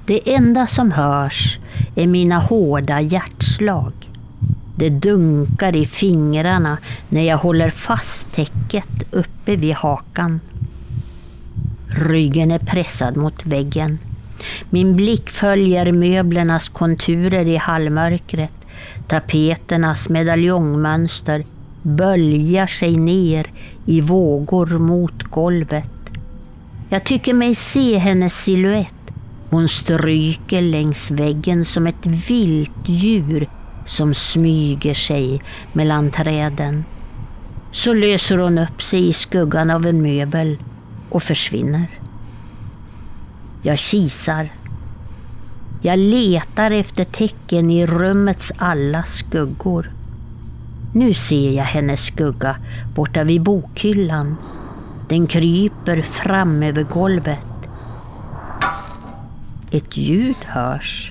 Det enda som hörs är mina hårda hjärtslag. Det dunkar i fingrarna när jag håller fast täcket uppe vid hakan. Ryggen är pressad mot väggen. Min blick följer möblernas konturer i halvmörkret. Tapeternas medaljongmönster böljar sig ner i vågor mot golvet. Jag tycker mig se hennes silhuett. Hon stryker längs väggen som ett vilt djur som smyger sig mellan träden. Så löser hon upp sig i skuggan av en möbel och försvinner. Jag kisar. Jag letar efter tecken i rummets alla skuggor. Nu ser jag hennes skugga borta vid bokhyllan. Den kryper fram över golvet. Ett ljud hörs.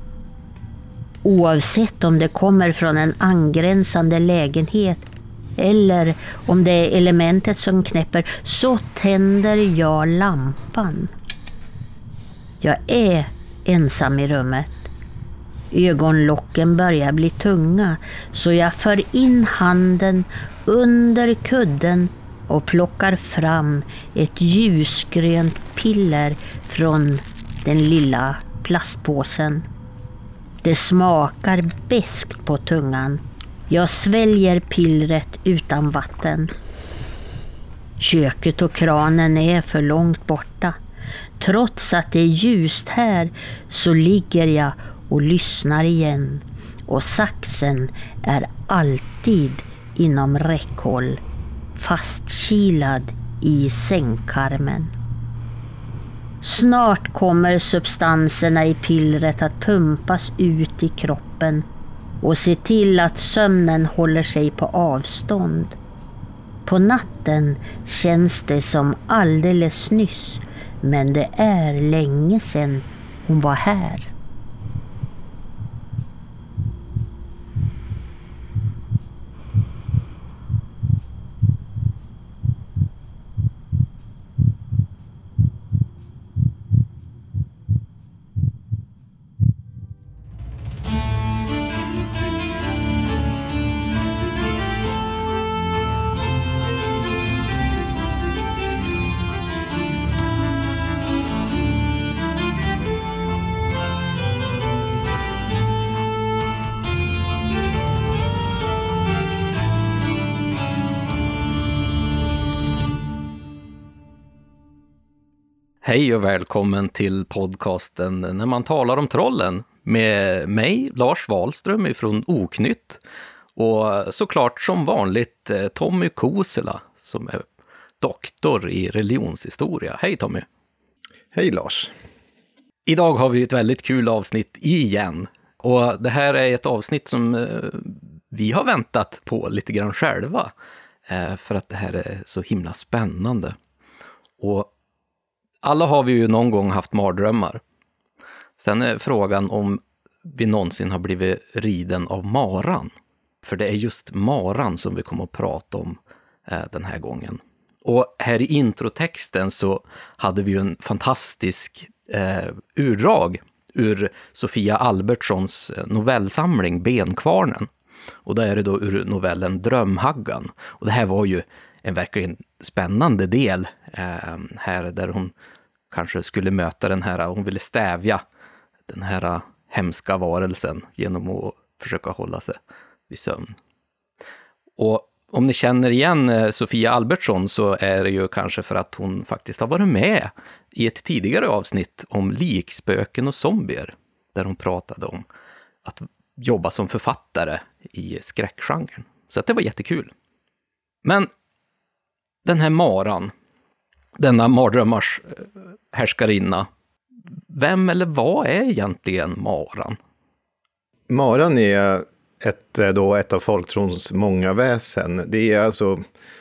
Oavsett om det kommer från en angränsande lägenhet eller om det är elementet som knäpper, så tänder jag lampan. Jag är ensam i rummet. Ögonlocken börjar bli tunga, så jag för in handen under kudden och plockar fram ett ljusgrönt piller från den lilla plastpåsen. Det smakar beskt på tungan. Jag sväljer pillret utan vatten. Köket och kranen är för långt borta. Trots att det är ljust här så ligger jag och lyssnar igen. Och saxen är alltid inom räckhåll, fastkilad i sängkarmen. Snart kommer substanserna i pillret att pumpas ut i kroppen och se till att sömnen håller sig på avstånd. På natten känns det som alldeles nyss, men det är länge sedan hon var här. Hej och välkommen till podcasten När man talar om trollen med mig, Lars Wahlström från Oknytt, och såklart som vanligt Tommy Kosela som är doktor i religionshistoria. Hej Tommy! Hej Lars! Idag har vi ett väldigt kul avsnitt igen, och det här är ett avsnitt som vi har väntat på lite grann själva för att det här är så himla spännande. Och alla har vi ju någon gång haft mardrömmar. Sen är frågan om vi någonsin har blivit riden av maran. För det är just maran som vi kommer att prata om den här gången. Och här i introtexten så hade vi ju en fantastisk urdrag ur Sofia Albertssons novellsamling Benkvarnen. Och där är det då ur novellen Drömhaggan. Och det här var ju en verkligen spännande del här där hon kanske skulle möta den här, hon ville stävja den här hemska varelsen genom att försöka hålla sig vid sömn. Och om ni känner igen Sofia Albertsson så är det ju kanske för att hon faktiskt har varit med i ett tidigare avsnitt om likspöken och zombier, där hon pratade om att jobba som författare i skräckgenren. Så att det var jättekul. Men den här maran, denna mardrömmars härskarinna, vem eller vad är egentligen maran? Maran är ett av folktrons många väsen. Det är alltså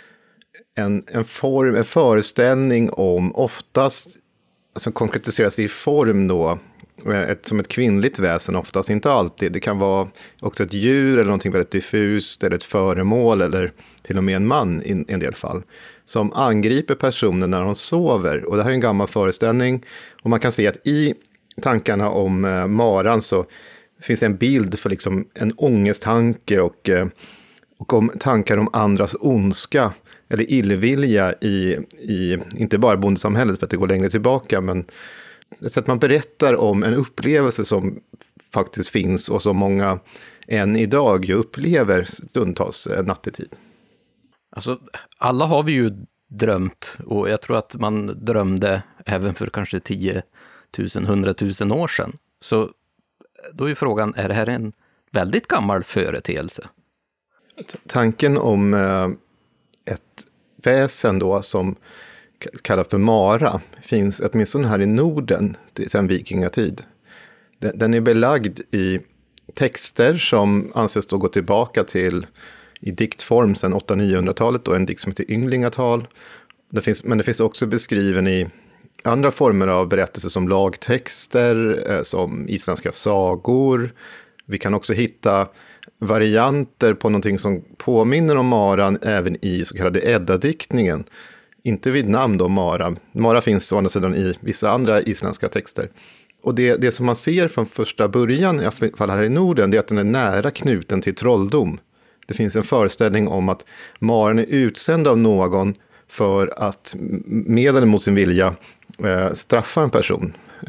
en föreställning om, oftast som konkretiseras i form då, som ett kvinnligt väsen, oftast, inte alltid. Det kan vara också ett djur eller någonting väldigt diffust, eller ett föremål, eller till och med en man i en del fall, som angriper personen när hon sover. Och det här är en gammal föreställning, och man kan se att i tankarna om maran så finns en bild för liksom en ångesttanke och om tankar om andras ondska eller illvilja i inte bara bondesamhället för att det går längre tillbaka, men så att man berättar om en upplevelse som faktiskt finns och som många än idag ju upplever stundtals nattetid. Alltså, alla har vi ju drömt, och jag tror att man drömde även för kanske 10 000, 100 000 år sedan. Så då är frågan, är det här en väldigt gammal företeelse? Tanken om ett väsen då som kallas för Mara finns åtminstone här i Norden sedan vikingatid. Den är belagd i texter som anses då gå tillbaka till i diktform sedan 800-900-talet, då en dikt som heter Ynglingatal. Men det finns också beskriven i andra former av berättelser som lagtexter, som isländska sagor. Vi kan också hitta varianter på någonting som påminner om maran även i så kallade Edda-diktningen. Inte vid namn då Mara. Mara finns å andra sidan i vissa andra isländska texter. Och det som man ser från första början, i alla fall här i Norden, det är att den är nära knuten till trolldom. Det finns en föreställning om att maran är utsänd av någon för att med eller mot sin vilja straffa en person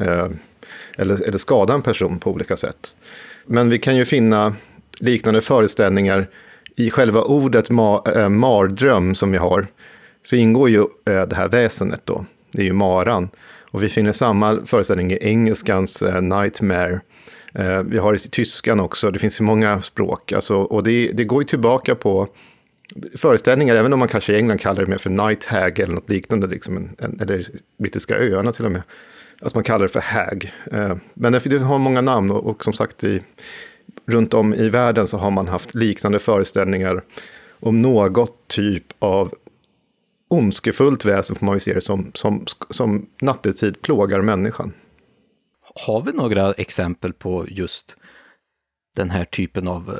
eller skada en person på olika sätt. Men vi kan ju finna liknande föreställningar i själva ordet mardröm som vi har. Så ingår ju det här väsenet då. Det är ju maran. Och vi finner samma föreställning i engelskans nightmare. Vi har det i tyskan också. Det finns ju många språk. Alltså, och det går ju tillbaka på föreställningar, även om man kanske i England kallar det mer för night hag eller något liknande, liksom eller brittiska öarna till och med. Att man kallar det för hag. Men det har många namn och som sagt runt om i världen så har man haft liknande föreställningar om något typ av ondskefullt väsen, får man ju se det som nattetid plågar människan. Har vi några exempel på just den här typen av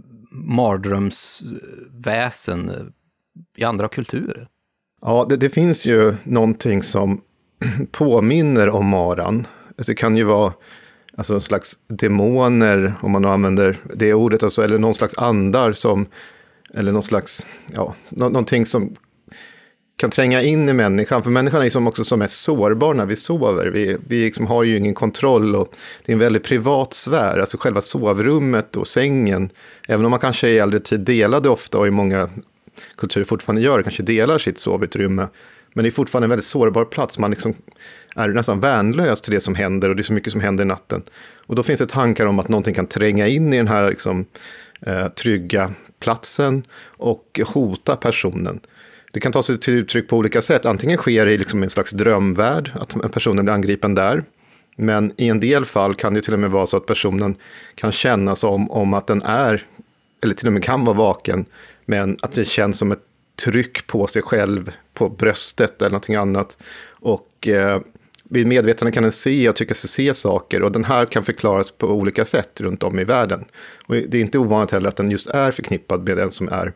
mardrömsväsen i andra kulturer? Ja, det finns ju någonting som påminner om maran. Alltså det kan ju vara en slags demoner, om man använder det ordet, alltså, eller någon slags andar eller någon slags, någonting som kan tränga in i människan. För människan är också som mest sårbar när vi sover. Vi liksom har ju ingen kontroll och det är en väldigt privat sfär. Alltså själva sovrummet och sängen. Även om man kanske i äldre tid delade ofta och i många kulturer fortfarande gör, kanske delar sitt sovutrymme. Men det är fortfarande en väldigt sårbar plats. Man liksom är nästan värnlös till det som händer och det är så mycket som händer i natten. Och då finns det tankar om att någonting kan tränga in i den här liksom, trygga platsen och hota personen. Det kan ta sig till uttryck på olika sätt. Antingen sker det i liksom en slags drömvärld, att personen blir angripen där. Men i en del fall kan det till och med vara så att personen kan känna som om att den är, eller till och med kan vara vaken, men att det känns som ett tryck på sig själv, på bröstet eller någonting annat. Och vid medvetande kan den se och tycka sig se saker. Och den här kan förklaras på olika sätt runt om i världen. Och det är inte ovanligt heller att den just är förknippad med den som är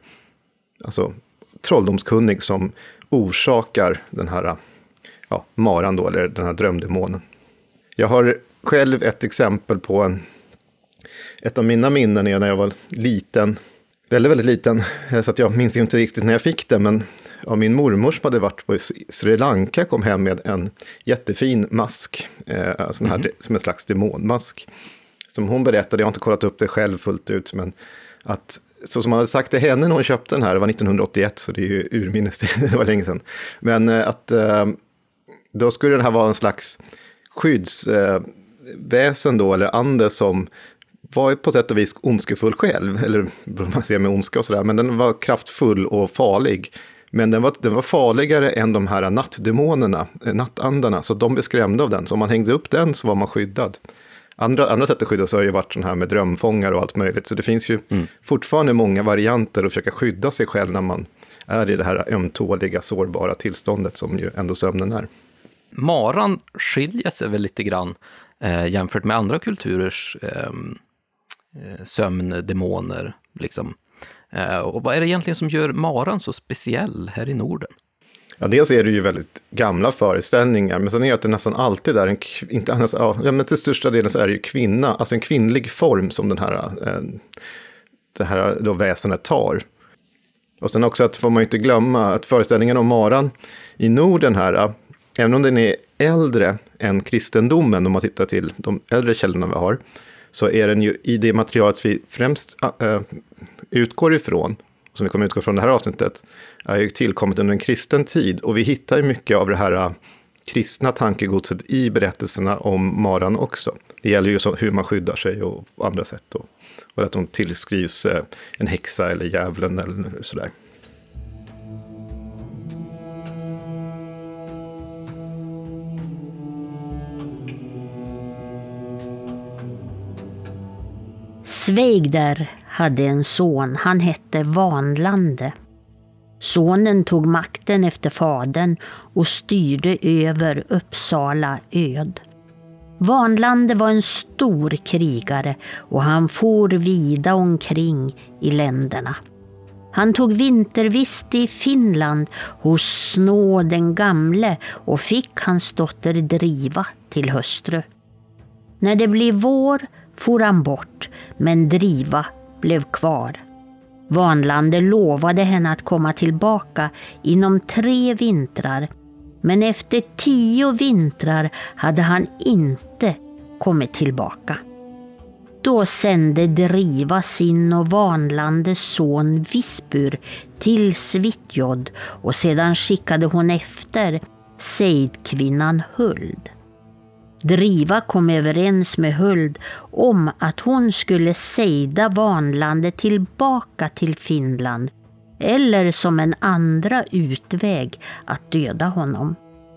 trolldomskunnig som orsakar den här maran då, eller den här drömdemonen. Jag har själv ett exempel på ett av mina minnen är när jag var liten, väldigt, väldigt liten, så att jag minns inte riktigt när jag fick det, men min mormor som hade varit på Sri Lanka kom hem med en jättefin mask, sån här, som en slags demonmask, som hon berättade, jag har inte kollat upp det själv fullt ut, men att så som man hade sagt till henne när hon köpte den här, det var 1981, så det är ju urminnestid, det var länge sedan. Men att då skulle den här vara en slags skyddsväsen då, eller ande som var på sätt och vis ondskefull själv, eller man ser med ondska och sådär, men den var kraftfull och farlig. Men den var farligare än de här nattdemonerna, nattandarna, så de blev skrämda av den. Så om man hängde upp den så var man skyddad. Andra sätt att skydda sig har ju varit sån här med drömfångar och allt möjligt. Så det finns ju fortfarande många varianter att försöka skydda sig själv när man är i det här ömtåliga, sårbara tillståndet som ju ändå sömnen är. Maran skiljer sig väl lite grann jämfört med andra kulturers sömndemoner. Liksom. Och vad är det egentligen som gör maran så speciell här i Norden? Ja, dels är det ju väldigt gamla föreställningar, men sen är det att det nästan alltid är men till största delen så är det ju kvinna, alltså en kvinnlig form som det här då väsenet tar. Och sen också att får man inte glömma att föreställningen om maran i Norden här, även om den är äldre än kristendomen, om man tittar till de äldre källorna vi har, så är den ju i det materialet vi främst utgår ifrån, som vi kommer utgå från det här avsnittet, är ju tillkommit under en kristen tid. Och vi hittar ju mycket av det här kristna tankegodset i berättelserna om maran också. Det gäller ju hur man skyddar sig och andra sätt då. Och att de tillskrivs en häxa eller djävulen eller sådär. Sveigder hade en son, han hette Vanlande. Sonen tog makten efter fadern och styrde över Uppsala öd. Vanlande var en stor krigare och han for vida omkring i länderna. Han tog vintervist i Finland hos Snå den gamle och fick hans dotter Driva till hustru. När det blev vår for han bort, men Driva blev kvar. Vanlande lovade henne att komma tillbaka inom 3 vintrar, men efter 10 vintrar hade han inte kommit tillbaka. Då sände Driva sin och Vanlandes son Visbur till Svitjod och sedan skickade hon efter sejdkvinnan Huld. Driva kom överens med Huld om att hon skulle sejda Vanlande tillbaka till Finland eller som en andra utväg att döda honom.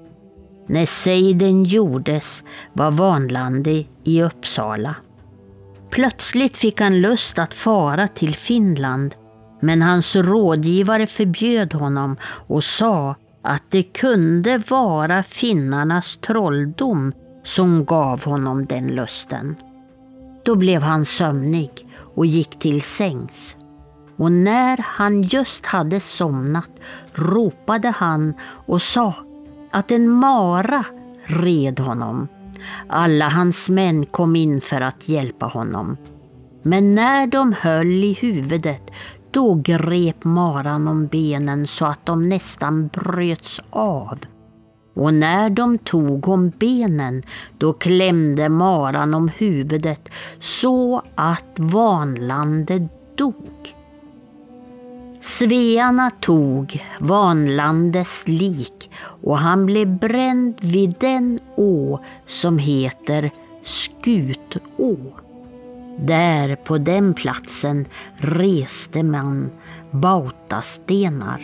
När sejden gjordes var Vanlande i Uppsala. Plötsligt fick han lust att fara till Finland, men hans rådgivare förbjöd honom och sa att det kunde vara finnarnas trolldom som gav honom den lusten. Då blev han sömnig och gick till sängs. Och när han just hade somnat ropade han och sa att en mara red honom. Alla hans män kom in för att hjälpa honom. Men när de höll i huvudet, då grep maran om benen så att de nästan bröts av. Och när de tog om benen, då klämde maran om huvudet så att Vanlande dog. Svearna tog Vanlandes lik och han blev bränd vid den å som heter Skutå. Där på den platsen reste man bautastenar.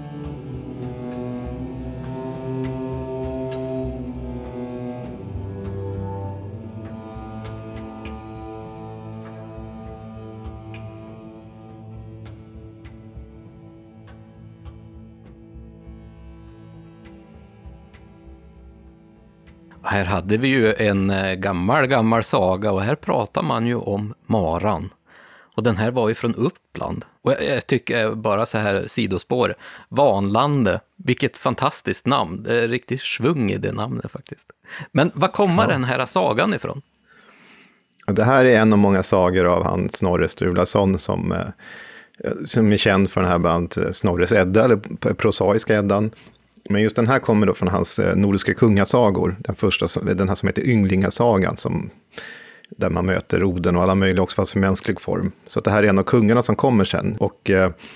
Här hade vi ju en gammal saga och här pratar man ju om maran. Och den här var ju från Uppland. Och jag tycker bara så här sidospår, Vanlande, vilket fantastiskt namn. Det är riktigt svung i det namnet faktiskt. Men vad kommer den här sagan ifrån? Det här är en av många sagor av han Snorre Sturlason som är känd för den här bland Snorres Edda, eller prosaiska Eddan. Men just den här kommer då från hans nordiska kungasagor. Den första, den här som heter Ynglingasagan, där man möter Oden och alla möjliga också fast i mänsklig form. Så att det här är en av kungarna som kommer sen. Och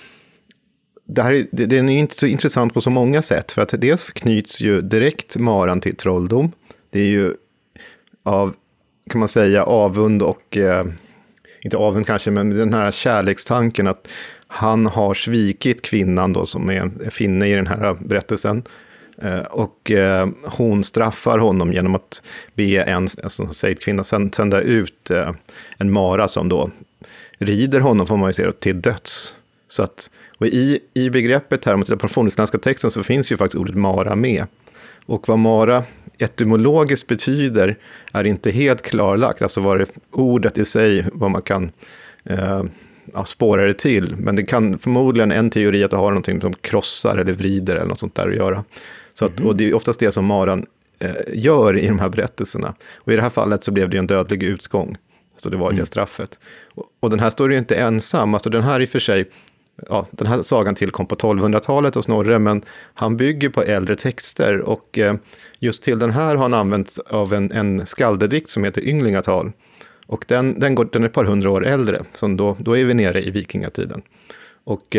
den är inte så intressant på så många sätt. För att dels knyts ju direkt maran till trolldom. Det är ju av, kan man säga, avund och, inte avund kanske, men den här kärlekstanken att han har svikit kvinnan då som är en finne i den här berättelsen. Och hon straffar honom genom att be en kvinna sända ut en mara som då rider honom, får man ju säga, till döds. Så att, och i begreppet här, om man tittar på den fornisländska texten, så finns ju faktiskt ordet mara med. Och vad mara etymologiskt betyder är inte helt klarlagt. Alltså vad det ordet i sig, vad man kan spårar det till. Men det kan förmodligen en teori att det har någonting som krossar eller vrider eller något sånt där att göra. Så att, och det är oftast det som maran gör i de här berättelserna. Och i det här fallet så blev det en dödlig utgång. Så det var det straffet. Och den här står ju inte ensam. Alltså den här i och för sig, den här sagan tillkom på 1200-talet hos Snorre, men han bygger på äldre texter. Och just till den här har han använt av en skaldedikt som heter Ynglingatal. Och den är ett par hundra år äldre, så då är vi nere i vikingatiden. Och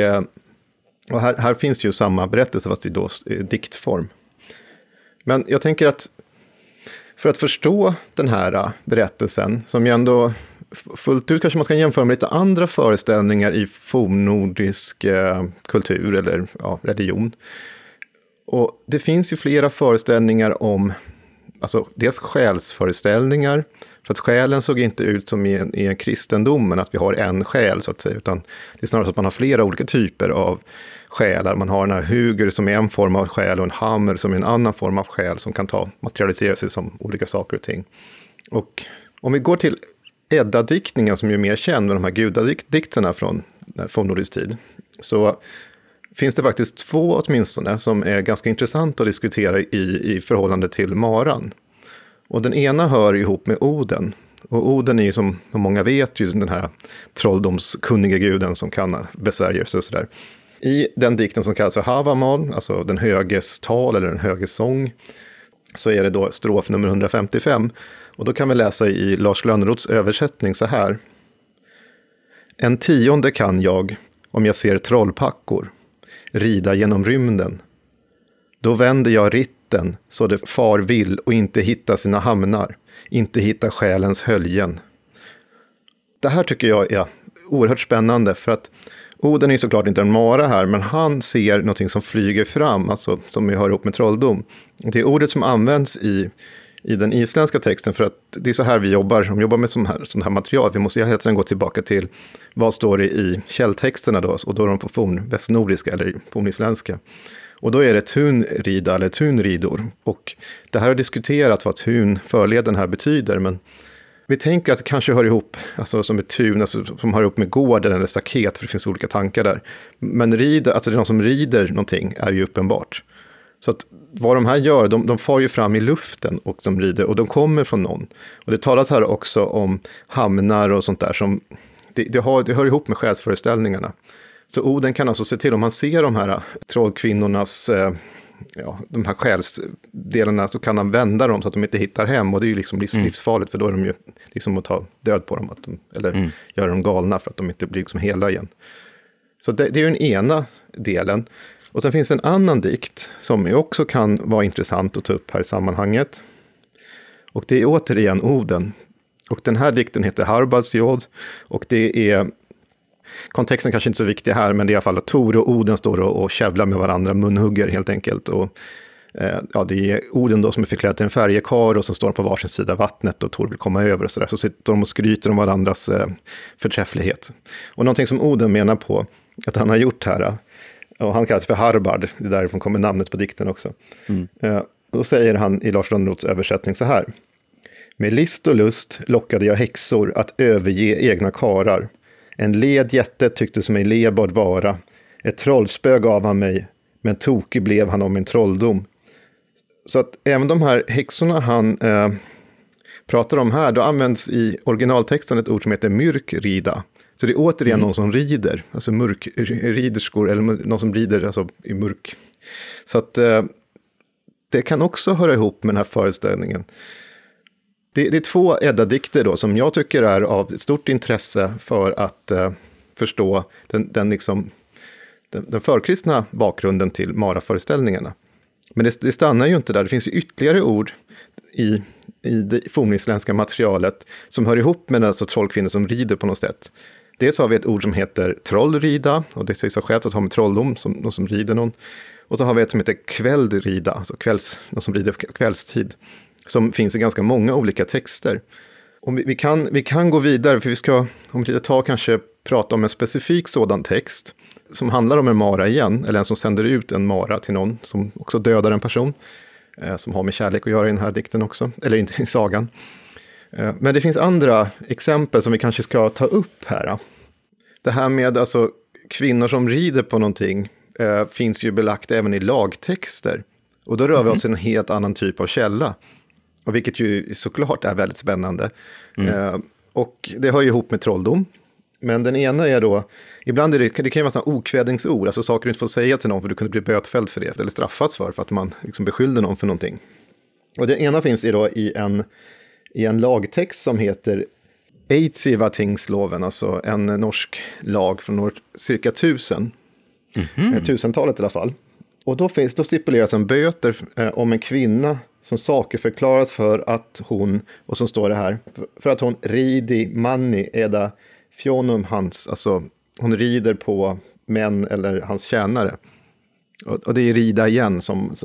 här finns ju samma berättelse fast i diktform. Men jag tänker att för att förstå den här berättelsen, som ju ändå fullt ut kanske man ska jämföra med lite andra föreställningar i fornnordisk kultur eller religion. Och det finns ju flera föreställningar om, alltså dels själsföreställningar, för att själen såg inte ut som i en kristendomen, att vi har en själ så att säga, utan det är snarare så att man har flera olika typer av själar. Man har den här huger som är en form av själ och en hammer som är en annan form av själ som kan materialisera sig som olika saker och ting. Och om vi går till Edda-diktningen som är mer känd med de här gudadikterna från fornnordisk tid, så finns det faktiskt 2 åtminstone som är ganska intressant att diskutera i förhållande till maran. Och den ena hör ihop med Oden. Och Oden är ju som många vet ju den här trolldomskunniga guden som kan besvärjelser och sådär. I den dikten som kallas för Havamal, alltså den höges tal eller den höges sång, så är det då strof nummer 155. Och då kan vi läsa i Lars Lönnroths översättning så här. En 10:e kan jag, om jag ser trollpackor, rida genom rymden. Då vänder jag ritten så det far vill och inte hitta sina hamnar, inte hitta själens höljen. Det här tycker jag är oerhört spännande, för att Oden är såklart inte en mara här, men han ser någonting som flyger fram, alltså som vi hör ihop med trolldom. Det är ordet som används i den isländska texten, för att det är så här vi jobbar med sån här material. Vi måste hela tiden gå tillbaka till vad står det i källtexterna då, och då är de på fornvästnordiska eller fornisländska. Och då är det tunrida eller tunridor. Och det här har diskuterat vad tun förleden här betyder, men vi tänker att det kanske hör ihop, alltså som ett tun, alltså som hör ihop med gården eller staket, för det finns olika tankar där. Men rida, alltså det är någon som rider någonting, är ju uppenbart. Så att vad de här gör, de far ju fram i luften och som rider, och de kommer från någon. Och det talas här också om hamnar och sånt där som, det hör ihop med själsföreställningarna. Så Oden kan alltså se till, om man ser de här trollkvinnornas, de här själsdelarna, så kan han vända dem så att de inte hittar hem. Och det är ju liksom livsfarligt, för då är de ju liksom att ta död på dem, eller göra dem galna för att de inte blir liksom hela igen. Så det är ju den ena delen. Och sen finns det en annan dikt som ju också kan vara intressant att ta upp här i sammanhanget. Och det är återigen Oden. Och den här dikten heter Harbaldsjod, och det är, kontexten kanske inte så viktig här, men det är i alla fall att Tor och Oden står och kävlar med varandra, munhugger helt enkelt. Och det är Oden då som är förklädd till en färjekar, och så står de på varsin sida vattnet och Tor vill komma över och sådär. Så sitter de och skryter om varandras förträfflighet. Och någonting som Oden menar på att han har gjort här, och han kallas för Harbard, det är därifrån kommer namnet på dikten också. Då säger han i Lars Lönnroths översättning så här. Med list och lust lockade jag häxor att överge egna karar. En led jätte tycktes mig lebad vara. Ett trollspö gav han mig, men tokig blev han om en trolldom. Så att även de här häxorna han pratar om här, då används i originaltexten ett ord som heter myrkrida. Så det är återigen någon som rider, alltså mörkriderskor, eller någon som rider alltså i mörk. Så att det kan också höra ihop med den här föreställningen. Det är 2 Edda-dikter då som jag tycker är av stort intresse för att förstå den förkristna bakgrunden till Mara-föreställningarna. Men det stannar ju inte där. Det finns ju ytterligare ord i det fornisländska materialet som hör ihop med alltså trollkvinnor som rider på något sätt. Dels har vi ett ord som heter trollrida, och det sägs självt att ha med trolldom, någon som rider någon. Och så har vi ett som heter kvällrida, alltså någon som rider kvällstid, som finns i ganska många olika texter. Och vi kan gå vidare, för vi ska om lite tag kanske prata om en specifik sådan text som handlar om en mara igen, eller en som sänder ut en mara till någon som också dödar en person, som har med kärlek att göra i den här dikten också, eller inte i sagan. Men det finns andra exempel som vi kanske ska ta upp här. Det här med alltså kvinnor som rider på någonting finns ju belagt även i lagtexter. Och då rör vi oss i en helt annan typ av källa. Och vilket ju såklart är väldigt spännande. Och det hör ju ihop med trolldom. Men den ena är då, ibland är det kan ju vara sådana okvädingsord, alltså saker du inte får säga till någon för du kunde bli bötfälld för det, eller straffas för att man liksom beskyllde någon för någonting. Och det ena finns då i en lagtext som heter Eidsivaatingsloven, alltså en norsk lag från år cirka 1000-talet i alla fall. Och då stipuleras en böter om en kvinna som saker förklaras för att hon, och som står det här, för att hon ridi manni eda fjonum hans, alltså hon rider på män eller hans tjänare. Och det är rida igen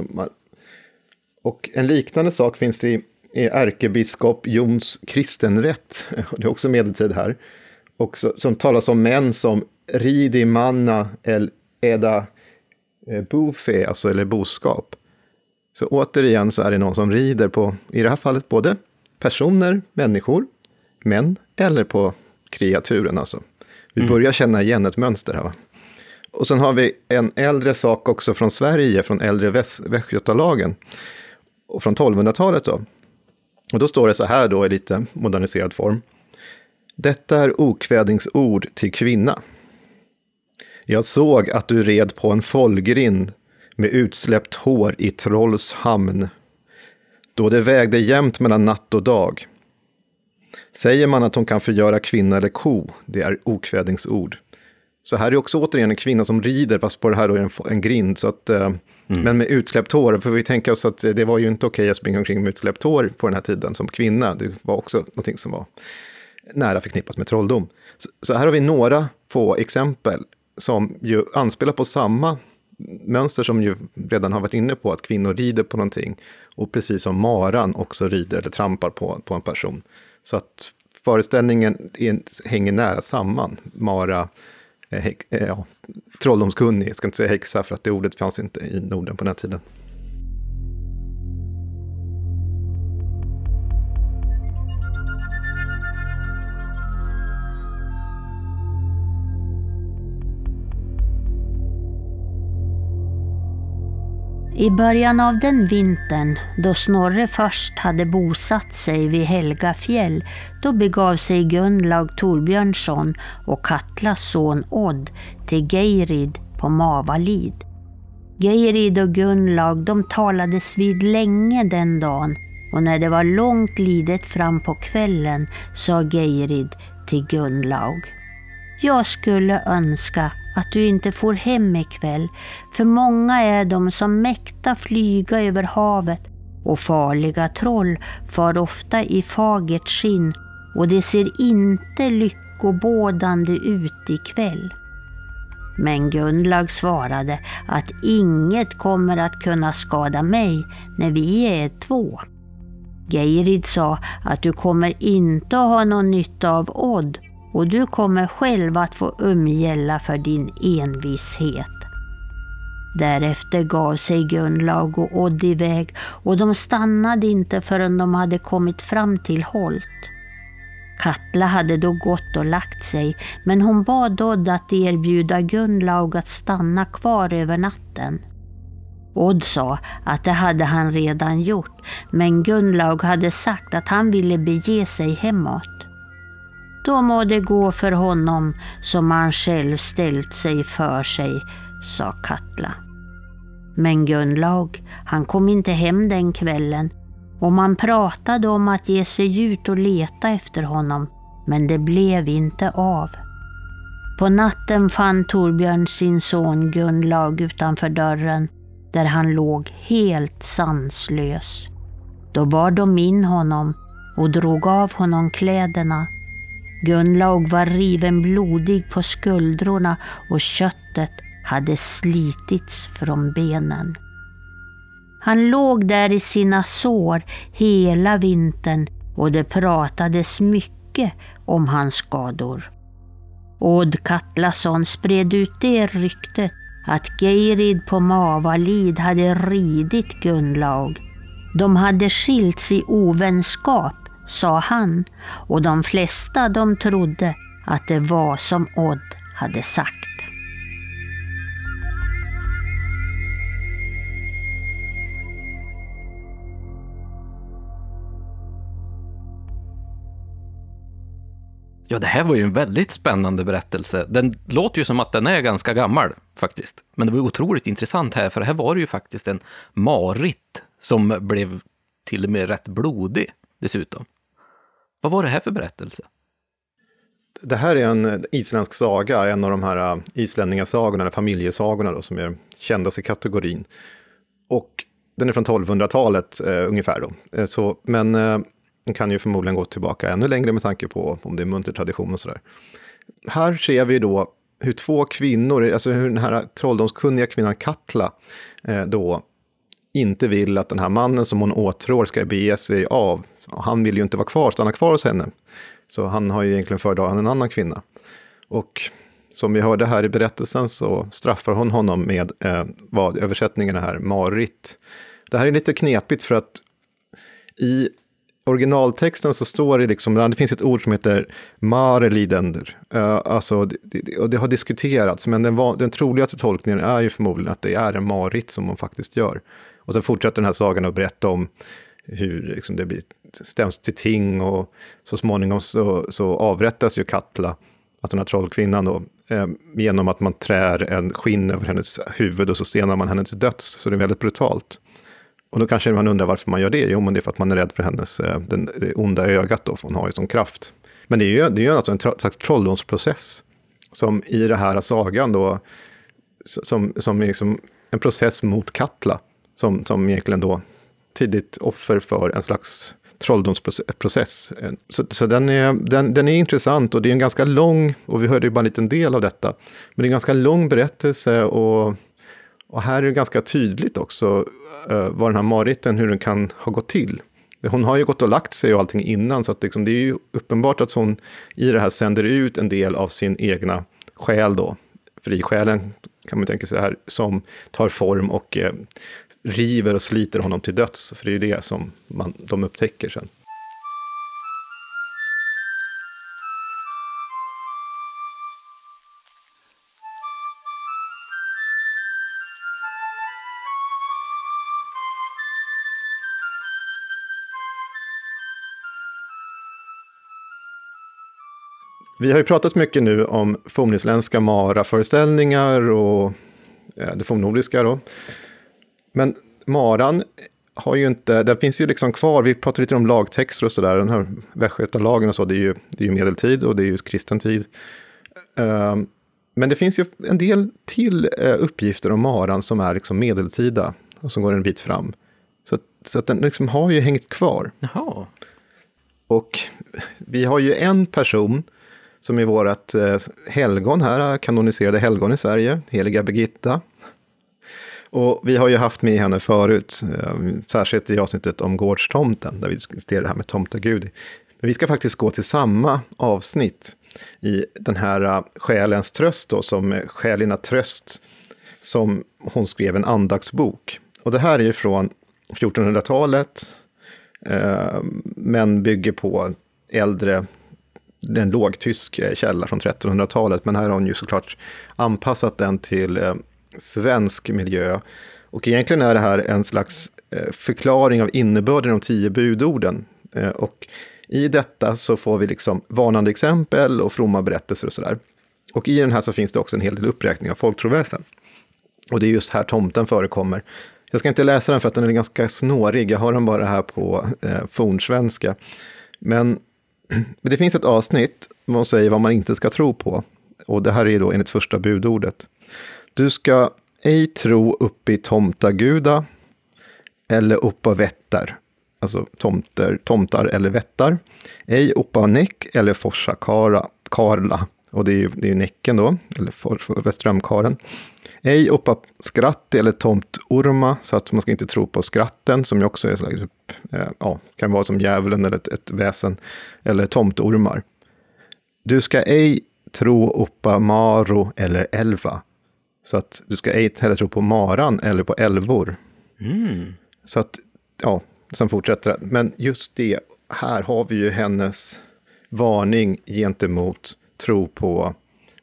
och en liknande sak finns det i ärkebiskop Jons kristenrätt, det är också medeltid här, och som talas om män som ridi manna el eda bofe, alltså eller boskap. Så återigen så är det någon som rider på, i det här fallet, både personer, människor, män eller på kreaturen. Alltså. Vi börjar känna igen ett mönster här, va? Och sen har vi en äldre sak också från Sverige, från äldre Västgötalagen och från 1200-talet då. Och då står det så här då i lite moderniserad form. Detta är okvädingsord till kvinna. Jag såg att du red på en follgrind med utsläppt hår i Trolls hamn, då det vägde jämnt mellan natt och dag. Säger man att hon kan förgöra kvinna eller ko, det är okvädingsord. Så här är också återigen en kvinna som rider, fast på det här då är en grind. Så att, men med utsläppt hår, för vi tänker oss att det var ju inte okej att springa omkring med utsläppt hår på den här tiden som kvinna. Det var också någonting som var nära förknippat med trolldom. Så här har vi några få exempel som ju anspelar på samma mönster som ju redan har varit inne på, att kvinnor rider på någonting, och precis som maran också rider eller trampar på en person. Så att föreställningen hänger nära samman. Mara, trolldomskunnig, jag ska inte säga häxa för att det ordet fanns inte i Norden på den här tiden. I början av den vintern, då Snorre först hade bosatt sig vid Helgafjäll, då begav sig Gunnlaug Torbjörnsson och Katlas son Odd till Geirid på Mavalid. Geirid och Gunnlaug, de talades vid länge den dagen, och när det var långt lidet fram på kvällen sa Geirid till Gunnlaug: jag skulle önska att du inte får hem ikväll, för många är de som mäkta flyga över havet, och farliga troll far ofta i fagert skinn, och det ser inte lyckobådande ut ikväll. Men Gunnlaug svarade att inget kommer att kunna skada mig när vi är två. Geirid sa att du kommer inte att ha någon nytta av Odd, och du kommer själv att få umgälla för din envishet. Därefter gav sig Gunnlaug och Odd iväg, och de stannade inte förrän de hade kommit fram till Holt. Katla hade då gått och lagt sig, men hon bad Odd att erbjuda Gunnlaug att stanna kvar över natten. Odd sa att det hade han redan gjort, men Gunnlaug hade sagt att han ville bege sig hemåt. Då må det gå för honom som han själv ställt sig för sig, sa Katla. Men Gunnlaug, han kom inte hem den kvällen, och man pratade om att ge sig ut och leta efter honom, men det blev inte av. På natten fann Torbjörn sin son Gunnlaug utanför dörren, där han låg helt sanslös. Då bar de in honom och drog av honom kläderna. Gunnlaug var riven blodig på skuldrorna, och köttet hade slitits från benen. Han låg där i sina sår hela vintern, och det pratades mycket om hans skador. Odd Katlason spred ut det ryktet att Geirid på Mavalid hade ridit Gunnlaug. De hade skilts i ovänskap, sa han, och de flesta de trodde att det var som Odd hade sagt. Ja, det här var ju en väldigt spännande berättelse. Den låter ju som att den är ganska gammal faktiskt. Men det var otroligt intressant här, för det här var det ju faktiskt en Marit som blev till och med rätt blodig dessutom. Vad var det här för berättelse? Det här är en isländsk saga, en av de här islänningasagorna, eller familjesagorna då, som är kändas i kategorin. Och den är från 1200-talet ungefär då. Men den kan ju förmodligen gå tillbaka ännu längre med tanke på om det är muntertradition och sådär. Här ser vi då hur två kvinnor, alltså hur den här trolldomskunniga kvinnan Katla då inte vill att den här mannen som hon åtrår ska bege sig av. Han vill ju inte vara kvar, stanna kvar hos henne. Så han har ju egentligen föredragit en annan kvinna. Och som vi hörde här i berättelsen så straffar hon honom med vad översättningen är här, Marit. Det här är lite knepigt för att i originaltexten så står det liksom, det finns ett ord som heter marelidender. Alltså, det har diskuterats, men den troligaste tolkningen är ju förmodligen att det är en Marit som hon faktiskt gör. Och sen fortsätter den här sagan att berätta om hur liksom, det blir stäms till ting och så småningom så avrättas ju Katla, att den här trollkvinnan då, genom att man trär en skinn över hennes huvud och så stenar man henne till döds. Så det är väldigt brutalt. Och då kanske man undrar varför man gör det. Jo, men det är för att man är rädd för hennes det onda ögat då, för hon har ju sån kraft. Men det är ju alltså en slags trolldomsprocess som i det här sagan då, som är liksom en process mot Katla, som egentligen då tidigt offer för en slags trolldomsprocess. Så den är intressant, och det är en ganska lång, och vi hörde ju bara en liten del av detta, men det är en ganska lång berättelse, och här är det ganska tydligt också vad den här Mariten, hur den kan ha gått till. Hon har ju gått och lagt sig och allting innan, så att liksom, det är ju uppenbart att hon i det här sänder ut en del av sin egna själ då. Frisjälen kan man tänka sig här, som tar form och river och sliter honom till döds. För det är ju det som de upptäcker sen. Vi har ju pratat mycket nu om fornisländska Mara-föreställningar och det fornnordiska då. Men Maran har ju inte, det finns ju liksom kvar, vi pratar lite om lagtexter och sådär, den här västgötalagen och så, det är ju medeltid och det är ju kristen tid. Men det finns ju en del till uppgifter om Maran som är liksom medeltida och som går en bit fram. Så att den liksom har ju hängt kvar. Jaha. Och vi har ju en person som är vårat helgon här, kanoniserade helgon i Sverige, heliga Birgitta. Och vi har ju haft med henne förut, särskilt i avsnittet om gårdstomten, där vi diskuterar det här med tomtagud. Men vi ska faktiskt gå till samma avsnitt i den här själens tröst då, som själina tröst, som hon skrev en andagsbok. Och det här är ju från 1400-talet, men bygger på en lågtysk källa från 1300-talet, men här har hon ju såklart anpassat den till svensk miljö. Och egentligen är det här en slags förklaring av innebörden av 10 budorden. Och i detta så får vi liksom varnande exempel och fromma berättelser och sådär. Och i den här så finns det också en hel del uppräkning av folktroväsen. Och det är just här tomten förekommer. Jag ska inte läsa den för att den är ganska snårig. Jag har den bara här på fornsvenska. Men det finns ett avsnitt där man säger vad man inte ska tro på. Och det här är då enligt första budordet. Du ska ej tro upp i tomtaguda eller uppa vättar. Alltså tomtar eller vättar. Ej uppa näck eller forsa karla. Och det är ju näcken då, eller väströmkaren. Ej uppa skratt eller tomtorma, så att man ska inte tro på skratten, som ju också är slags, kan vara som djävulen eller ett väsen, eller tomtormar. Du ska ej tro uppa maro eller elva. Så att du ska ej heller tro på maran eller på älvor. Mm. Så att, sen fortsätter det. Men just det, här har vi ju hennes varning gentemot tro på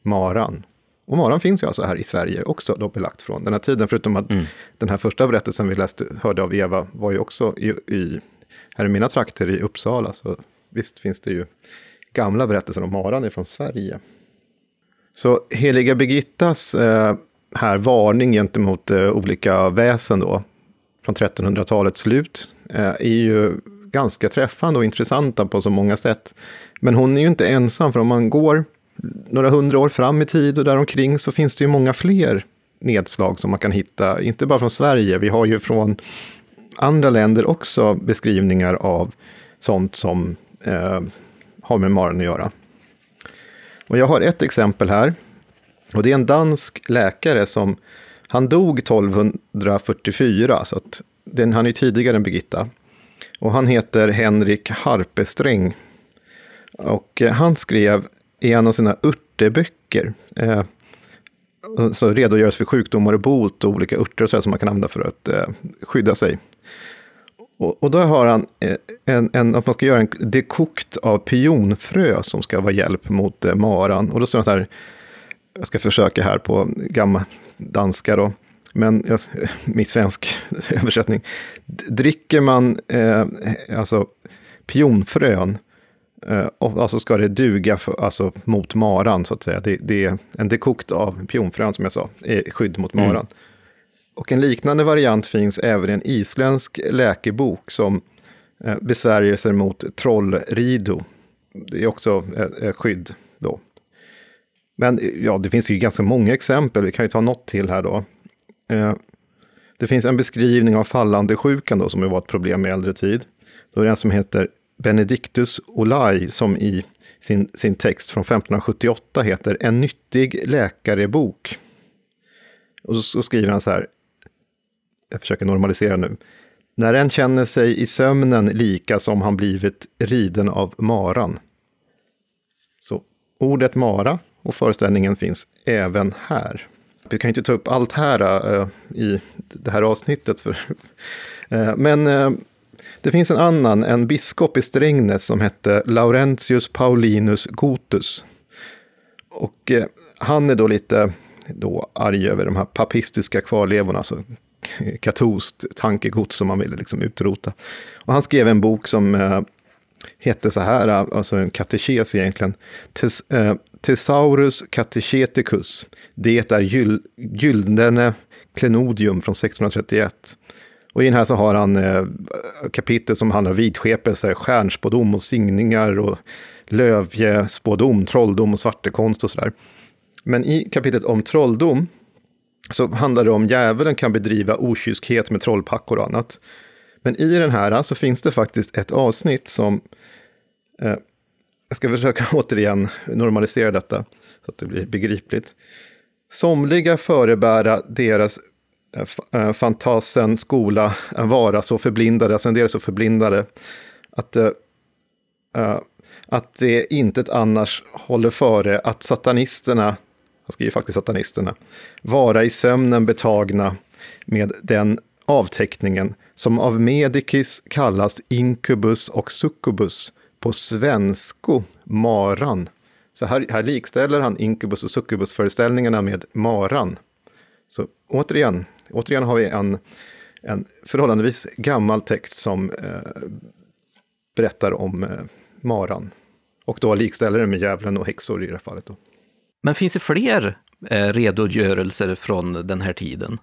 maran. Och maran finns ju alltså här i Sverige också då belagt från den här tiden. Förutom att den här första berättelsen vi hörde av Eva var ju också här i mina trakter i Uppsala. Så visst finns det ju gamla berättelser om maran från Sverige. Så heliga Birgittas här varning gentemot olika väsen då från 1300-talets slut är ju ganska träffande och intressanta på så många sätt. Men hon är ju inte ensam, för om man går några 100 år fram i tid och däromkring så finns det ju många fler nedslag som man kan hitta, inte bara från Sverige. Vi har ju från andra länder också beskrivningar av sånt som har med maran att göra. Och jag har ett exempel här, och det är en dansk läkare som han dog 1244, så att han är tidigare än Birgitta. Och han heter Henrik Harpesträng. Och han skrev i en av sina örteböcker så redogörs för sjukdomar och bot och olika örter och så som man kan använda för att skydda sig. Och då har han att man ska göra en dekokt av pionfrö som ska vara hjälp mot maran. Och då står det så här, jag ska försöka här på gammal danska då, men min svensk översättning. Dricker man alltså pionfrön, och alltså ska det duga alltså mot maran så att säga. Det är en dekokt av pionfrön som jag sa, är skydd mot maran. Och en liknande variant finns även i en isländsk läkebok som besvärjelser mot trollrido. Det är också skydd då. Men ja, det finns ju ganska många exempel. Vi kan ju ta något till här då. Det finns en beskrivning av fallande sjukan då, som var ett problem i äldre tid. Då är det en som heter Benedictus Olai som i sin text från 1578 heter En nyttig läkarebok. Och så skriver han så här, jag försöker normalisera nu. När en känner sig i sömnen lika som han blivit riden av maran. Så ordet mara och föreställningen finns även här. Vi kan inte ta upp allt här i det här avsnittet. Men det finns en biskop i Strängnäs som hette Laurentius Paulinus Gotus. Och han är då lite arg över de här papistiska kvarlevorna, alltså katolskt tankegods som man ville liksom utrota. Och han skrev en bok som hette så här, alltså en katekes egentligen. Thesaurus Catecheticus. Det är gyldene klenodium från 1631. Och i den här så har han kapitel som handlar om vidskepelser, stjärnspådom och signingar och lövjespådom, trolldom och svartekonst och sådär. Men i kapitlet om trolldom så handlar det om djävulen kan bedriva okyskhet med trollpackor och annat. Men i den här så finns det faktiskt ett avsnitt som jag ska försöka återigen normalisera detta så att det blir begripligt. Somliga förebära deras fantasen skola vara så förblindade, alltså en del så förblindade att det inte annars håller före att satanisterna, jag skriver faktiskt satanisterna, vara i sömnen betagna med den avteckningen som av Medikis kallas incubus och succubus, på svensko maran. Så här likställer han incubus och succubus föreställningarna med maran. Så återigen har vi en förhållandevis gammal text som berättar om maran. Och då likställer det med djävulen och häxor i det här fallet då. Men finns det fler redogörelser från den här tiden?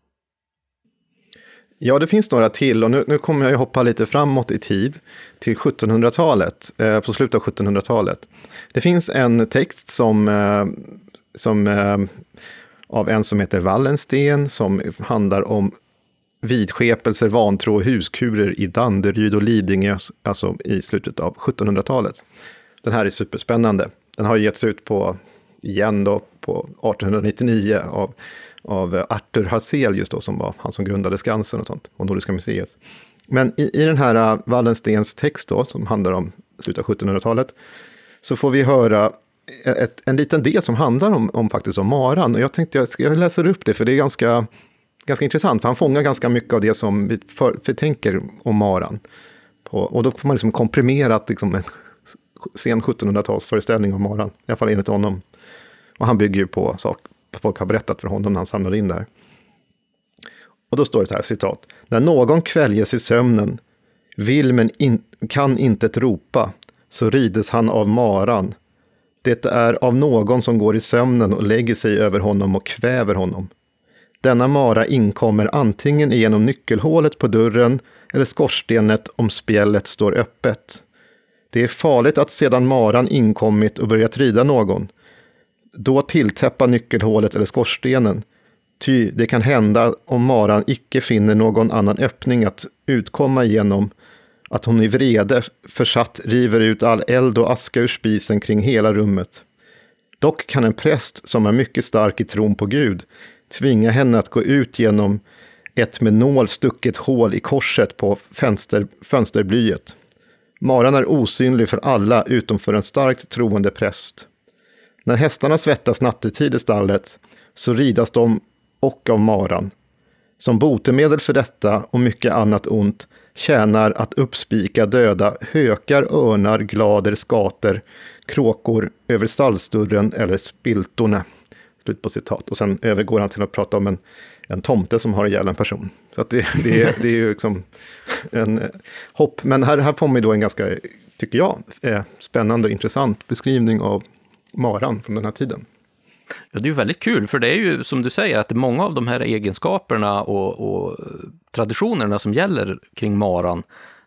Ja, det finns några till, och nu kommer jag ju hoppa lite framåt i tid till 1700-talet, på slutet av 1700-talet. Det finns en text som av en som heter Wallensten som handlar om vidskepelser, vantro och huskurer i Danderyd och Lidingö, alltså i slutet av 1700-talet. Den här är superspännande. Den har getts ut igen då på 1899 av Arthur Hazelius då, som var han som grundade Skansen och sånt, och Nordiska museet. Men i den här Wallenstens text då, som handlar om slutet av 1700-talet, så får vi höra en liten del som handlar om faktiskt om maran. Och jag tänkte jag läser upp det, för det är ganska intressant, för han fångar ganska mycket av det som vi förtänker om maran. Och då får man liksom komprimerat liksom en sen 1700-talsföreställning om maran, i alla fall enligt honom. Och han bygger ju på saker folk har berättat för honom när han samlade in där. Och då står det så här, citat. När någon kväljes i sömnen, vill men kan intet ropa, så rides han av maran. Det är av någon som går i sömnen och lägger sig över honom och kväver honom. Denna mara inkommer antingen genom nyckelhålet på dörren eller skorstenet om spjället står öppet. Det är farligt att sedan maran inkommit och börjat rida någon. Då tilltäppa nyckelhålet eller skorstenen. Ty det kan hända om maran icke finner någon annan öppning att utkomma igenom, att hon i vrede försatt river ut all eld och aska ur spisen kring hela rummet. Dock kan en präst som är mycket stark i tron på Gud tvinga henne att gå ut genom ett med nål stucket hål i korset på fönsterblyet. Maran är osynlig för alla utom för en starkt troende präst. När hästarna svettas nattetid i stallet så ridas de och av maran. Som botemedel för detta och mycket annat ont tjänar att uppspika döda hökar, örnar, glader, skater, kråkor över stallsdörren eller spiltorna. Slut på citat. Och sen övergår han till att prata om en tomte som har ihjäl en person. Så att det är ju liksom en hopp. Men här får man då en ganska, tycker jag, spännande och intressant beskrivning av maran från den här tiden. Ja, det är ju väldigt kul, för det är ju som du säger att många av de här egenskaperna och traditionerna som gäller kring maran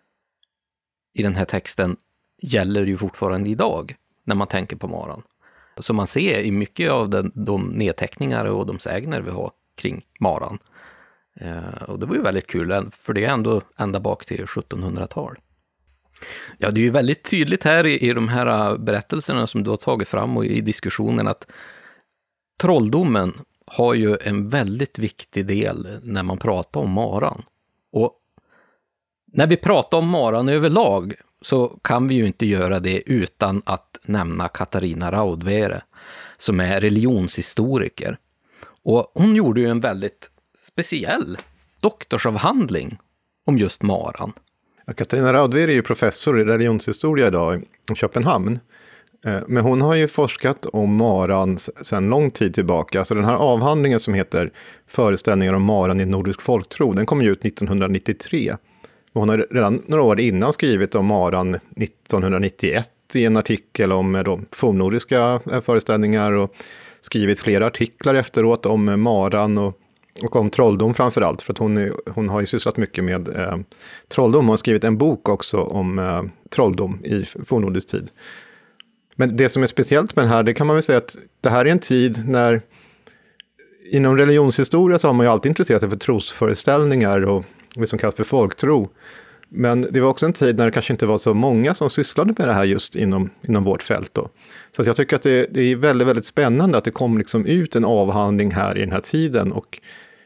i den här texten gäller ju fortfarande idag när man tänker på maran. Så man ser i mycket av de nedteckningar och de sägner vi har kring maran. Och det var ju väldigt kul, för det är ändå ända bak till 1700-tal. Ja, det är ju väldigt tydligt här i de här berättelserna som du har tagit fram och i diskussionen att trolldomen har ju en väldigt viktig del när man pratar om maran. Och när vi pratar om maran överlag så kan vi ju inte göra det utan att nämna Katarina Raudvere som är religionshistoriker. Och hon gjorde ju en väldigt speciell doktorsavhandling om just maran. Ja, Katarina Raudvere är ju professor i religionshistoria idag i Köpenhamn. Men hon har ju forskat om maran sedan lång tid tillbaka. Så den här avhandlingen som heter Föreställningar om maran i nordisk folktro, den kom ju ut 1993. Och hon har redan några år innan skrivit om maran 1991 i en artikel om fornnordiska föreställningar och skrivit flera artiklar efteråt om maran och om trolldom framförallt. För att hon har ju sysslat mycket med trolldom. Hon har skrivit en bok också om trolldom i fornnordisk tid. Men det som är speciellt med den här, det kan man väl säga att det här är en tid när inom religionshistoria så har man ju alltid intresserat sig för trosföreställningar och det som kallas för folktro. Men det var också en tid när det kanske inte var så många som sysslade med det här just inom vårt fält då. Så att jag tycker att det är väldigt, väldigt spännande att det kom liksom ut en avhandling här i den här tiden och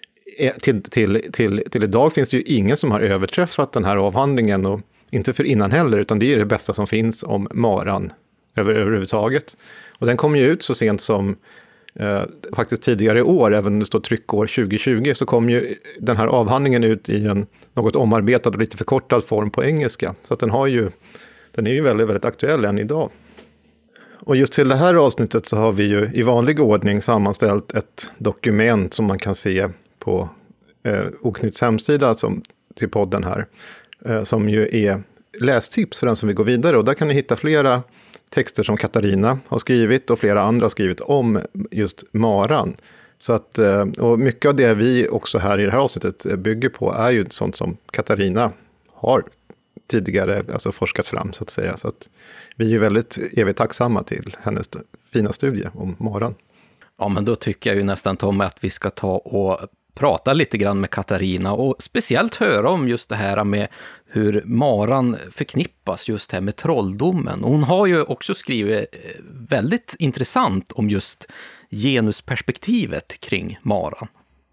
till idag finns det ju ingen som har överträffat den här avhandlingen och inte för innan heller, utan det är det bästa som finns om maran överhuvudtaget. Och den kom ju ut så sent som faktiskt tidigare i år, även om det står tryckår 2020, så kom ju den här avhandlingen ut i en något omarbetad och lite förkortad form på engelska. Så att den är ju väldigt, väldigt aktuell än idag. Och just till det här avsnittet så har vi ju i vanlig ordning sammanställt ett dokument som man kan se på Oknytts hemsida till podden här, som ju är lästips för den som vill gå vidare. Och där kan ni hitta flera texter som Katarina har skrivit och flera andra har skrivit om just maran. Så att, och mycket av det vi också här i det här avsnittet bygger på är ju sånt som Katarina har tidigare alltså forskat fram så att säga. Så att vi är ju väldigt evigt tacksamma till hennes fina studie om maran. Ja, men då tycker jag ju nästan, Tom, att vi ska ta och prata lite grann med Katarina och speciellt höra om just det här med hur maran förknippas just här med trolldomen. Och hon har ju också skrivit väldigt intressant om just genusperspektivet kring maran.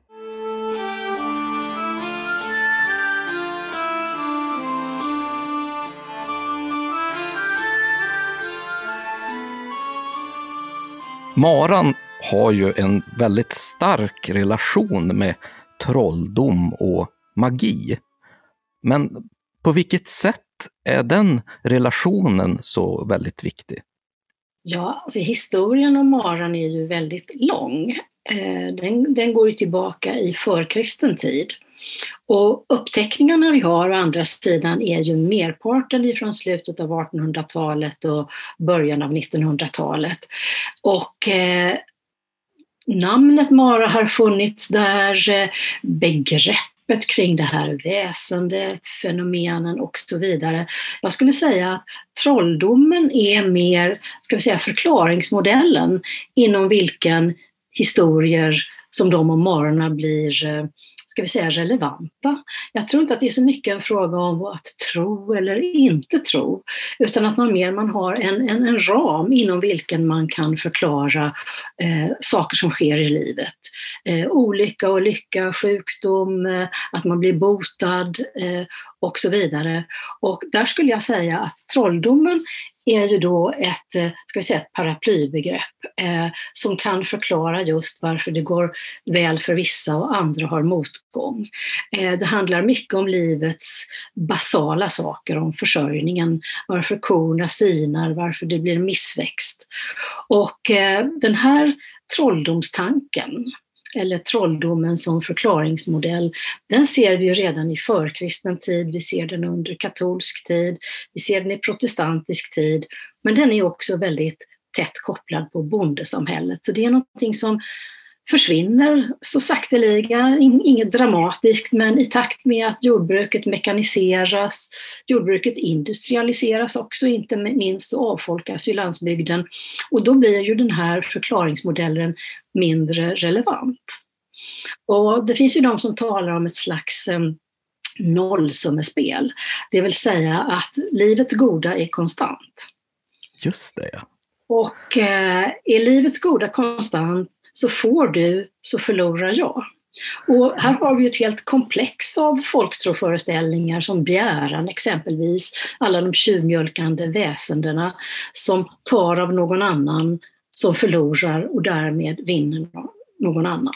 Maran har ju en väldigt stark relation med trolldom och magi. Men på vilket sätt är den relationen så väldigt viktig? Ja, alltså historien om maran är ju väldigt lång. Den går ju tillbaka i förkristen tid. Och uppteckningarna vi har å andra sidan är ju merparten från slutet av 1800-talet och början av 1900-talet. Och namnet Mara har funnits där, begreppet kring det här väsendet, fenomenen och så vidare. Jag skulle säga att trolldomen är mer, ska vi säga, förklaringsmodellen inom vilken historier som de om marorna blir, ska vi säga, relevanta. Jag tror inte att det är så mycket en fråga om att tro eller inte tro, utan att man har en ram inom vilken man kan förklara saker som sker i livet. Olycka och lycka, sjukdom, att man blir botad och så vidare. Och där skulle jag säga att trolldomen är ju då ett paraplybegrepp som kan förklara just varför det går väl för vissa och andra har motgång. Det handlar mycket om livets basala saker, om försörjningen, varför korna sinar, varför det blir missväxt. Och den här trolldomstanken, eller trolldomen som förklaringsmodell, den ser vi ju redan i förkristen tid, vi ser den under katolsk tid, vi ser den i protestantisk tid, men den är också väldigt tätt kopplad på bondesamhället. Så det är någonting som försvinner så sakteliga, inget dramatiskt, men i takt med att jordbruket mekaniseras, jordbruket industrialiseras också, inte minst så avfolkas ju landsbygden, och då blir ju den här förklaringsmodellen mindre relevant. Och det finns ju de som talar om ett slags nollsummespel, det vill säga att livets goda är konstant. Just det, ja. Och är livets goda konstant, så får du, så förlorar jag. Och här har vi ett helt komplex av folktroföreställningar som bjäran exempelvis, alla de tjuvmjölkande väsendena som tar av någon annan, som förlorar och därmed vinner någon annan.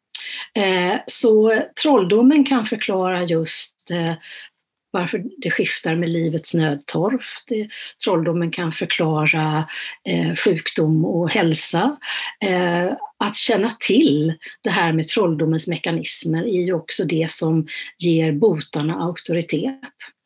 Så trolldomen kan förklara just varför det skiftar med livets nödtorft. Trolldomen kan förklara sjukdom och hälsa. Att känna till det här med trolldomens mekanismer är ju också det som ger botarna auktoritet.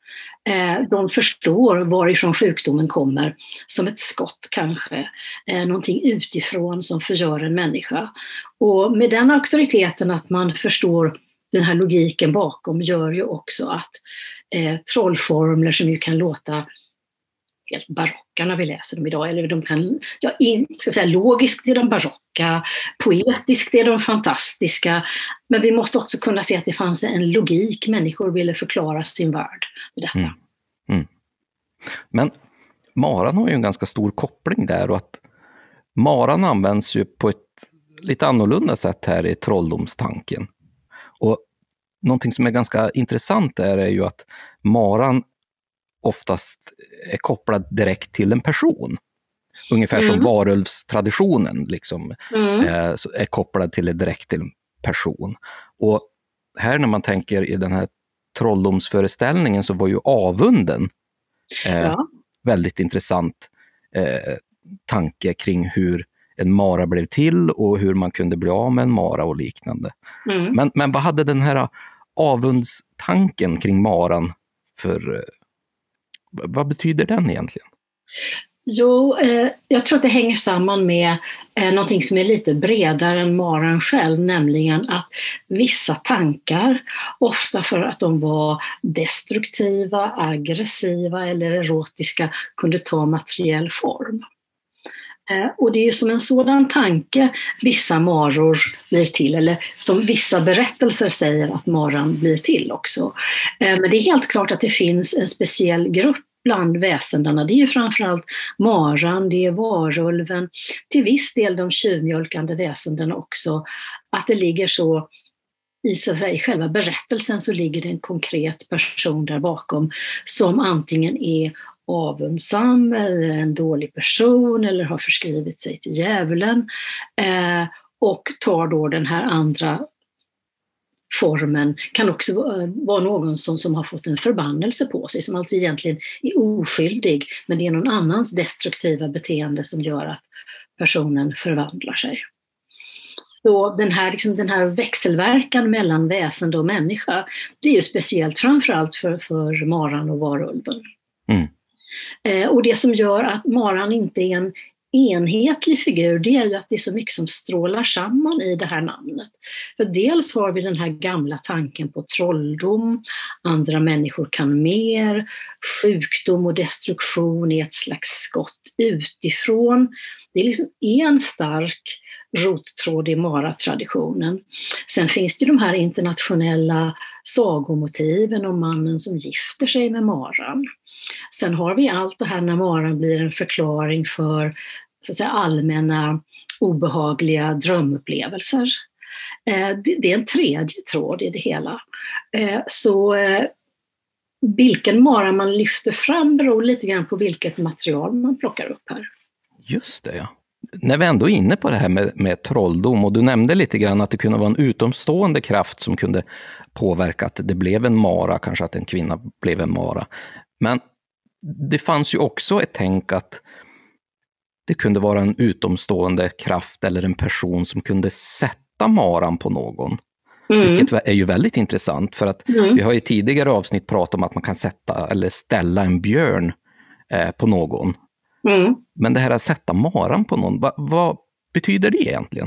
De förstår varifrån sjukdomen kommer, som ett skott kanske, någonting utifrån som förgör en människa. Och med den auktoriteten att man förstår den här logiken bakom gör ju också att trollformler som ju kan låta helt barocka när vi läser dem idag, eller de kan, logiskt är de barocka, poetiskt är de fantastiska, men vi måste också kunna se att det fanns en logik, människor ville förklara sin värld med detta. Men maran har ju en ganska stor koppling där, och att maran används ju på ett lite annorlunda sätt här i trolldomstanken. Och någonting som är ganska intressant där är ju att maran oftast är kopplad direkt till en person. Ungefär som varulvstraditionen liksom, är kopplad direkt till en person. Och här när man tänker i den här trolldomsföreställningen så var ju avunden väldigt intressant tanke kring hur en mara blev till och hur man kunde bli av med en mara och liknande. Men vad hade den här avundstanken kring maran för, vad betyder den egentligen? Jo, jag tror att det hänger samman med någonting som är lite bredare än maran själv, nämligen att vissa tankar, ofta för att de var destruktiva, aggressiva eller erotiska, kunde ta materiell form. Och det är ju som en sådan tanke vissa maror blir till, eller som vissa berättelser säger att maran blir till också. Men det är helt klart att det finns en speciell grupp bland väsendena. Det är ju framförallt maran, det är varulven, till viss del de tjuvmjölkande väsendena också. Att det ligger så i själva berättelsen så ligger det en konkret person där bakom som antingen är avundsam eller en dålig person eller har förskrivit sig till djävulen och tar då den här andra formen kan också vara någon som har fått en förbannelse på sig, som alltså egentligen är oskyldig, men det är någon annans destruktiva beteende som gör att personen förvandlar sig. Så den här växelverkan mellan väsen och människa, det är ju speciellt framförallt för maran och varulven. Och det som gör att maran inte är en enhetlig figur, det är ju att det är så mycket som strålar samman i det här namnet. För dels har vi den här gamla tanken på trolldom, andra människor kan mer, sjukdom och destruktion är ett slags skott utifrån. Det är liksom en stark rottråd i Mara-traditionen. Sen finns det ju de här internationella sagomotiven om mannen som gifter sig med maran. Sen har vi allt det här när maran blir en förklaring för, så att säga, allmänna obehagliga drömupplevelser. Det är en tredje tråd i det hela. Så vilken mara man lyfter fram beror lite grann på vilket material man plockar upp här. Just det, ja. När vi ändå är inne på det här med trolldom, och du nämnde lite grann att det kunde vara en utomstående kraft som kunde påverka att det blev en mara, kanske att en kvinna blev en mara. Men det fanns ju också ett tänk att det kunde vara en utomstående kraft eller en person som kunde sätta maran på någon. Vilket är ju väldigt intressant, för att vi har i tidigare avsnitt pratat om att man kan sätta eller ställa en björn på någon. Men det här att sätta maran på någon, vad betyder det egentligen?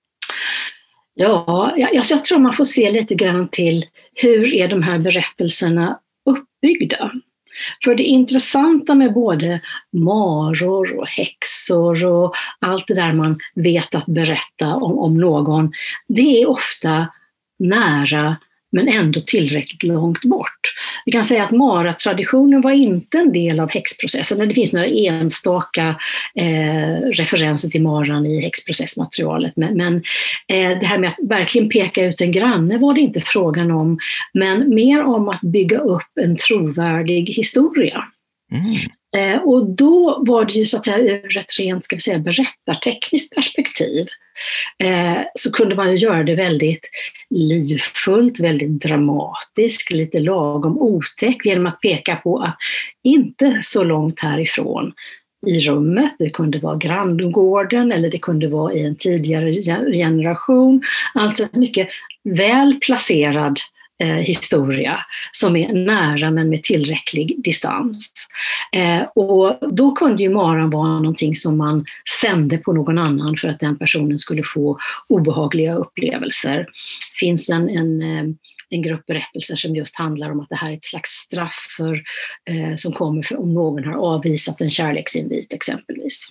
Ja, jag tror man får se lite grann till hur är de här berättelserna uppbyggda. För det intressanta med både maror och häxor och allt det där man vet att berätta om någon, det är ofta nära men ändå tillräckligt långt bort. Vi kan säga att Mara-traditionen var inte en del av häxprocessen. Det finns några enstaka referenser till maran i häxprocessmaterialet. Men det här med att verkligen peka ut en granne var det inte frågan om. Men mer om att bygga upp en trovärdig historia. Och då var det ju så att säga ur ett rent, ska vi säga, berättartekniskt perspektiv så kunde man ju göra det väldigt livfullt, väldigt dramatiskt, lite lagom otäckt genom att peka på att inte så långt härifrån i rummet, det kunde vara granngården eller det kunde vara i en tidigare generation, alltså ett mycket väl placerad historia som är nära men med tillräcklig distans. Och då kunde ju maran vara någonting som man sände på någon annan för att den personen skulle få obehagliga upplevelser. Det finns en grupp berättelser som just handlar om att det här är ett slags straff som kommer för om någon har avvisat en kärleksinvit exempelvis.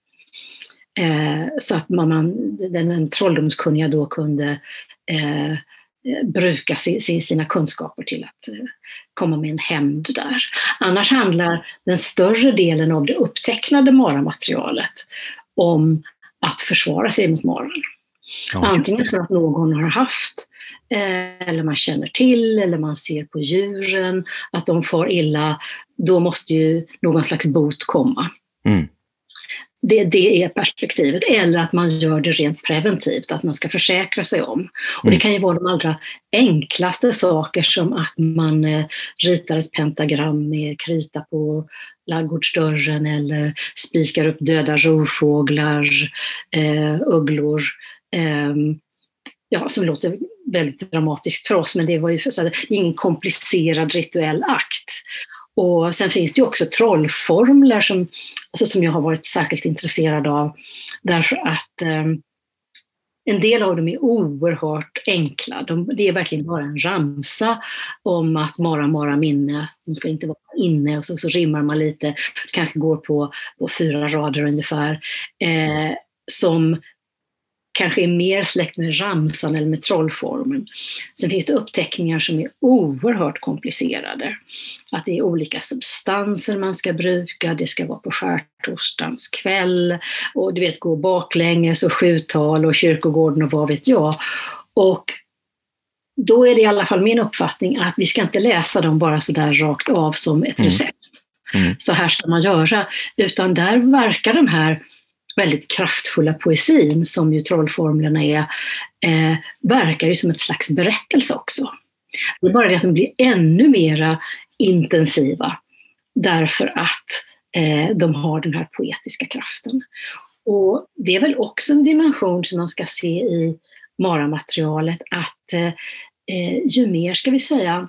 Så att den trolldomskunniga då kunde bruka sina kunskaper till att komma med en hämnd där. Annars handlar den större delen av det upptecknade maramaterialet om att försvara sig mot maran. Ja, antingen för att någon har haft eller man känner till eller man ser på djuren att de får illa, då måste ju någon slags bot komma. Det är perspektivet. Eller att man gör det rent preventivt, att man ska försäkra sig om. Och det kan ju vara de allra enklaste saker som att man ritar ett pentagram med krita på ladugårdsdörren eller spikar upp döda rovfåglar, ugglor. Som låter väldigt dramatiskt för oss, men det var ju så att det är ingen komplicerad rituell akt. Och sen finns det ju också trollformler som jag har varit särskilt intresserad av, därför att en del av dem är oerhört enkla. Det är verkligen bara en ramsa om att mara minne, de ska inte vara inne, och så rimmar man lite, det kanske går på 4 rader ungefär, som kanske är mer släkt med ramsan eller med trollformen. Sen finns det uppteckningar som är oerhört komplicerade. Att det är olika substanser man ska bruka, det ska vara på skärtorsdagens kväll, och du vet, gå baklänges och 7-tal och kyrkogården och vad vet jag. Och då är det i alla fall min uppfattning att vi ska inte läsa dem bara så där rakt av som ett recept. Så här ska man göra, utan där verkar den här väldigt kraftfulla poesin som ju trollformlerna är, verkar ju som ett slags berättelse också. Det är bara det att de blir ännu mera intensiva därför att de har den här poetiska kraften. Och det är väl också en dimension som man ska se i Mara-materialet, att ju mer ska vi säga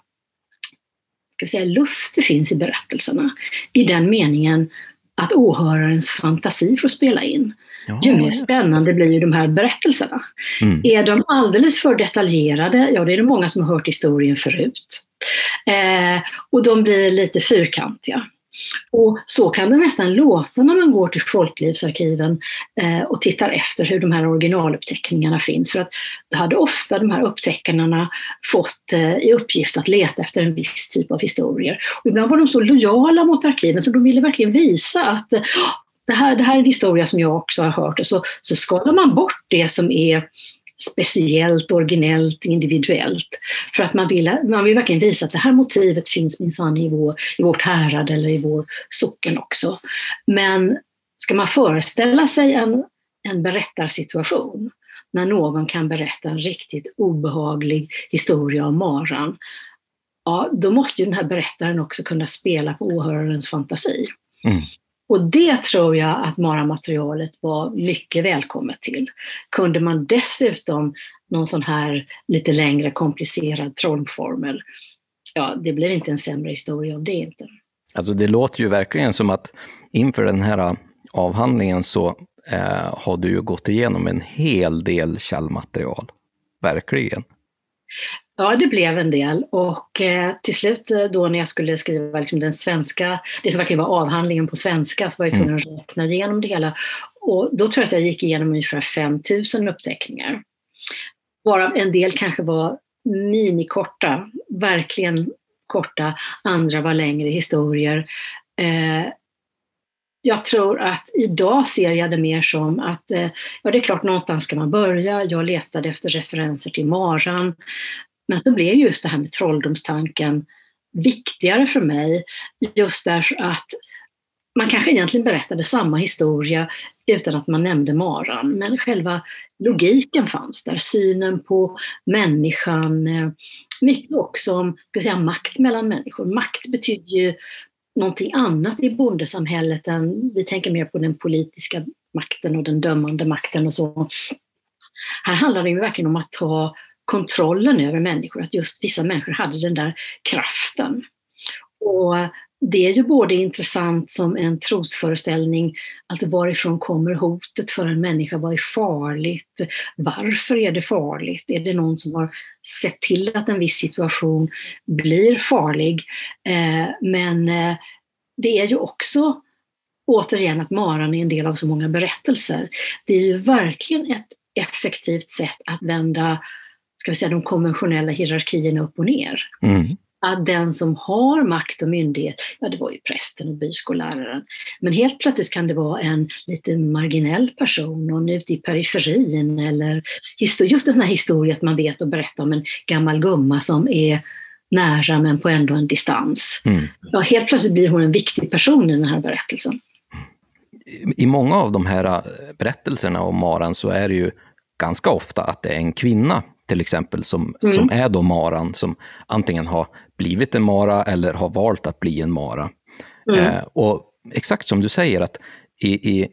luft det finns i berättelserna, i den meningen att åhörarens fantasi får spela in. Ju mer spännande blir ju de här berättelserna. Är de alldeles för detaljerade, ja det är det många som har hört historien förut. Och de blir lite fyrkantiga. Och så kan det nästan låta när man går till folklivsarkiven och tittar efter hur de här originaluppteckningarna finns. För att då hade ofta de här upptäckarna fått i uppgift att leta efter en viss typ av historier. Och ibland var de så lojala mot arkiven så de ville verkligen visa att det här är en historia som jag också har hört. Och så skalar man bort det som är speciellt, originellt, individuellt. För att man vill verkligen visa att det här motivet finns minsann i vårt härad eller i vår socken också. Men ska man föreställa sig en berättarsituation när någon kan berätta en riktigt obehaglig historia om maran, ja, då måste ju den här berättaren också kunna spela på åhörarens fantasi. Och det tror jag att Mara-materialet var mycket välkommet till. Kunde man dessutom någon sån här lite längre komplicerad trollformel, ja, det blev inte en sämre historia om det inte. Alltså det låter ju verkligen som att inför den här avhandlingen så har du ju gått igenom en hel del källmaterial. Verkligen. Ja, det blev en del och till slut då när jag skulle skriva liksom den svenska, det som verkligen var avhandlingen på svenska, så var jag tvungen att räkna igenom det hela. Och då tror jag att jag gick igenom ungefär 5000 uppteckningar. Varav en del kanske var minikorta, verkligen korta, andra var längre historier. Jag tror att idag ser jag det mer som att ja, det är klart någonstans ska man börja. Jag letade efter referenser till maran. Men så blev just det här med trolldomstanken viktigare för mig just därför att man kanske egentligen berättade samma historia utan att man nämnde maran. Men själva logiken fanns där, synen på människan, mycket också om makt mellan människor. Makt betyder ju någonting annat i bondesamhället än vi tänker mer på den politiska makten och den dömande makten och så. Här handlar det ju verkligen om att ta kontrollen över människor, att just vissa människor hade den där kraften. Och det är ju både intressant som en trosföreställning, alltså varifrån kommer hotet för en människa, vad är farligt, varför är det farligt, är det någon som har sett till att en viss situation blir farlig, men det är ju också återigen att maran är en del av så många berättelser. Det är ju verkligen ett effektivt sätt att vända, ska vi säga, de konventionella hierarkierna upp och ner. Att den som har makt och myndighet, ja det var ju prästen och byskolläraren, men helt plötsligt kan det vara en lite marginell person och ute i periferin eller just en sån här historia att man vet och berättar om en gammal gumma som är nära men på ändå en distans. Ja, helt plötsligt blir hon en viktig person i den här berättelsen. I många av de här berättelserna om maran så är det ju ganska ofta att det är en kvinna till exempel som är då maran, som antingen har blivit en mara eller har valt att bli en mara. Och exakt som du säger att i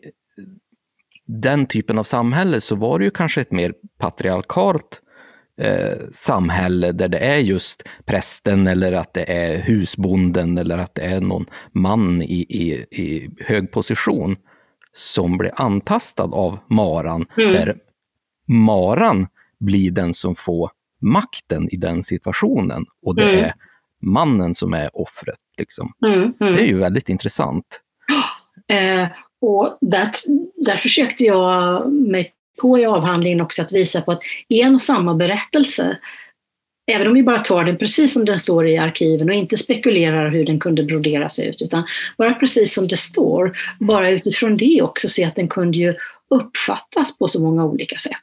den typen av samhälle så var det ju kanske ett mer patriarkalt samhälle där det är just prästen eller att det är husbonden eller att det är någon man i hög position som blir antastad av maran, där maran blir den som får makten i den situationen och det är mannen som är offret. Liksom. Det är ju väldigt intressant. Och där försökte jag mig på i avhandlingen också att visa på att en och samma berättelse, även om vi bara tar den precis som den står i arkiven och inte spekulerar hur den kunde broderas ut, utan bara precis som det står, bara utifrån det också se att den kunde ju uppfattas på så många olika sätt.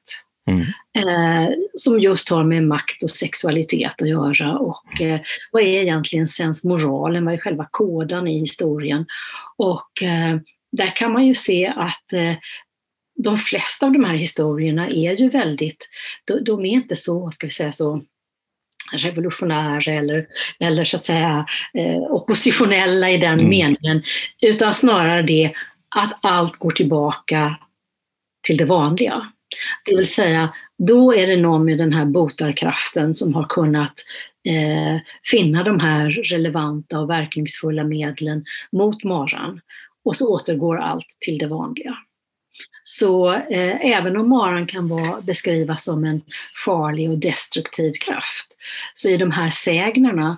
Som just har med makt och sexualitet att göra och vad är egentligen sensmoralen, vad är själva koden i historien och där kan man ju se att de flesta av de här historierna är ju väldigt, de är inte så, ska vi säga så, revolutionära eller så att säga oppositionella i den meningen, utan snarare det att allt går tillbaka till det vanliga. Det vill säga, då är det någon med den här botarkraften som har kunnat finna de här relevanta och verkningsfulla medlen mot maran, och så återgår allt till det vanliga. Så även om maran kan beskrivas som en farlig och destruktiv kraft, så i de här sägnerna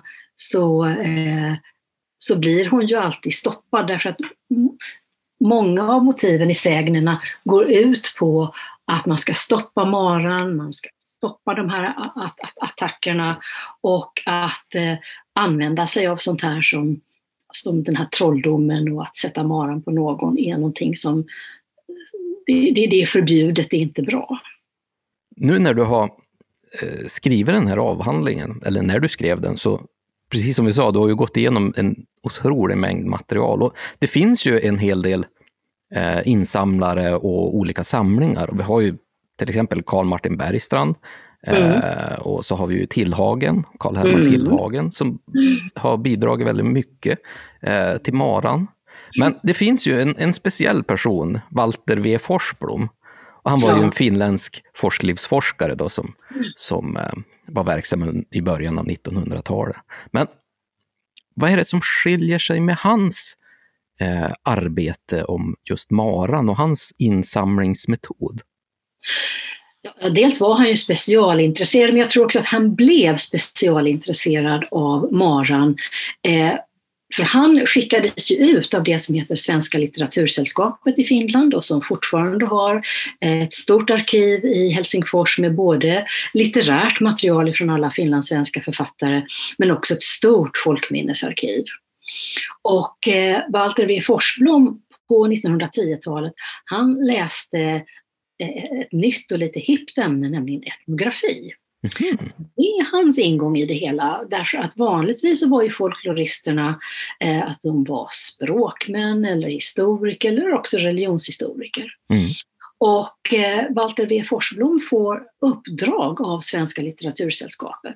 så blir hon ju alltid stoppad, därför att många av motiven i sägnerna går ut på att man ska stoppa maran, man ska stoppa de här attackerna, och att använda sig av sånt här som den här trolldomen, och att sätta maran på någon är någonting som det är förbjudet, det är inte bra. Nu när du har skrivit den här avhandlingen, eller när du skrev den, så precis som vi sa, du har ju gått igenom en otrolig mängd material, och det finns ju en hel del insamlare och olika samlingar. Och vi har ju till exempel Carl Martin Bergstrand, och så har vi ju Tillhagen, Carl Herman Tillhagen, som har bidragit väldigt mycket till maran. Men det finns ju en speciell person, Walter W. Forsblom. Och han var ju en finländsk forsklivsforskare då, som var verksam i början av 1900-talet. Men vad är det som skiljer sig med hans arbete om just maran och hans insamlingsmetod? Ja, dels var han ju specialintresserad, men jag tror också att han blev specialintresserad av maran. För han skickades ju ut av det som heter Svenska litteratursällskapet i Finland, och som fortfarande har ett stort arkiv i Helsingfors med både litterärt material från alla finlandssvenska författare, men också ett stort folkminnesarkiv. Och Walter W. Forsblom på 1910-talet, han läste ett nytt och lite hippt ämne, nämligen etnografi. Det är hans ingång i det hela, därför att vanligtvis så var ju folkloristerna att de var språkmän eller historiker eller också religionshistoriker. Och Walter W. Forsblom får uppdrag av Svenska litteratursällskapet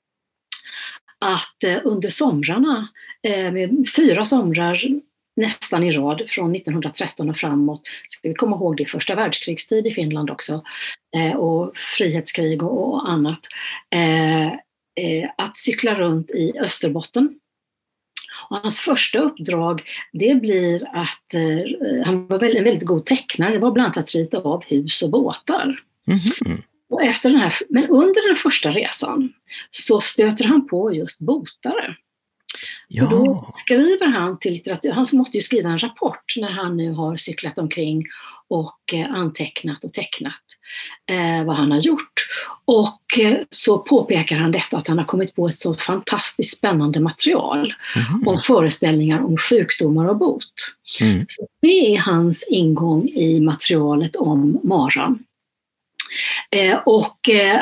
att under somrarna, med 4 somrar nästan i rad från 1913 och framåt, ska vi komma ihåg det, första världskrigstid i Finland också, och frihetskrig och annat, att cykla runt i Österbotten. Och hans första uppdrag, det blir att han var en väldigt god tecknare, det var bland annat att rita av hus och båtar. Och efter den här, men under den första resan så stöter han på just botare. Så då skriver han till litteratur, han måste ju skriva en rapport när han nu har cyklat omkring och antecknat och tecknat vad han har gjort. Och så påpekar han detta, att han har kommit på ett så fantastiskt spännande material om föreställningar om sjukdomar och bot. Så det är hans ingång i materialet om maran. Och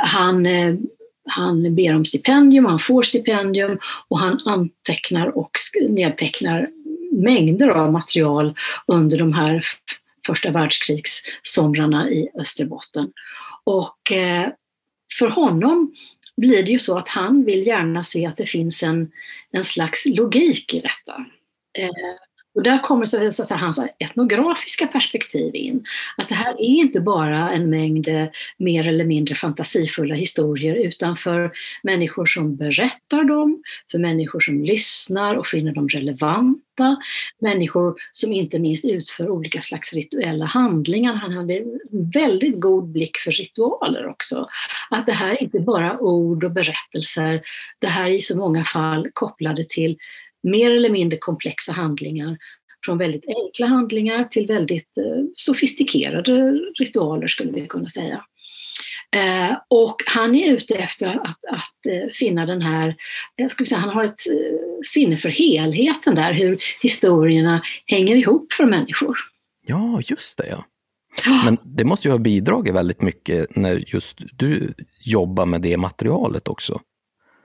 han ber om stipendium, han får stipendium, och han antecknar och nedtecknar mängder av material under de här första världskrigssomrarna i Österbotten. Och för honom blir det ju så att han vill gärna se att det finns en slags logik i detta. Och där kommer så att säga hans etnografiska perspektiv in. Att det här är inte bara en mängd mer eller mindre fantasifulla historier, utan för människor som berättar dem, för människor som lyssnar och finner dem relevanta, människor som inte minst utför olika slags rituella handlingar. Han hade en väldigt god blick för ritualer också. Att det här är inte bara ord och berättelser, det här är i så många fall kopplade till mer eller mindre komplexa handlingar, från väldigt enkla handlingar till väldigt sofistikerade ritualer, skulle vi kunna säga. Och han är ute efter att finna den här, han har ett sinne för helheten där, hur historierna hänger ihop för människor. Ja, just det, ja. Men det måste ju ha bidragit väldigt mycket när just du jobbar med det materialet också.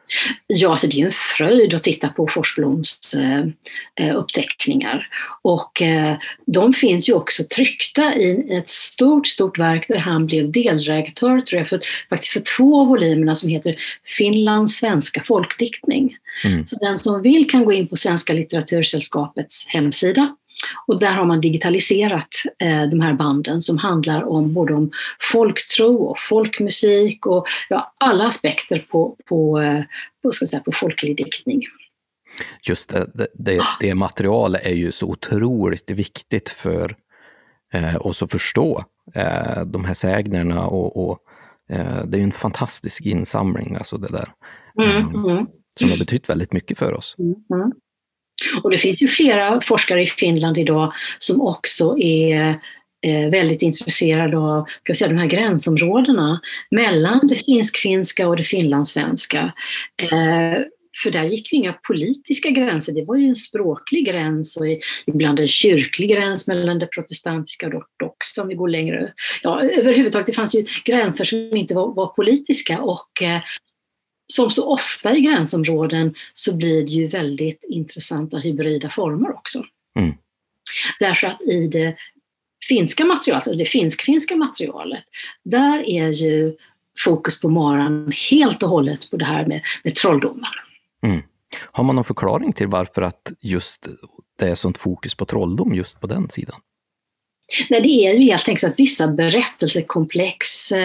Ja, så det är ju en fröjd att titta på Forsbloms uppteckningar. Och de finns ju också tryckta i ett stort verk där han blev delredaktör, tror jag, faktiskt för 2 av volymerna som heter Finlands svenska folkdiktning. Så den som vill kan gå in på Svenska litteratursällskapets hemsida. Och där har man digitaliserat de här banden som handlar om både om folktro och folkmusik och alla aspekter på folklig diktning. Just det materialet är ju så otroligt viktigt för oss att förstå de här sägnerna och det är ju en fantastisk insamling, alltså det där som har betytt väldigt mycket för oss. Och det finns ju flera forskare i Finland idag som också är väldigt intresserade av de här gränsområdena mellan det finsk-finska och det finlandssvenska. För där gick ju inga politiska gränser, det var ju en språklig gräns och ibland en kyrklig gräns mellan det protestantiska och det ortodoxa om vi går längre. Ja, överhuvudtaget det fanns ju gränser som inte var politiska och som så ofta i gränsområden så blir det ju väldigt intressanta hybrida former också. Därför att i det finska materialet, alltså det finsk-finska materialet, där är ju fokus på maran helt och hållet på det här med trolldomar. Har man någon förklaring till varför att just det är sånt fokus på trolldom just på den sidan? Nej, det är ju helt enkelt att vissa berättelsekomplex,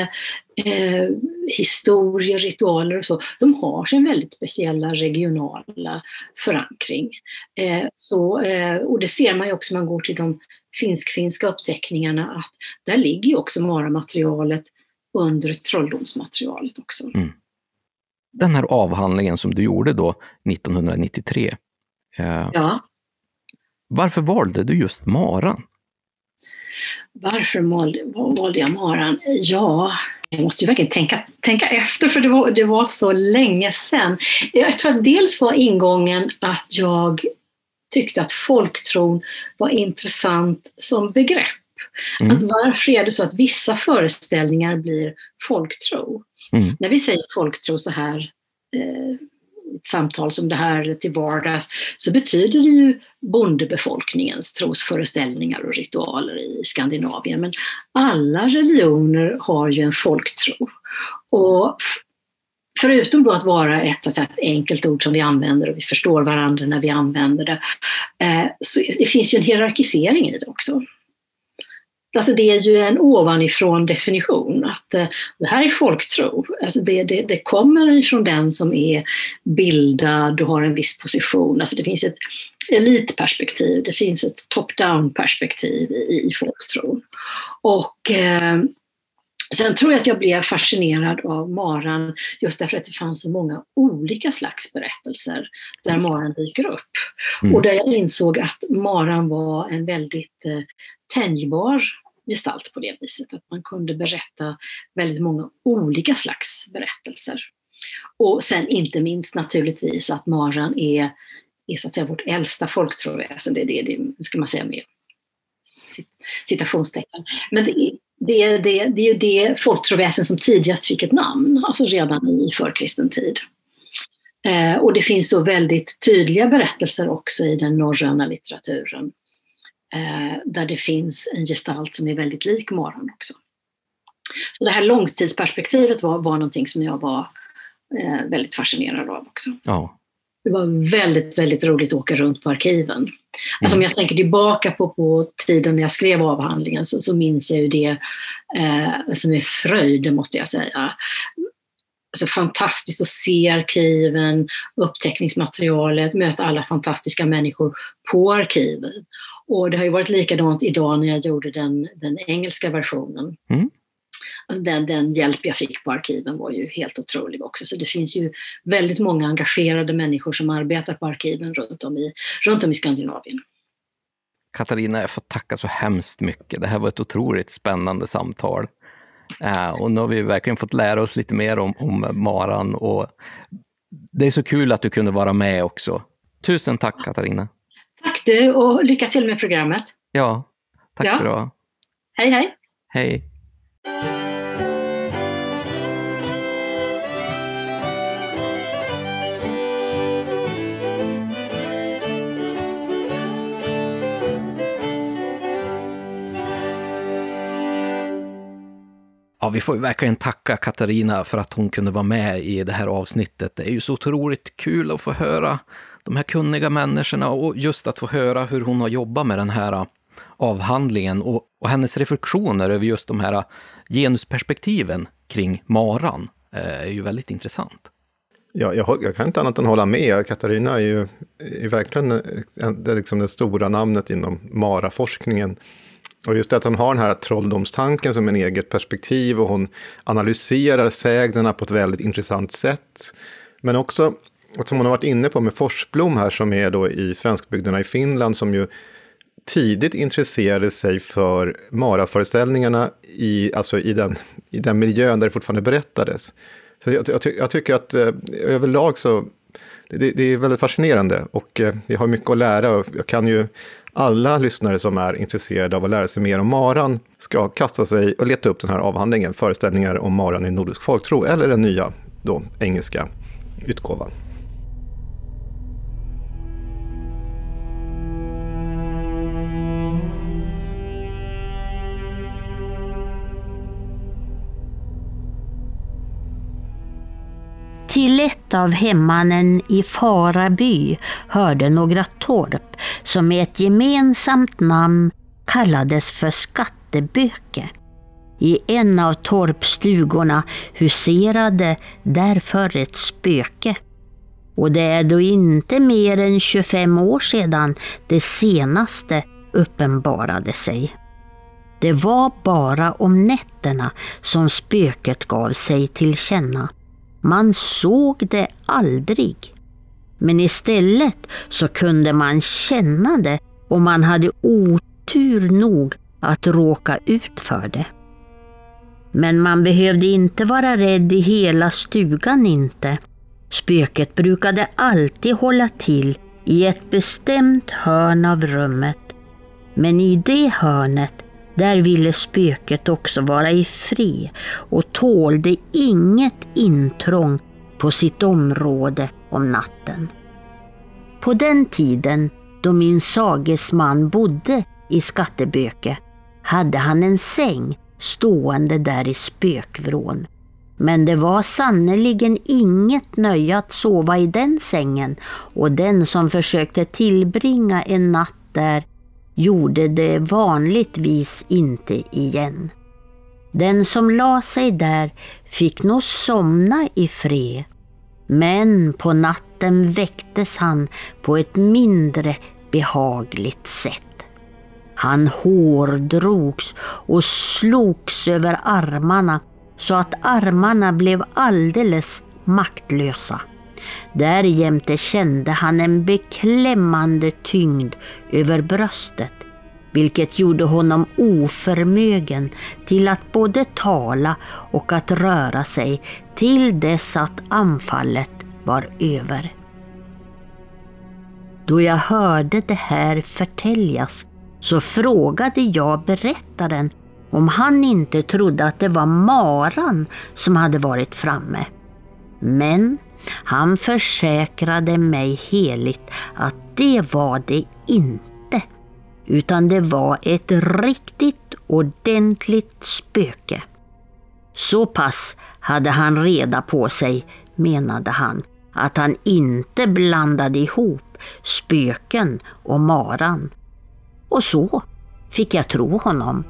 historier, ritualer och så, de har sin väldigt speciella regionala förankring. Och det ser man ju också när man går till de finsk-finska uppteckningarna att där ligger ju också maramaterialet under trolldomsmaterialet också. Den här avhandlingen som du gjorde då 1993. Ja. Varför valde du just maran? Varför valde jag maran? Ja, jag måste ju verkligen tänka efter för det var så länge sedan. Jag tror att dels var ingången att jag tyckte att folktron var intressant som begrepp. Att varför är det så att vissa föreställningar blir folktro? När vi säger folktro så här ett samtal som det här till vardags så betyder det ju bondebefolkningens trosföreställningar och ritualer i Skandinavien. Men alla religioner har ju en folktro. Och förutom då att vara ett enkelt ord som vi använder och vi förstår varandra när vi använder det, så det finns ju en hierarkisering i det också. Alltså det är ju en ovanifrån definition att det här är folktro. Alltså det kommer ifrån den som är bildad och har en viss position. Alltså det finns ett elitperspektiv, det finns ett top-down perspektiv i folktron. Och sen tror jag att jag blev fascinerad av maran just därför att det fanns så många olika slags berättelser där maran dyker upp. Och där jag insåg att maran var en väldigt tänjbar gestalt på det viset. Att man kunde berätta väldigt många olika slags berättelser. Och sen inte minst naturligtvis att maran är så att säga vårt äldsta folktroväsen. Det ska man säga med citationstecken. Men det är ju det folktroväsen som tidigast fick ett namn, alltså redan i förkristen tid. Och det finns så väldigt tydliga berättelser också i den norröna litteraturen. Där det finns en gestalt som är väldigt lik maran också. Så det här långtidsperspektivet var någonting som jag var väldigt fascinerad av också. Ja. Det var väldigt, väldigt roligt att åka runt på arkiven. Alltså om jag tänker tillbaka på tiden när jag skrev avhandlingen så minns jag ju det som är fröjd, måste jag säga. Alltså fantastiskt att se arkiven, uppteckningsmaterialet, möta alla fantastiska människor på arkiven. Och det har ju varit likadant idag när jag gjorde den engelska versionen. Alltså den hjälp jag fick på arkiven var ju helt otrolig också. Så det finns ju väldigt många engagerade människor som arbetar på arkiven runt om i Skandinavien. Katarina, jag får tacka så hemskt mycket. Det här var ett otroligt spännande samtal. Och nu har vi verkligen fått lära oss lite mer om maran. Och det är så kul att du kunde vara med också. Tusen tack, Katarina. Tack du och lycka till med programmet. Ja, tack ska du ha. Hej, hej. Hej. Ja, vi får ju verkligen tacka Katarina för att hon kunde vara med i det här avsnittet. Det är ju så otroligt kul att få höra de här kunniga människorna och just att få höra hur hon har jobbat med den här avhandlingen och hennes reflektioner över just de här genusperspektiven kring maran är ju väldigt intressant. Ja, jag kan inte annat än hålla med. Katarina är verkligen det liksom det stora namnet inom maraforskningen. Och just att hon har den här trolldomstanken som en eget perspektiv och hon analyserar sägnerna på ett väldigt intressant sätt. Men också, som hon har varit inne på med Forsblom här som är då i svenskbygderna i Finland som ju tidigt intresserade sig för maraföreställningarna i den miljön där det fortfarande berättades. Så jag tycker att överlag så det är väldigt fascinerande och vi har mycket att lära och jag kan ju alla lyssnare som är intresserade av att lära sig mer om maran ska kasta sig och leta upp den här avhandlingen, föreställningar om maran i nordisk folktro eller den nya då engelska utgåvan. Till ett av hemmanen i Faraby hörde några torp som med ett gemensamt namn kallades för Skatteböke. I en av torpstugorna huserade därför ett spöke. Och det är då inte mer än 25 år sedan det senaste uppenbarade sig. Det var bara om nätterna som spöket gav sig till känna. Man såg det aldrig. Men istället så kunde man känna det och man hade otur nog att råka ut för det. Men man behövde inte vara rädd i hela stugan inte. Spöket brukade alltid hålla till i ett bestämt hörn av rummet. Men i det hörnet där ville spöket också vara i fred och tålde inget intrång på sitt område om natten. På den tiden då min sagesman bodde i Skatteböke hade han en säng stående där i spökvrån. Men det var sannoliken inget nöje att sova i den sängen och den som försökte tillbringa en natt där gjorde det vanligtvis inte igen. Den som la sig där fick nog somna i fred, men på natten väcktes han på ett mindre behagligt sätt. Han hårdrogs och slogs över armarna så att armarna blev alldeles maktlösa. Därjämte kände han en beklämmande tyngd över bröstet, vilket gjorde honom oförmögen till att både tala och att röra sig till dess att anfallet var över. Då jag hörde det här förtäljas så frågade jag berättaren om han inte trodde att det var maran som hade varit framme. Men han försäkrade mig heligt att det var det inte, utan det var ett riktigt ordentligt spöke. Så pass hade han reda på sig, menade han, att han inte blandade ihop spöken och maran. Och så fick jag tro honom.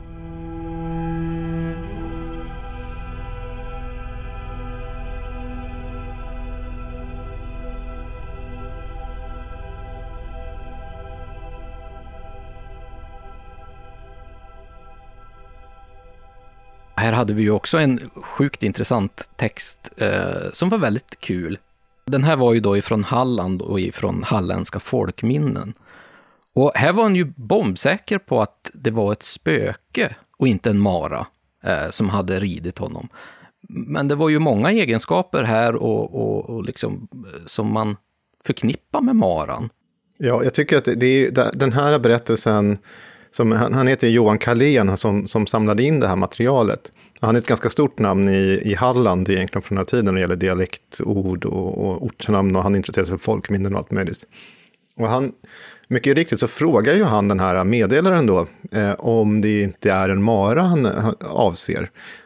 Här hade vi ju också en sjukt intressant text som var väldigt kul. Den här var ju då ifrån Halland och ifrån halländska folkminnen. Och här var han ju bombsäker på att det var ett spöke och inte en mara som hade ridit honom. Men det var ju många egenskaper här och liksom, som man förknippar med maran. Ja, jag tycker att det är den här berättelsen, som han heter Johan Carlén som samlade in det här materialet. Han är ett ganska stort namn i Halland egentligen från den här tiden när det gäller dialektord och ortnamn, och han intresserar sig för folkminnen och allt möjligt. Och han, mycket riktigt så frågar ju han den här meddelaren då om det inte är en mara han avser.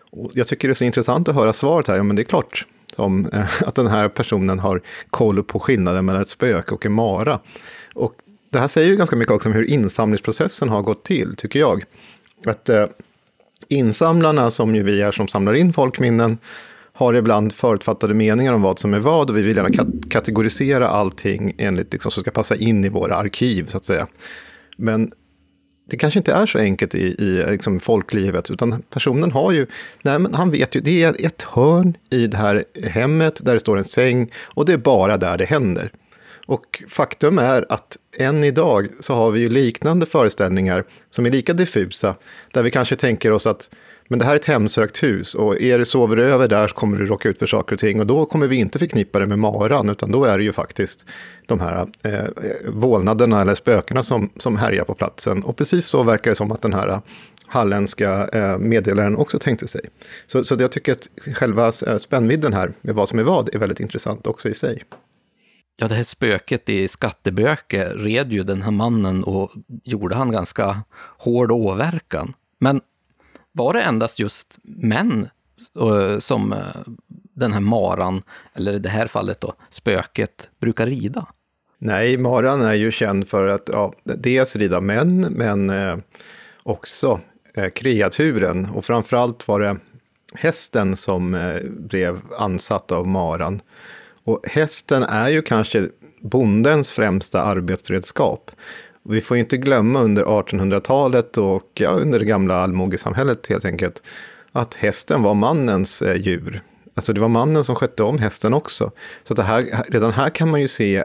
Och jag tycker det är så intressant att höra svaret här. Ja, men det är klart att den här personen har koll på skillnaden mellan ett spöke och en mara. Och det här säger ju ganska mycket också om hur insamlingsprocessen har gått till, tycker jag. Att insamlarna, som ju vi är som samlar in folkminnen, har ibland förutfattade meningar om vad som är vad, och vi vill gärna kategorisera allting enligt liksom, som ska passa in i våra arkiv, så att säga. Men det kanske inte är så enkelt i liksom folklivet, utan personen har ju, men han vet ju, det är ett hörn i det här hemmet där det står en säng, och det är bara där det händer. Och faktum är att än idag så har vi ju liknande föreställningar som är lika diffusa, där vi kanske tänker oss att men det här är ett hemsökt hus, och sover du över där så kommer du råka ut för saker och ting, och då kommer vi inte förknippa det med maran, utan då är det ju faktiskt de här vålnaderna eller spökena som härjar på platsen. Och precis så verkar det som att den här halländska meddelaren också tänkte sig. Så jag tycker att själva spännvidden här med vad som är vad är väldigt intressant också i sig. Ja, det här spöket i Skatteböke red ju den här mannen och gjorde han ganska hård åverkan. Men var det endast just män som den här maran, eller i det här fallet då, spöket, brukar rida? Nej, maran är ju känd för att dels rida män, men också kreaturen. Och framförallt var det hästen som blev ansatt av maran. Och hästen är ju kanske bondens främsta arbetsredskap. Vi får inte glömma under 1800-talet och under det gamla allmogesamhället helt enkelt, att hästen var mannens djur. Alltså det var mannen som skötte om hästen också. Så att redan här kan man ju se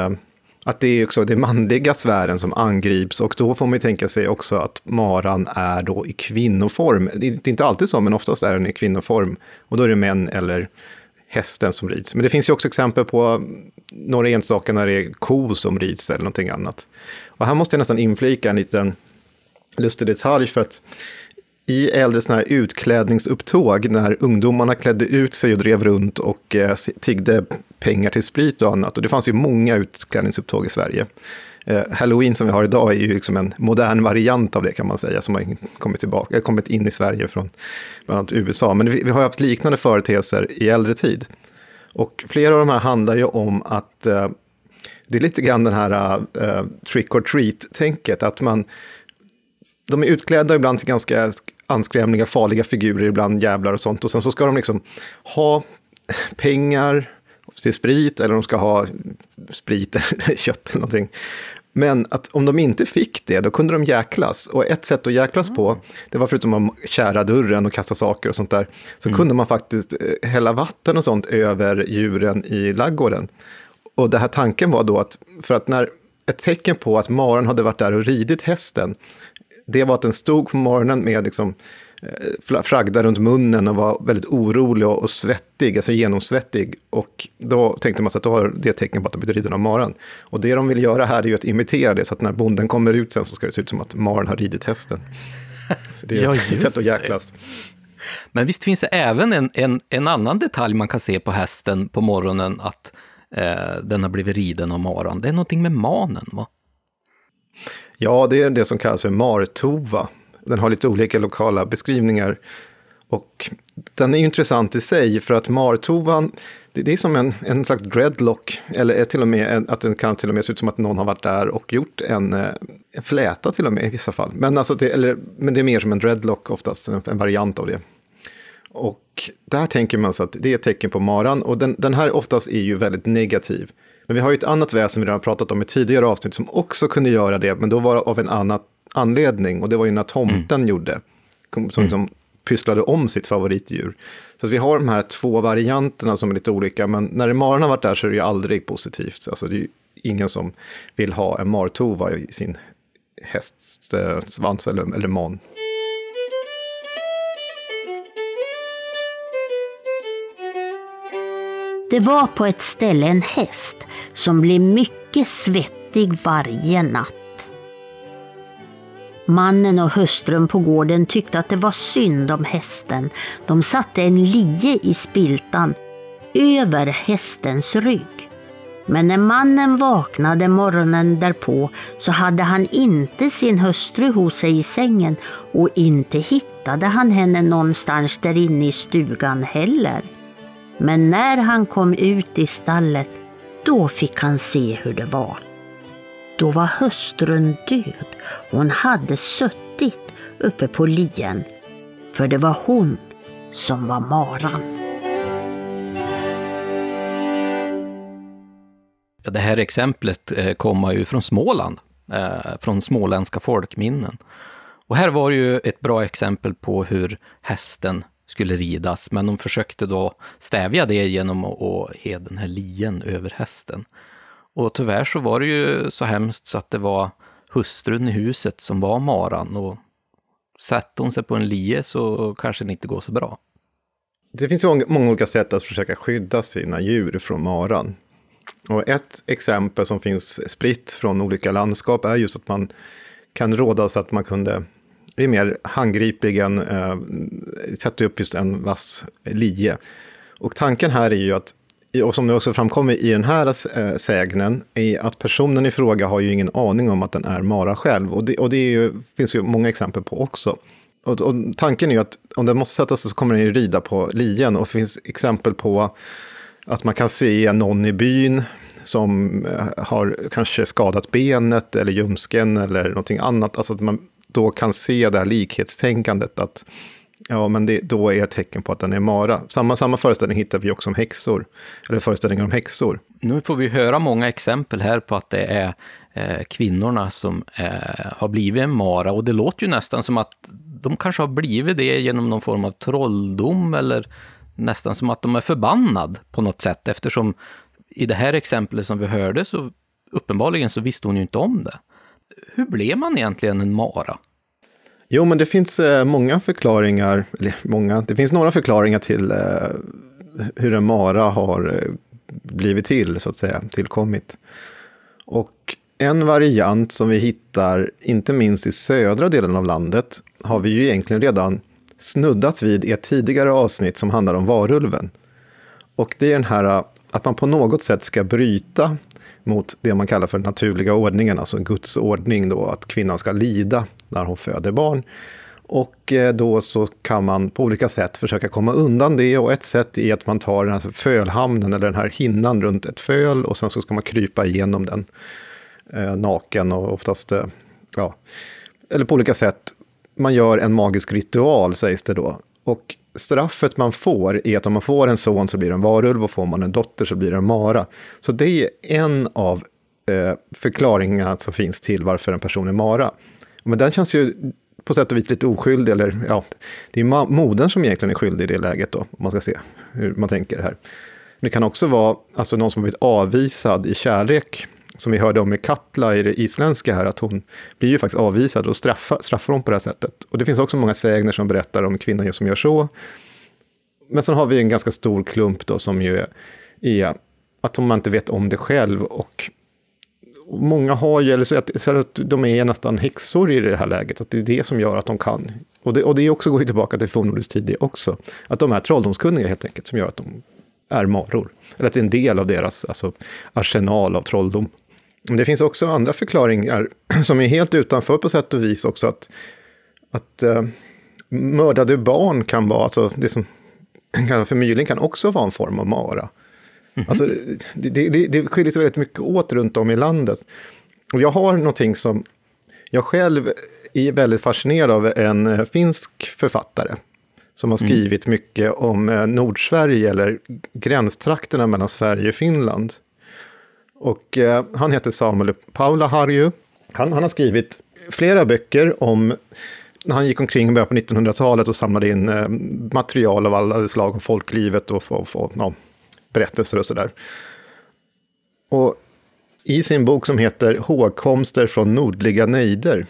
att det är också det manliga sfären som angrips, och då får man ju tänka sig också att maran är då i kvinnoform. Det är inte alltid så, men oftast är den i kvinnoform, och då är det män eller hästen som rids. Men det finns ju också exempel på några enstaka när det är ko som rids eller någonting annat. Och här måste jag nästan inflika en liten lustig detalj, för att i äldre såna här utklädningsupptåg, när ungdomarna klädde ut sig och drev runt och tiggde pengar till sprit och annat, och det fanns ju många utklädningsupptåg i Sverige. Halloween som vi har idag är ju liksom en modern variant av det, kan man säga, som har kommit in i Sverige från bland annat USA. Men vi har haft liknande företeelser i äldre tid. Och flera av de här handlar ju om att det är lite grann den här trick or treat-tänket, att de är utklädda ibland till ganska anskrämliga, farliga figurer, ibland jävlar och sånt, och sen så ska de liksom ha pengar till sprit, eller de ska ha sprit eller kött eller någonting. Men att om de inte fick det, då kunde de jäklas. Och ett sätt att jäklas på, det var förutom att kära dörren och kasta saker och sånt där, så kunde man faktiskt hälla vatten och sånt över djuren i laggården. Och det här tanken var då att, för att när ett tecken på att maran hade varit där och ridit hästen, det var att den stod på morgonen med liksom fragda runt munnen och var väldigt orolig och svettig, alltså genomsvettig. Och då tänkte man sig att då har det tecken på att de blir riden av maran. Och det de vill göra här är ju att imitera det, så att när bonden kommer ut sen så ska det se ut som att maran har ridit hästen. Så det är ett sätt att jäklas. Men visst finns det även en annan detalj man kan se på hästen på morgonen, att den har blivit riden av maran. Det är någonting med manen, va? Ja, det är det som kallas för martova. Den har lite olika lokala beskrivningar. Och den är ju intressant i sig, för att martovan, det är som en slags dreadlock. Eller till och med att den kan till och med se ut som att någon har varit där och gjort en fläta till och med i vissa fall. Men, alltså men det är mer som en dreadlock oftast, en variant av det. Och där tänker man sig att det är ett tecken på maran. Och den här oftast är ju väldigt negativ. Men vi har ju ett annat väsen vi redan pratat om i tidigare avsnitt som också kunde göra det, men då var det av en annan anledning, och det var ju när tomten gjorde, som liksom pysslade om sitt favoritdjur. Så att vi har de här två varianterna som är lite olika, men när maran har varit där så är det ju aldrig positivt. Alltså det är ju ingen som vill ha en martova i sin hästsvans eller man. Det var på ett ställe en häst som blev mycket svettig varje natt. Mannen och hustrun på gården tyckte att det var synd om hästen. De satte en lie i spiltan över hästens rygg. Men när mannen vaknade morgonen därpå så hade han inte sin hustru hos sig i sängen och inte hittade hittade han henne någonstans där inne i stugan heller. Men när han kom ut i stallet, då fick han se hur det var. Då var hustrun död och hon hade suttit uppe på lien. För det var hon som var maran. Ja, det här exemplet kommer ju från Småland, från småländska folkminnen. Och här var ju ett bra exempel på hur hästen skulle ridas, men de försökte då stävja det genom att ha den här lien över hästen. Och tyvärr så var det ju så hemskt så att det var hustrun i huset som var maran, och satte hon sig på en lie så kanske det inte går så bra. Det finns ju många olika sätt att försöka skydda sina djur från maran. Och ett exempel som finns spritt från olika landskap är just att man kan råda så att man kunde i mer handgripligen sätta upp just en vass lie. Och tanken här är ju att, och som det också framkommer i den här sägnen, är att personen i fråga har ju ingen aning om att den är mara själv. Och det är ju, finns ju många exempel på också. Och tanken är ju att om den måste sätta sig så kommer den ju rida på lien. Och det finns exempel på att man kan se någon i byn som har kanske skadat benet eller ljumsken eller någonting annat. Alltså att man då kan se det här likhetstänkandet att ja, men då är ett tecken på att den är mara. Samma föreställning hittar vi också om häxor, eller föreställningar om häxor. Nu får vi höra många exempel här på att det är kvinnorna som har blivit en mara, och det låter ju nästan som att de kanske har blivit det genom någon form av trolldom, eller nästan som att de är förbannad på något sätt, eftersom i det här exemplet som vi hörde så uppenbarligen så visste hon ju inte om det. Hur blev man egentligen en mara? Jo, men det finns många förklaringar, det finns några förklaringar till hur en mara har blivit till, så att säga, tillkommit. Och en variant som vi hittar, inte minst i södra delen av landet, har vi ju egentligen redan snuddat vid i ett tidigare avsnitt som handlar om varulven. Och det är den här att man på något sätt ska bryta mot det man kallar för naturliga ordningen, alltså Guds ordning då, att kvinnan ska lida när hon föder barn. Och då så kan man på olika sätt försöka komma undan det, och ett sätt är att man tar den här fölhamnen eller den här hinnan runt ett föl, och sen så ska man krypa igenom den naken och oftast, ja, eller på olika sätt. Man gör en magisk ritual, sägs det då. Och straffet man får är att om man får en son så blir det en varulv, och får man en dotter så blir det en mara. Så det är en av förklaringarna som finns till varför en person är mara. Men den känns ju på sätt och vis lite oskyldig, eller ja, det är modern som egentligen är skyldig i det läget då, om man ska se hur man tänker här. Men det kan också vara alltså någon som har blivit avvisad i kärlek, som vi hörde om med Katla i det isländska här, att hon blir ju faktiskt avvisad och straffar hon på det här sättet. Och det finns också många sägner som berättar om kvinnan som gör så. Men sen har vi en ganska stor klump då som ju är att man inte vet om det själv, och många har ju, eller så att de är nästan häxor i det här läget, att det är det som gör att de kan. Och det också går ju tillbaka till fornnordisk tid också, att de är trolldomskunniga helt enkelt, som gör att de är maror. Eller att det är en del av deras arsenal av trolldom. Men det finns också andra förklaringar som är helt utanför på sätt och vis också, att mördade barn kan vara, alltså det som kallas för myrling kan också vara en form av mara. Mm-hmm. Alltså det skiljer sig väldigt mycket åt runt om i landet. Och jag har någonting som jag själv är väldigt fascinerad av, en finsk författare som har skrivit mycket om Nordsverige, eller gränstrakterna mellan Sverige och Finland. Och han heter Samuel Paulaharju. Han har skrivit flera böcker om när han gick omkring i början på 1900-talet och samlade in material av alla slag om folklivet och berättelser och sådär. Och i sin bok som heter Hågkomster från nordliga nejder,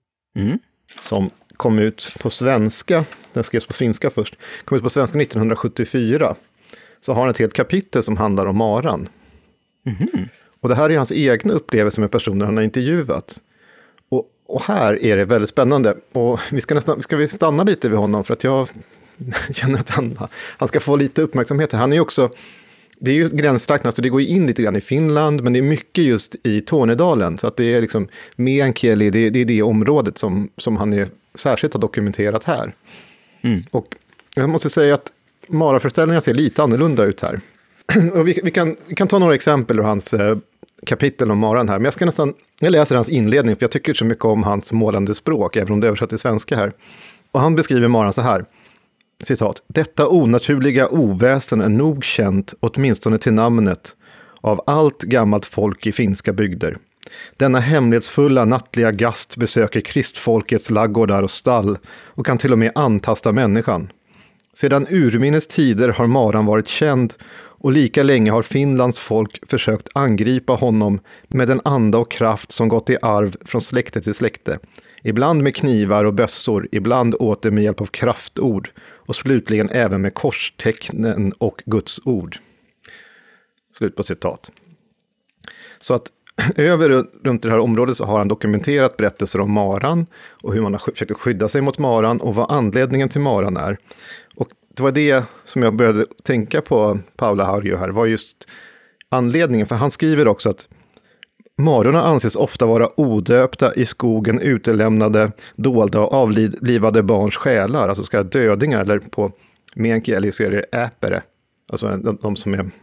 som kom ut på svenska, den skrevs på finska först, kom ut på svenska 1974, så har han ett helt kapitel som handlar om maran. Mm-hmm. Och det här är hans egna upplevelser med personer han har intervjuat. Och här är det väldigt spännande. Och ska vi stanna lite vid honom, för att jag känner att han ska få lite uppmärksamhet här. Han är ju också, det är ju gränstrakterna, så det går ju in lite grann i Finland, men det är mycket just i Tornedalen. Så att det är liksom Meänkieli, det är det området som han är särskilt har dokumenterat här. Och jag måste säga att Mara-föreställningarna ser lite annorlunda ut här. Och vi kan ta några exempel ur hans kapitel om Maran här. Men jag läser hans inledning, för jag tycker så mycket om hans målande språk, även om det är översatt till svenska här. Och han beskriver Maran så här, citat: "Detta onaturliga oväsen är nog känt, åtminstone till namnet, av allt gammalt folk i finska bygder. Denna hemlighetsfulla nattliga gast besöker kristfolkets laggårdar och stall och kan till och med antasta människan. Sedan urminnes tider har Maran varit känd, och lika länge har Finlands folk försökt angripa honom med en anda och kraft som gått i arv från släkte till släkte. Ibland med knivar och bössor, ibland åter med hjälp av kraftord och slutligen även med korstecknen och Guds ord." Slut på citat. Så att runt det här området så har han dokumenterat berättelser om Maran och hur man har försökt skydda sig mot Maran och vad anledningen till Maran är. Och det var det som jag började tänka på Paula Harju här, var just anledningen. För han skriver också att marorna anses ofta vara odöpta, i skogen utelämnade, dolda och avlivade barns själar, alltså ska dödingar, eller på meänkieli så är det äpere, alltså de som är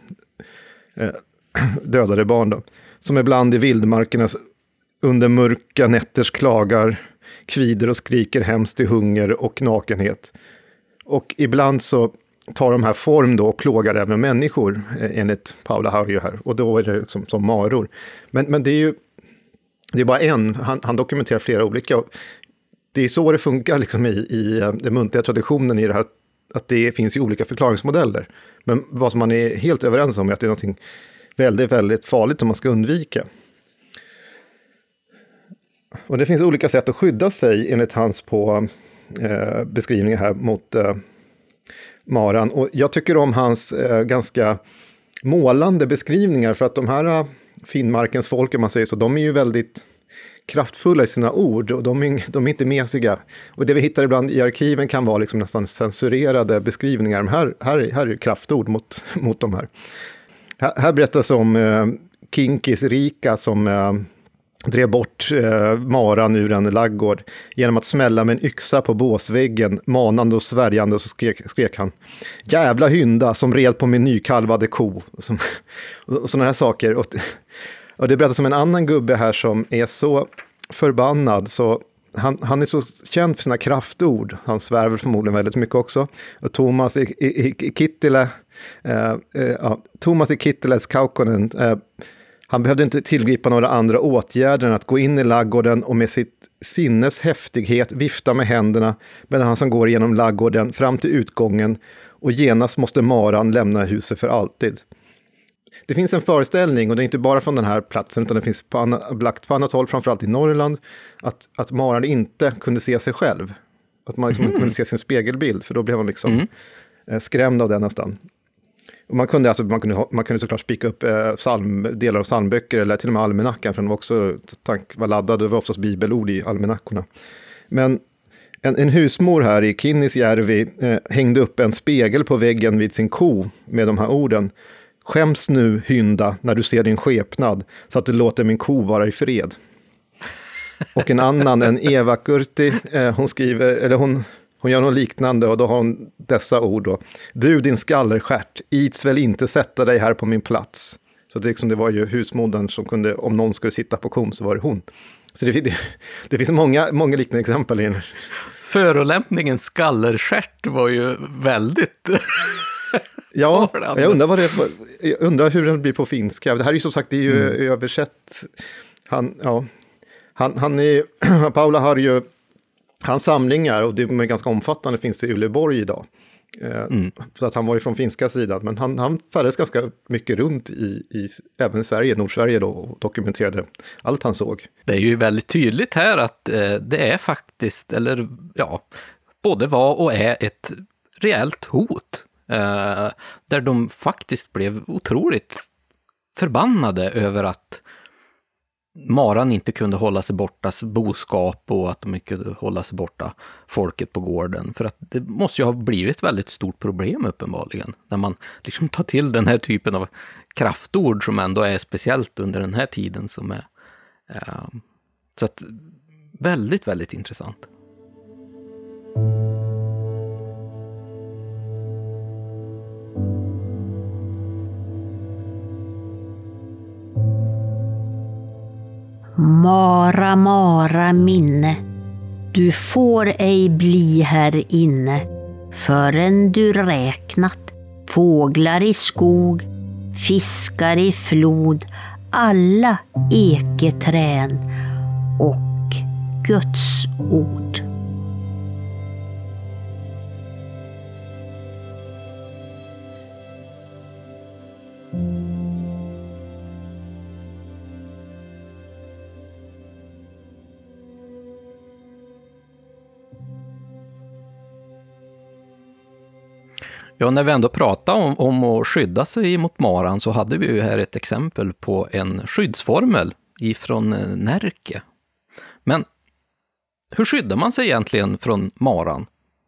dödade barn då, som ibland i vildmarkerna under mörka nätters klagar, kvider och skriker hemskt i hunger och nakenhet. Och ibland så tar de här form då och plågar även människor, enligt Paula Harju här. Och då är det som maror. Men det är bara en, han dokumenterar flera olika. Det är så det funkar liksom i den muntliga traditionen i det här, att det finns ju olika förklaringsmodeller. Men vad som man är helt överens om är att det är någonting väldigt, väldigt farligt som man ska undvika. Och det finns olika sätt att skydda sig enligt hans beskrivningar här mot Maran. Och jag tycker om hans ganska målande beskrivningar, för att de här Finnmarkens folk, om man säger så, de är ju väldigt kraftfulla i sina ord och de är inte mesiga. Och det vi hittar ibland i arkiven kan vara liksom nästan censurerade beskrivningar. Men här är kraftord mot de här. Här berättas om Kinkis Rika som drev bort Maran ur en laggård genom att smälla med en yxa på båsväggen, manande och svärjande, och så skrek han: "Jävla hynda som red på min nykalvade ko." Och sådana här saker. Och det berättas om en annan gubbe här som är så förbannad så han är så känd för sina kraftord. Han svärver förmodligen väldigt mycket också. Och Thomas i Kittiles Kaukonen, han behövde inte tillgripa några andra åtgärder än att gå in i laggården och med sitt sinnes häftighet vifta med händerna medan han som går igenom laggården fram till utgången, och genast måste Maran lämna huset för alltid. Det finns en föreställning, och det är inte bara från den här platsen utan det finns på annat håll, framförallt i Norrland, att Maran inte kunde se sig själv. Att man liksom kunde se sin spegelbild, för då blev man liksom skrämd av den nästan. Och man kunde såklart spika upp delar av psalmböcker eller till och med almanackan, för den var också var laddad, det var oftast bibelord i almanackorna. Men en husmor här i Kinnisjärvi hängde upp en spegel på väggen vid sin ko med de här orden: "Skäms nu, hynda, när du ser din skepnad, så att du låter min ko vara i fred." Och en annan, en Eva Kurti, hon skriver, eller hon gör något liknande, och då har hon dessa ord då: "Du din skallerskärt, ids väl inte sätta dig här på min plats." Så det var ju husmodern som kunde, om någon skulle sitta på kon så var det hon. Så det finns många liknande exempel i den. Förolämpningen skallerskärt var ju väldigt... Ja, jag undrar hur den blir på finska. Det här är ju som sagt, det är ju översatt. Han är Paula har ju hans samlingar, och de är ganska omfattande, finns det i Uleåborg idag. Så att han var ju från finska sidan, men han färdades ganska mycket runt även i Sverige, Nordsverige då, och dokumenterade allt han såg. Det är ju väldigt tydligt här att det är faktiskt, eller ja, både var och är ett reellt hot. Där de faktiskt blev otroligt förbannade över att Maran inte kunde hålla sig borta boskap, och att de inte kunde hålla sig borta folket på gården. För att det måste ju ha blivit ett väldigt stort problem uppenbarligen, när man liksom tar till den här typen av kraftord som ändå är speciellt under den här tiden som är så att väldigt, väldigt intressant. Mara, Mara minne, du får ej bli här inne förrän du räknat fåglar i skog, fiskar i flod, alla eketrän och Guds ord. Ja, när vi ändå pratar om att skydda sig mot maran så hade vi ju här ett exempel på en skyddsformel ifrån Närke. Men hur skyddar man sig egentligen från maran?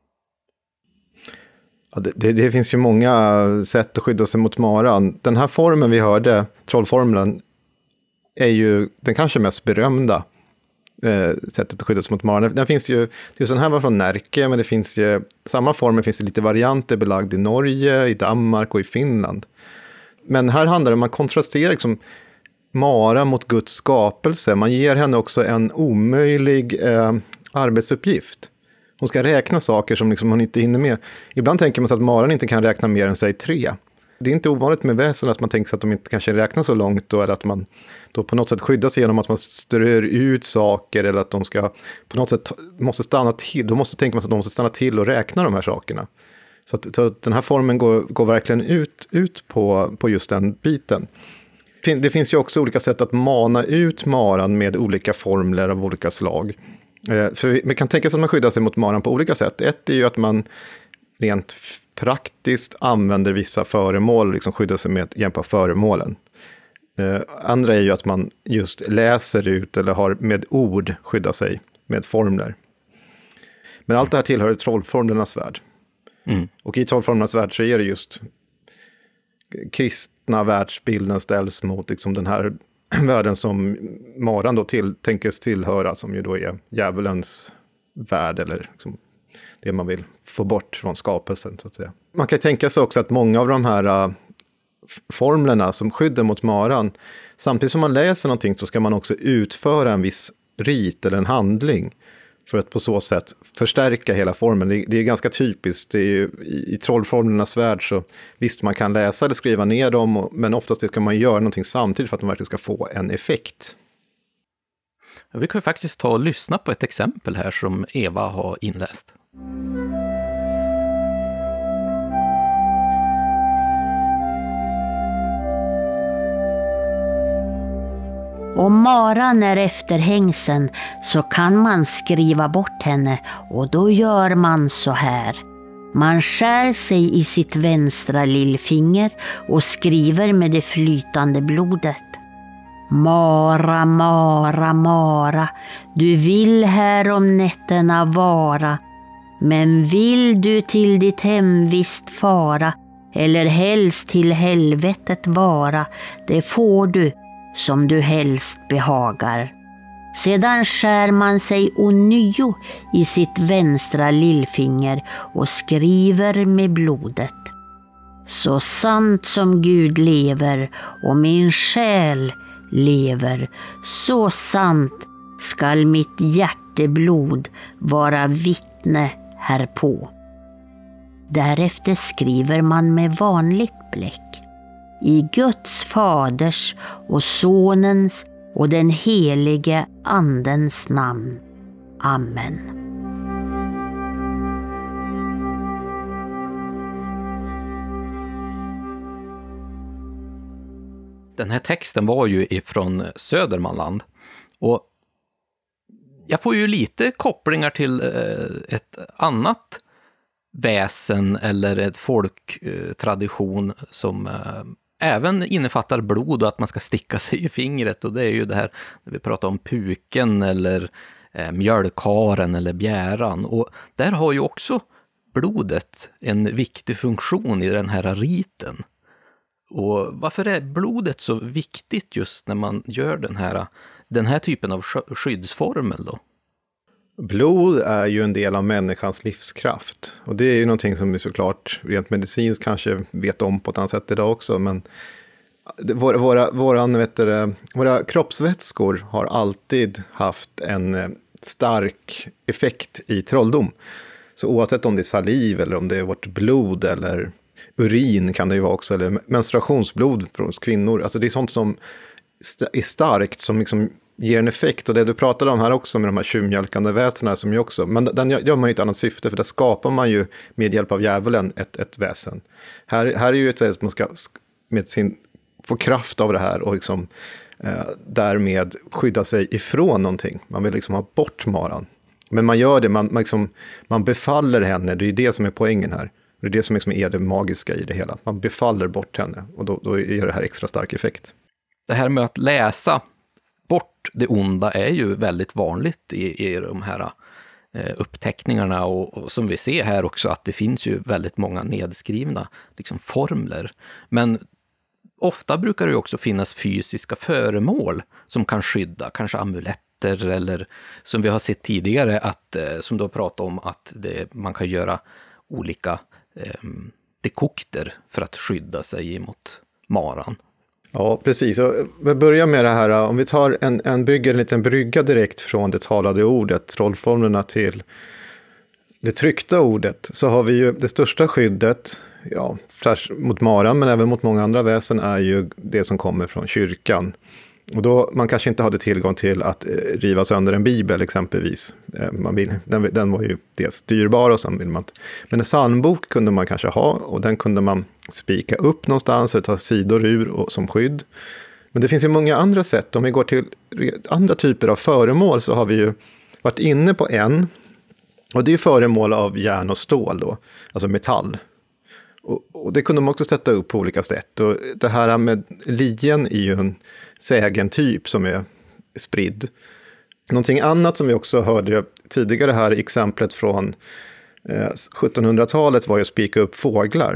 Ja, det finns ju många sätt att skydda sig mot maran. Den här formen vi hörde, trollformeln, är ju den kanske mest berömda sättet att skydda sig mot maran. Den finns ju, just den här var från Närke, men det finns ju, samma formen finns det lite varianter belagd i Norge, i Danmark och i Finland. Men här handlar det om att kontrastera liksom Mara mot Guds skapelse. Man ger henne också en omöjlig arbetsuppgift. Hon ska räkna saker som liksom hon inte hinner med. Ibland tänker man sig att maran inte kan räkna mer än sig 3. Det är inte ovanligt med väsen att man tänker sig att de inte kanske räknar så långt då, eller att man då på något sätt skyddar sig genom att man strör ut saker, eller att de ska på något sätt måste stanna till. Då måste tänka man sig att de måste stanna till och räkna de här sakerna. Så att den här formen går verkligen ut på just den biten. Det finns ju också olika sätt att mana ut maran med olika formler av olika slag. För man kan tänka sig att man skyddar sig mot maran på olika sätt. Ett är ju att man rent praktiskt använder vissa föremål, liksom skyddar sig med hjälp av föremålen. Andra är ju att man just läser ut eller har med ord skyddar sig med formler. Men allt det här tillhör trollformlernas värld. Mm. Och i trollformlernas värld så är det just kristna världsbilden ställs mot liksom den här världen som maran då tänks tillhöra, som ju då är djävulens värld, eller liksom det man vill få bort från skapelsen, så att säga. Man kan tänka sig också att många av de här formlerna som skyddar mot maran, samtidigt som man läser någonting så ska man också utföra en viss rit eller en handling för att på så sätt förstärka hela formen. Det är ganska typiskt. Det är ju, i trollformlernas värld så visst, man kan läsa eller skriva ner dem, men oftast ska man göra någonting samtidigt för att de verkligen ska få en effekt. Ja, vi kan ju faktiskt ta och lyssna på ett exempel här som Eva har inläst. Om maran är efter hängseln så kan man skriva bort henne, och då gör man så här. Man skär sig i sitt vänstra lillfinger och skriver med det flytande blodet. Mara, Mara, Mara, du vill här om nätterna vara, men vill du till ditt hemvist fara, eller helst till helvetet vara, det får du som du helst behagar. Sedan skär man sig ånyo i sitt vänstra lillfinger och skriver med blodet. Så sant som Gud lever och min själ lever, så sant skall mitt hjärteblod vara vittne härpå. Därefter skriver man med vanligt bläck. I Guds faders och sonens och den helige andens namn. Amen. Den här texten var ju ifrån Södermanland, och jag får ju lite kopplingar till ett annat väsen eller ett folktradition som även innefattar blod och att man ska sticka sig i fingret, och det är ju det här när vi pratar om puken eller mjölkaren eller bjäran, och där har ju också blodet en viktig funktion i den här riten. Och varför är blodet så viktigt just när man gör den här typen av skyddsformel då? Blod är ju en del av människans livskraft. Och det är ju någonting som vi såklart rent medicinskt kanske vet om på ett annat sätt idag också. Men Våra kroppsvätskor har alltid haft en stark effekt i trolldom. Så oavsett om det är saliv eller om det är vårt blod eller urin kan det ju vara också, eller menstruationsblod hos kvinnor. Alltså det är sånt som är starkt, som liksom ger en effekt. Och det du pratade om här också med de här tjuvmjölkande väsena som ju också, men den gör man ju ett annat syfte, för där skapar man ju med hjälp av djävulen ett väsen. Här är ju ett sätt att man ska få kraft av det här och liksom därmed skydda sig ifrån någonting. Man vill liksom ha bort maran. Men man gör det, man befaller henne, det är ju det som är poängen här. Det är det som liksom är det magiska i det hela. Man befaller bort henne och då ger det här extra stark effekt. Det här med att läsa bort det onda är ju väldigt vanligt i de här uppteckningarna, och som vi ser här också att det finns ju väldigt många nedskrivna liksom formler. Men ofta brukar det ju också finnas fysiska föremål som kan skydda, kanske amuletter eller som vi har sett tidigare, att, som du har pratat om, att man kan göra olika dekokter för att skydda sig mot maran. Ja, precis. Och vi börjar med det här, om vi tar en liten brygga direkt från det talade ordet, trollformlerna, till det tryckta ordet, så har vi ju det största skyddet, ja, mot maran men även mot många andra väsen, är ju det som kommer från kyrkan. Och då man kanske inte hade tillgång till att riva sönder en bibel exempelvis. Den var ju dels dyrbar och sen vill man. Men en psalmbok kunde man kanske ha, och den kunde man spika upp någonstans eller ta sidor ur som skydd. Men det finns ju många andra sätt. Om vi går till andra typer av föremål så har vi ju varit inne på en. Och det är föremål av järn och stål då, alltså metall. Och det kunde man också sätta upp på olika sätt. Och det här med lien är ju en sägentyp som är spridd. Någonting annat som vi också hörde tidigare här i exemplet från 1700-talet var ju att spika upp fåglar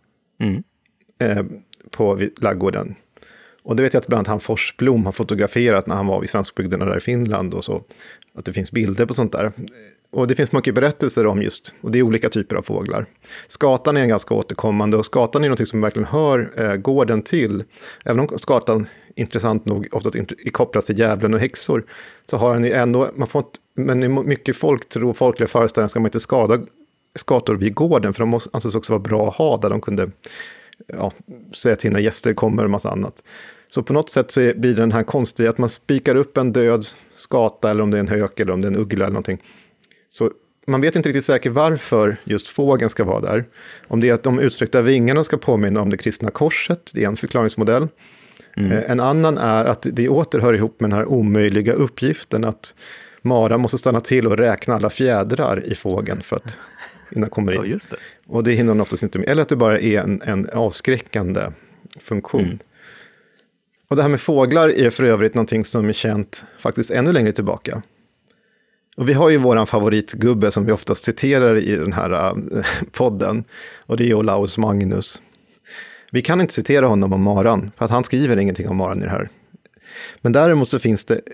på laggården. Och det vet jag att bland annat han Forsblom har fotograferat när han var vid svenskbygderna där i Finland och så. Att det finns bilder på sånt där. Och det finns mycket berättelser om just, och det är olika typer av fåglar. Skatan är en ganska återkommande, och skatan är något som verkligen hör gården till. Även om skatan, intressant nog, oftast kopplas till djävulen och häxor, så har den ju ändå, men mycket folkliga föreställningar ska man inte skada skator vid gården, för de anses också vara bra att ha där de kunde säga till när gäster kommer och massa annat. Så på något sätt så blir det den här konstiga att man spikar upp en död skata, eller om det är en hök eller om det är en uggla eller någonting. Så man vet inte riktigt säkert varför just fågeln ska vara där. Om det är att de utsträckta vingarna ska påminna om det kristna korset, det är en förklaringsmodell. En annan är att det återhör ihop med den här omöjliga uppgiften att Mara måste stanna till och räkna alla fjädrar i fågeln för att innan kommer in. Ja, just det. Och det hinner hon oftast inte med. Eller att det bara är en avskräckande funktion. Och det här med fåglar är för övrigt någonting som är känt faktiskt ännu längre tillbaka. Och vi har ju våran favoritgubbe som vi oftast citerar i den här podden. Och det är Olaus Magnus. Vi kan inte citera honom om maran, för att han skriver ingenting om maran i det här. Men däremot så finns det,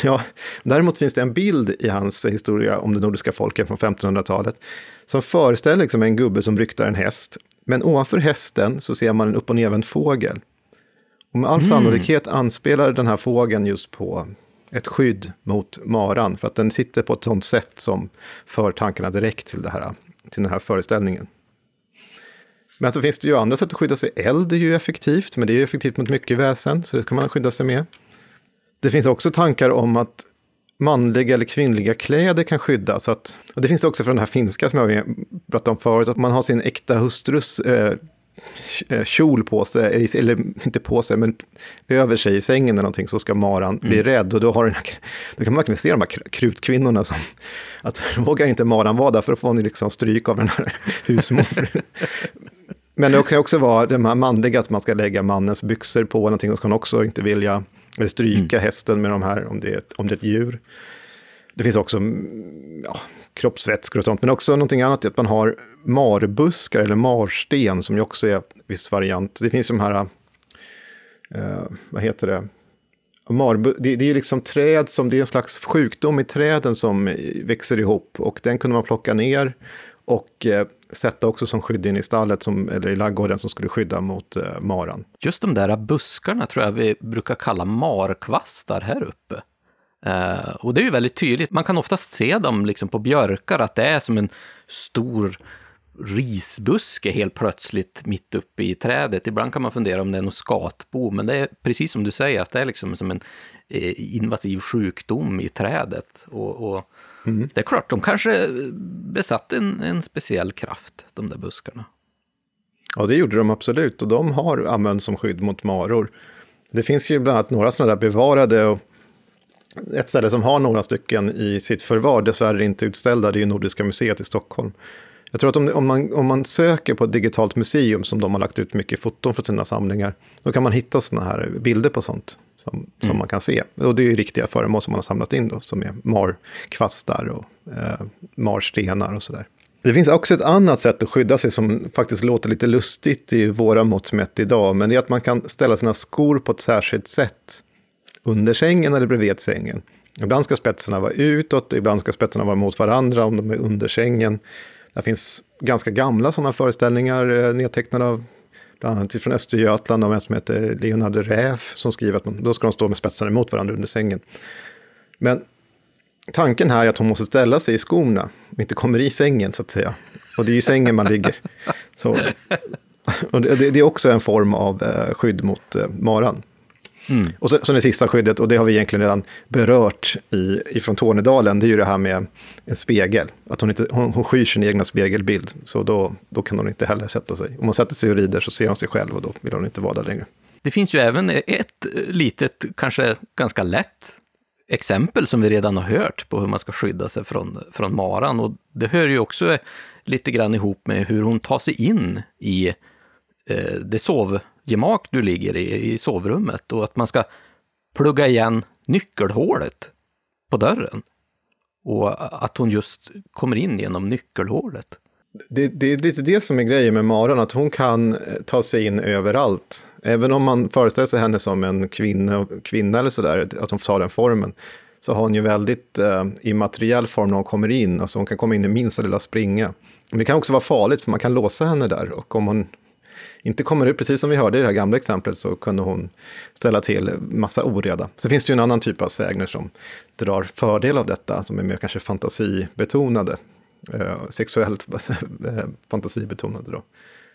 en bild i hans historia om det nordiska folket från 1500-talet som föreställer liksom en gubbe som ryktar en häst. Men ovanför hästen så ser man en upp- och nedvänd fågel. Och med all sannolikhet anspelar den här fågeln just på ett skydd mot maran, för att den sitter på ett sånt sätt som för tankarna direkt till den här föreställningen. Men så finns det ju andra sätt att skydda sig. Eld är ju effektivt, men det är ju effektivt mot mycket väsen, så det kan man skydda sig med. Det finns också tankar om att manliga eller kvinnliga kläder kan skyddas. Och det finns det också från den här finska som jag pratade om förut, att man har sin äkta hustrus kjol på sig, eller inte på sig, men över sig i sängen eller någonting, så ska maran bli rädd. Och då kan man verkligen se de här krutkvinnorna som att vågar inte maran vara där, för att få ni liksom stryk av den här husmodern. Men det kan också vara det här manliga, att man ska lägga mannens byxor på någonting, och ska man också inte vilja eller stryka hästen med de här, om det är ett djur. Det finns också kroppsvätskor och sånt, men också någonting annat, att man har marbuskar eller marsten, som ju också är en viss variant. Det finns de här, vad heter det? Det är ju liksom träd som, det är en slags sjukdom i träden som växer ihop, och den kunde man plocka ner och sätta också som skydd in i stallet eller i ladugården som skulle skydda mot maran. Just de där buskarna tror jag vi brukar kalla markvastar här uppe. Och det är ju väldigt tydligt. Man kan oftast se dem liksom på björkar att det är som en stor risbuske helt plötsligt mitt uppe i trädet. Ibland kan man fundera om det är något skatbo, men det är precis som du säger att det är liksom som en invasiv sjukdom i trädet. Och det är klart, de kanske besatt en speciell kraft, de där buskarna. Ja, det gjorde de absolut och de har använts som skydd mot maror. Det finns ju bland annat några sådana där bevarade och ett ställe som har några stycken i sitt förvar, dessvärre inte utställda, det är ju Nordiska museet i Stockholm. Jag tror att om man söker på ett digitalt museum som de har lagt ut mycket foton för sina samlingar, då kan man hitta såna här bilder på sånt som man kan se. Och det är ju riktiga föremål som man har samlat in då, som är markvastar och marstenar och sådär. Det finns också ett annat sätt att skydda sig som faktiskt låter lite lustigt i våra mått mätt idag, men det är att man kan ställa sina skor på ett särskilt sätt under sängen eller bredvid sängen. Ibland ska spetsarna vara utåt, ibland ska spetsarna vara mot varandra om de är under sängen. Det finns ganska gamla sådana föreställningar nedtecknade av bland annat från Östergötland av en som heter Leonard Räf som skriver att då ska de stå med spetsarna mot varandra under sängen. Men tanken här är att hon måste ställa sig i skorna och inte kommer i sängen så att säga. Och det är ju i sängen man ligger. Så, och det är också en form av skydd mot maran. Och så det sista skyddet, och det har vi egentligen redan berört ifrån Tornedalen, det är ju det här med en spegel. Att hon skyr sin egna spegelbild, så då kan hon inte heller sätta sig. Om hon sätter sig och rider så ser hon sig själv och då vill hon inte vara där längre. Det finns ju även ett litet, kanske ganska lätt exempel som vi redan har hört på hur man ska skydda sig från maran. Och det hör ju också lite grann ihop med hur hon tar sig in i det sovgemak du ligger i sovrummet, och att man ska plugga igen nyckelhålet på dörren och att hon just kommer in genom nyckelhålet. Det är lite det som är grejen med maran, att hon kan ta sig in överallt. Även om man föreställer sig henne som en kvinna eller sådär, att hon tar den formen, så har hon ju väldigt immateriell form när hon kommer in. Alltså hon kan komma in i minsta lilla springa. Men det kan också vara farligt för man kan låsa henne där, och om hon inte kommer ut, precis som vi hörde i det här gamla exemplet, så kunde hon ställa till massa oreda. Så finns det ju en annan typ av sägner som drar fördel av detta, som är mer kanske fantasibetonade, sexuellt fantasibetonade då.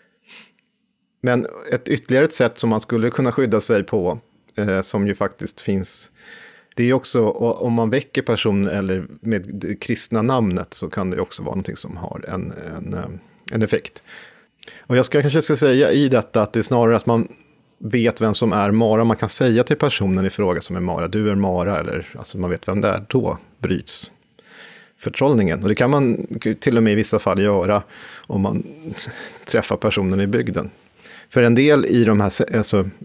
Men ett sätt som man skulle kunna skydda sig på, som ju faktiskt finns, det är också om man väcker personen eller med det kristna namnet, så kan det också vara någonting som har en effekt. Och jag kanske ska säga i detta att det är snarare att man vet vem som är Mara. Man kan säga till personen i fråga som är Mara, du är Mara, eller alltså man vet vem det är, då bryts förtrollningen. Och det kan man till och med i vissa fall göra om man träffar personen i bygden. För en del i de här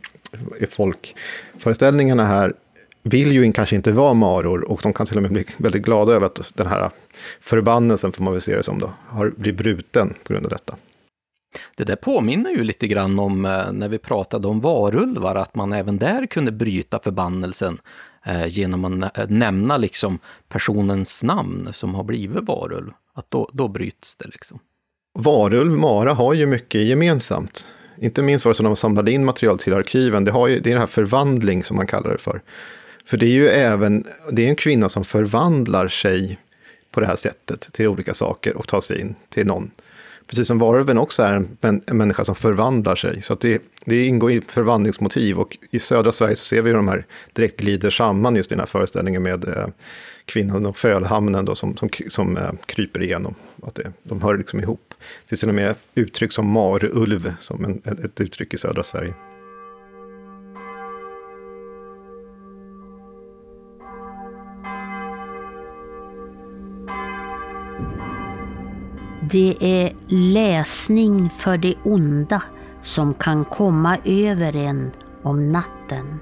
folkföreställningarna här vill ju kanske inte vara maror, och de kan till och med bli väldigt glada över att den här förbannelsen, får man väl se det som då, har blivit bruten på grund av detta. Det där påminner ju lite grann om när vi pratade om varulvar, att man även där kunde bryta förbannelsen genom att nämna liksom personens namn som har blivit varulv. Att då bryts det liksom. Varulv, Mara har ju mycket gemensamt. Inte minst var det som de samlade in material till arkiven. Det är den här förvandling som man kallar det för. För det är ju det är en kvinna som förvandlar sig på det här sättet till olika saker och tar sig in till någon. Precis som varulven också är en människa som förvandlar sig. Så att det ingår i förvandlingsmotiv. Och i södra Sverige så ser vi hur de här direkt glider samman just i den här föreställningen med kvinnan och fölhamnen då, som kryper igenom. Att de hör liksom ihop. Det finns till och med uttryck som marulv som ett uttryck i södra Sverige. Det är läsning för det onda som kan komma över en om natten.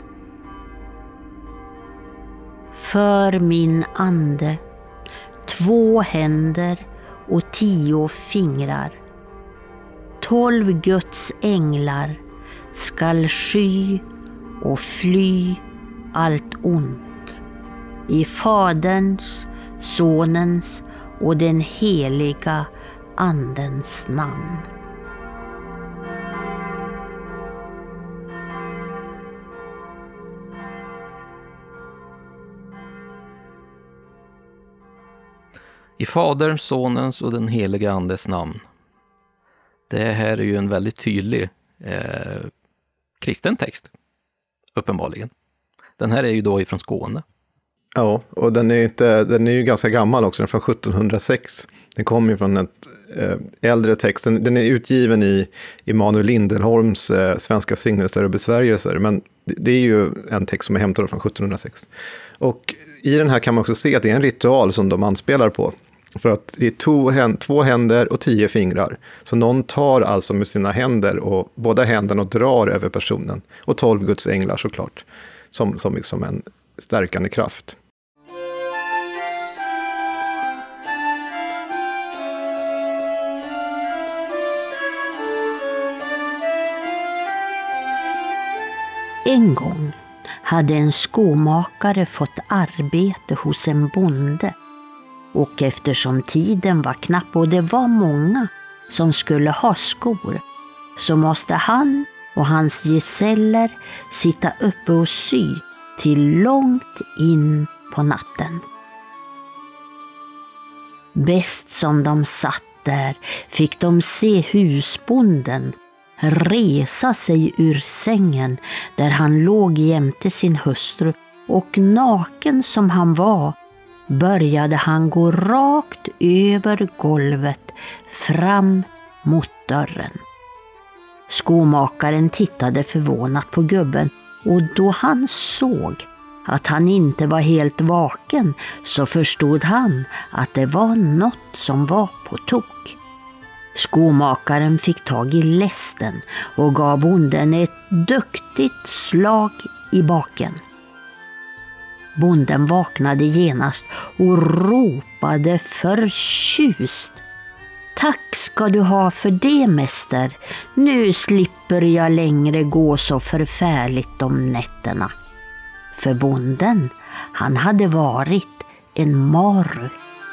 För min ande, 2 händer och 10 fingrar. 12 Guds änglar skall sky och fly allt ont. I Faderns, Sonens och den heliga andens namn. I Faderns, Sonens och den helige Andes namn. Det här är ju en väldigt tydlig kristen text, uppenbarligen. Den här är ju då ifrån Skåne. Ja, och den är ju ganska gammal också, den är från 1706. Den kommer ju från ett äldre text. Den är utgiven i Emanuel Lindelholms Svenska signelser och besvärjelser, men det är ju en text som är hämtad från 1706. Och i den här kan man också se att det är en ritual som de anspelar på. För att det är 2 händer och 10 fingrar. Så någon tar alltså med sina händer och båda händerna och drar över personen. Och 12 Guds änglar såklart, som liksom en stärkande kraft. En gång hade en skomakare fått arbete hos en bonde. Och eftersom tiden var knapp och det var många som skulle ha skor, så måste han och hans gesäller sitta uppe och sy till långt in på natten. Bäst som de satt där fick de se husbonden resa sig ur sängen där han låg jämte sin hustru, och naken som han var började han gå rakt över golvet fram mot dörren. Skomakaren tittade förvånat på gubben, och då han såg att han inte var helt vaken så förstod han att det var något som var på tok. Skomakaren fick tag i lästen och gav bonden ett duktigt slag i baken. Bonden vaknade genast och ropade förtjust: "Tack ska du ha för det, mäster. Nu slipper jag längre gå så förfärligt om nätterna." För bonden, han hade varit en maru.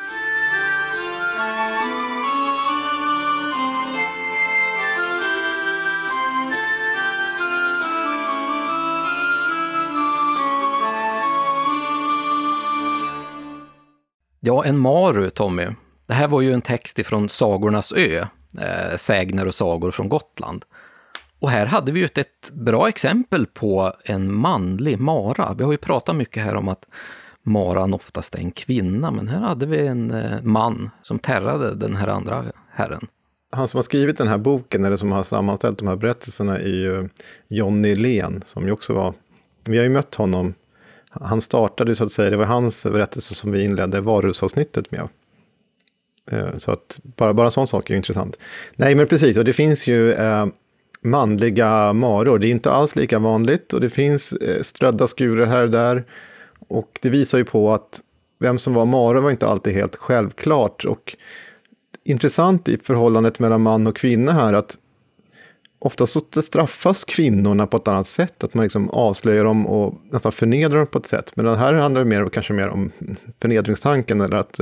Ja, en maru, Tommy. Det här var ju en text ifrån Sagornas ö, sägner och sagor från Gotland. Och här hade vi ju ett bra exempel på en manlig mara. Vi har ju pratat mycket här om att maran oftast är en kvinna, men här hade vi en man som terrade den här andra herren. Han som har skrivit den här boken, eller som har sammanställt de här berättelserna, är ju Jonny Len, som ju också var... Vi har ju mött honom. Han startade, så att säga, det var hans berättelse som vi inledde varusavsnittet med. Så att bara en sån sak är ju intressant. Nej, men precis, och det finns ju manliga maror. Det är inte alls lika vanligt, och det finns strödda skurer här och där. Och det visar ju på att vem som var mara var inte alltid helt självklart. Och intressant i förhållandet mellan man och kvinna här, att ofta så straffas kvinnorna på ett annat sätt, att man liksom avslöjar dem och nästan förnedrar dem på ett sätt. Men det här handlar kanske mer om förnedringstanken, eller att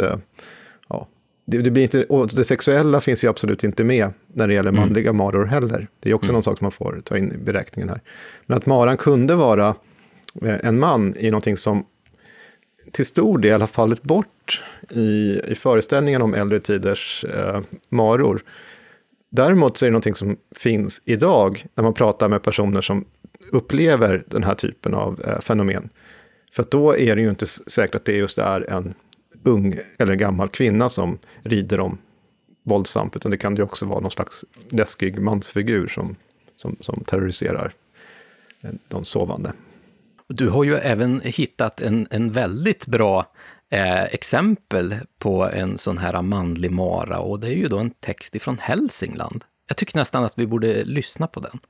det blir inte, och det sexuella finns ju absolut inte med när det gäller manliga maror heller. Det är också någon sak som man får ta in i beräkningen här. Men att maran kunde vara en man i någonting som till stor del har fallit bort i föreställningen om äldre tiders maror. Däremot så är det någonting som finns idag när man pratar med personer som upplever den här typen av fenomen. För att då är det ju inte säkert att det just är en ung eller gammal kvinna som rider om våldsamt, utan det kan ju också vara någon slags läskig mansfigur som terroriserar de sovande. Du har ju även hittat en väldigt bra exempel på en sån här manlig mara, och det är ju då en text ifrån Hälsingland. Jag tycker nästan att vi borde lyssna på den.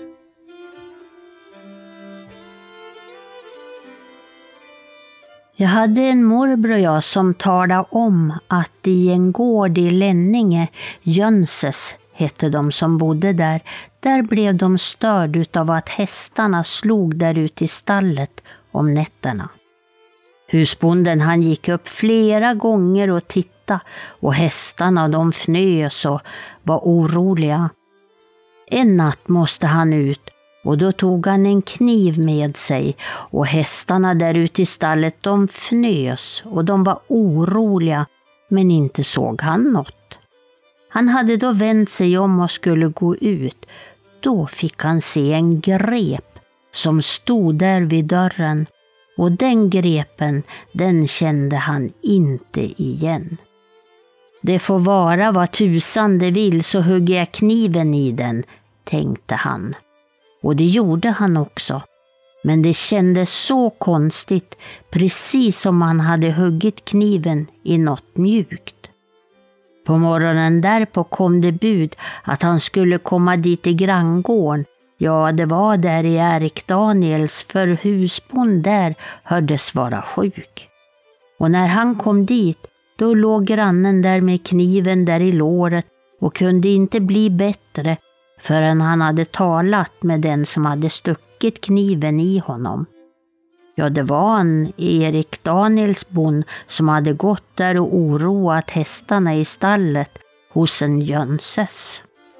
Jag hade en morbror som talade om att i en gård i Lenninge, Jönses hette de som bodde där blev de störd av att hästarna slog där ute i stallet om nätterna. Husbonden han gick upp flera gånger och tittade hetta och hästarna de fnös och var oroliga. En natt måste han ut och då tog han en kniv med sig och hästarna där ute i stallet de fnös och de var oroliga men inte såg han något. Han hade då vänt sig om och skulle gå ut. Då fick han se en grep som stod där vid dörren och den grepen den kände han inte igen. Det får vara vad tusan det vill så hugger jag kniven i den, tänkte han. Och det gjorde han också. Men det kändes så konstigt, precis som han hade huggit kniven i något mjukt. På morgonen därpå kom det bud att han skulle komma dit i granngården. Ja, det var där i Erik Daniels, för husbond där hördes vara sjuk. Och när han kom dit, då låg grannen där med kniven där i låret och kunde inte bli bättre förrän han hade talat med den som hade stuckit kniven i honom. Ja, det var en Erik Danielsbon som hade gått där och oroat hästarna i stallet hos en Jönses.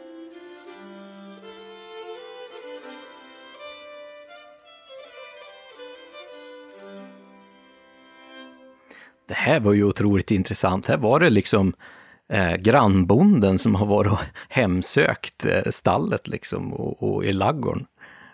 Det här var ju otroligt intressant. Här var det liksom grannbonden som har varit och hemsökt stallet liksom och i laggården.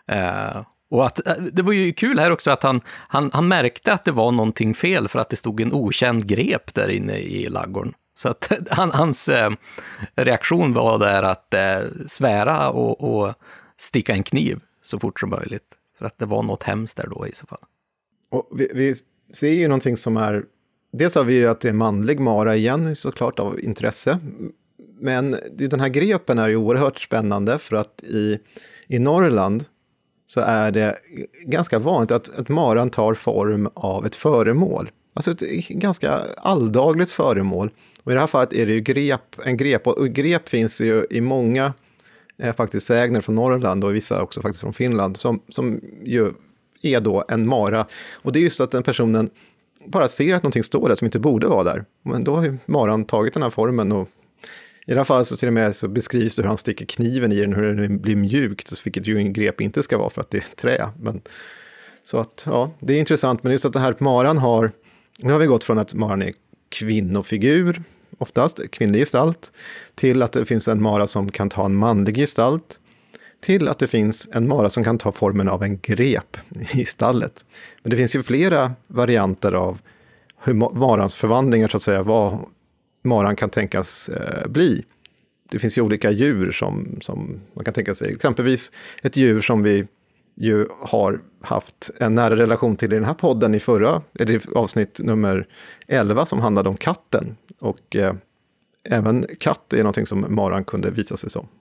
Och att, det var ju kul här också att han märkte att det var någonting fel för att det stod en okänd grep där inne i laggården. Så att hans reaktion var där att svära och sticka en kniv så fort som möjligt. För att det var något hemskt där då i så fall. Och vi ser ju någonting som är... Dels har vi ju att det är manlig mara igen, såklart av intresse. Men den här grepen är ju oerhört spännande för att i Norrland så är det ganska vanligt att maran tar form av ett föremål. Alltså ett ganska alldagligt föremål. Och i det här fallet är det ju en grep. Och grep finns ju i många faktiskt sägner från Norrland och vissa också faktiskt från Finland som ju är då en mara. Och det är just att den personen bara ser att någonting står där som inte borde vara där. Men då har ju maran tagit den här formen och i det här fallet så till och med så beskrivs det hur han sticker kniven i den, hur den blir mjukt, vilket ju en grep inte ska vara för att det är trä. Men, så att, ja, det är intressant, men just att det här maran har, nu har vi gått från att maran är kvinnofigur, oftast kvinnlig gestalt, till att det finns en mara som kan ta en manlig gestalt, till att det finns en mara som kan ta formen av en grep i stallet. Men det finns ju flera varianter av hur marans förvandlingar, så att säga, vad maran kan tänkas bli. Det finns ju olika djur som man kan tänka sig. Exempelvis ett djur som vi ju har haft en nära relation till i den här podden i avsnitt nummer 11 som handlade om katten. Och även katt är någonting som maran kunde visa sig som.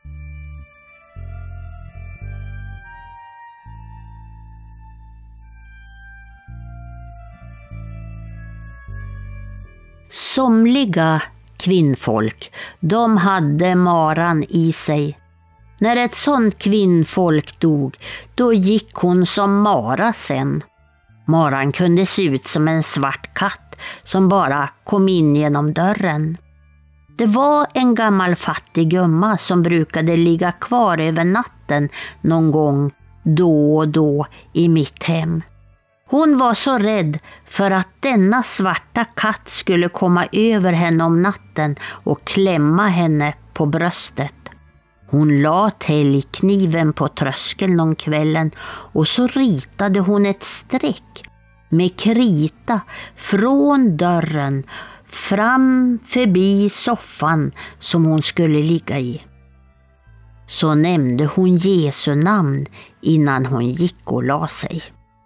Somliga kvinnfolk, de hade maran i sig. När ett sånt kvinnfolk dog, då gick hon som mara sen. Maran kunde se ut som en svart katt som bara kom in genom dörren. Det var en gammal fattig gumma som brukade ligga kvar över natten någon gång då och då i mitt hem. Hon var så rädd för att denna svarta katt skulle komma över henne om natten och klämma henne på bröstet. Hon la täljkniven på tröskeln om kvällen och så ritade hon ett streck med krita från dörren fram förbi soffan som hon skulle ligga i. Så nämnde hon Jesu namn innan hon gick och la sig.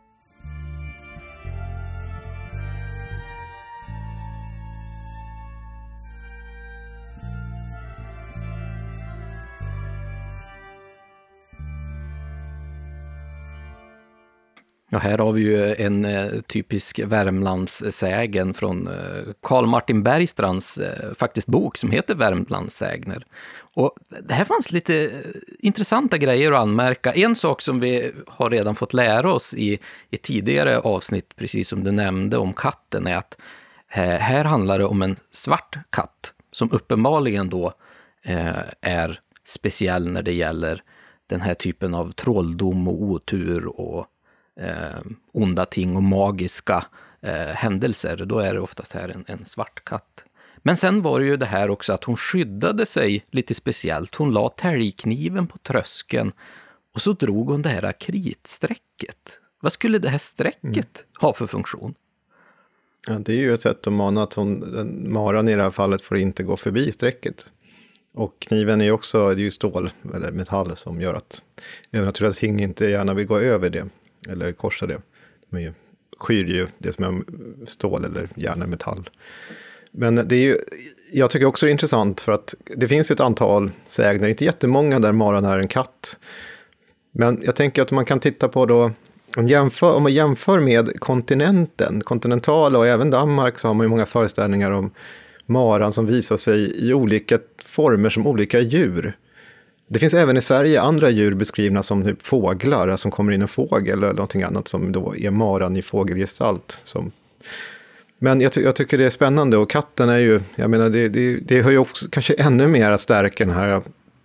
Ja, här har vi ju en typisk Värmlandssägen från Carl Martin Bergstrands faktiskt bok som heter Värmlandssägner. Och det här fanns lite intressanta grejer att anmärka. En sak som vi har redan fått lära oss i tidigare avsnitt, precis som du nämnde om katten, är att Här handlar det om en svart katt som uppenbarligen då är speciell när det gäller den här typen av trolldom och otur och onda ting och magiska händelser. Då är det oftast här en svart katt. Men sen var det ju det här också att hon skyddade sig lite speciellt. Hon la täljkniven på tröskeln och så drog hon det här kritsträcket. Vad skulle det här strecket ha för funktion? Ja, det är ju ett sätt att mana att maran i det här fallet får inte gå förbi strecket. Och kniven är ju också, det är ju stål eller metall som gör att övernaturliga ting inte gärna vill gå över det eller korsa det. De skyr ju det som är stål eller järn eller metall. Men det är ju, jag tycker också det är intressant för att det finns ett antal sägner, inte jättemånga där maran är en katt. Men jag tänker att man kan titta på då, om man jämför med kontinentala och även Danmark, så har man ju många föreställningar om maran som visar sig i olika former som olika djur. Det finns även i Sverige andra djur beskrivna som typ fåglar, som kommer in en fågel eller någonting annat som då är maran i fågelgestalt. Men jag tycker det är spännande, och katten är ju, jag menar det har ju också kanske ännu mer att stärka den här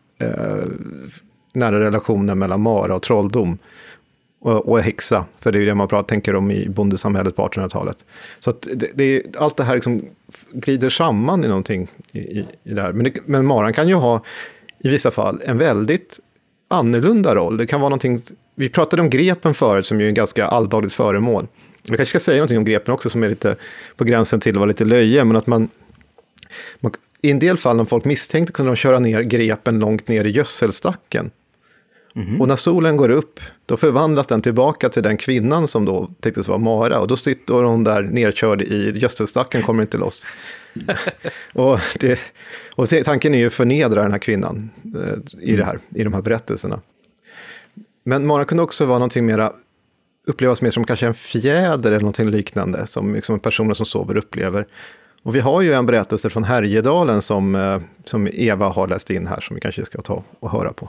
nära relationen mellan mara och trolldom och häxa, för det är ju det man tänker om i bondesamhället på 1800-talet. Så att allt det här liksom glider samman i någonting i det här. Men maran kan ju ha i vissa fall en väldigt annorlunda roll. Det kan vara någonting, vi pratade om grepen förut som ju är en ganska alldagligt föremål. Jag kanske ska säga någonting om grepen också som är lite på gränsen till att vara lite löje, men att man i en del fall när folk misstänkte kunde de köra ner grepen långt ner i gödselstacken. Mm-hmm. Och när solen går upp, då förvandlas den tillbaka till den kvinnan som då tycktes vara mara. Och då sitter hon där nerkörd i gödselstacken, kommer inte loss. och tanken är ju att förnedra den här kvinnan i de här berättelserna. Men maran kunde också vara någonting mera, upplevas mer som kanske en fjäder eller någonting liknande, som liksom personer som sover upplever. Och vi har ju en berättelse från Härjedalen som Eva har läst in här, som vi kanske ska ta och höra på.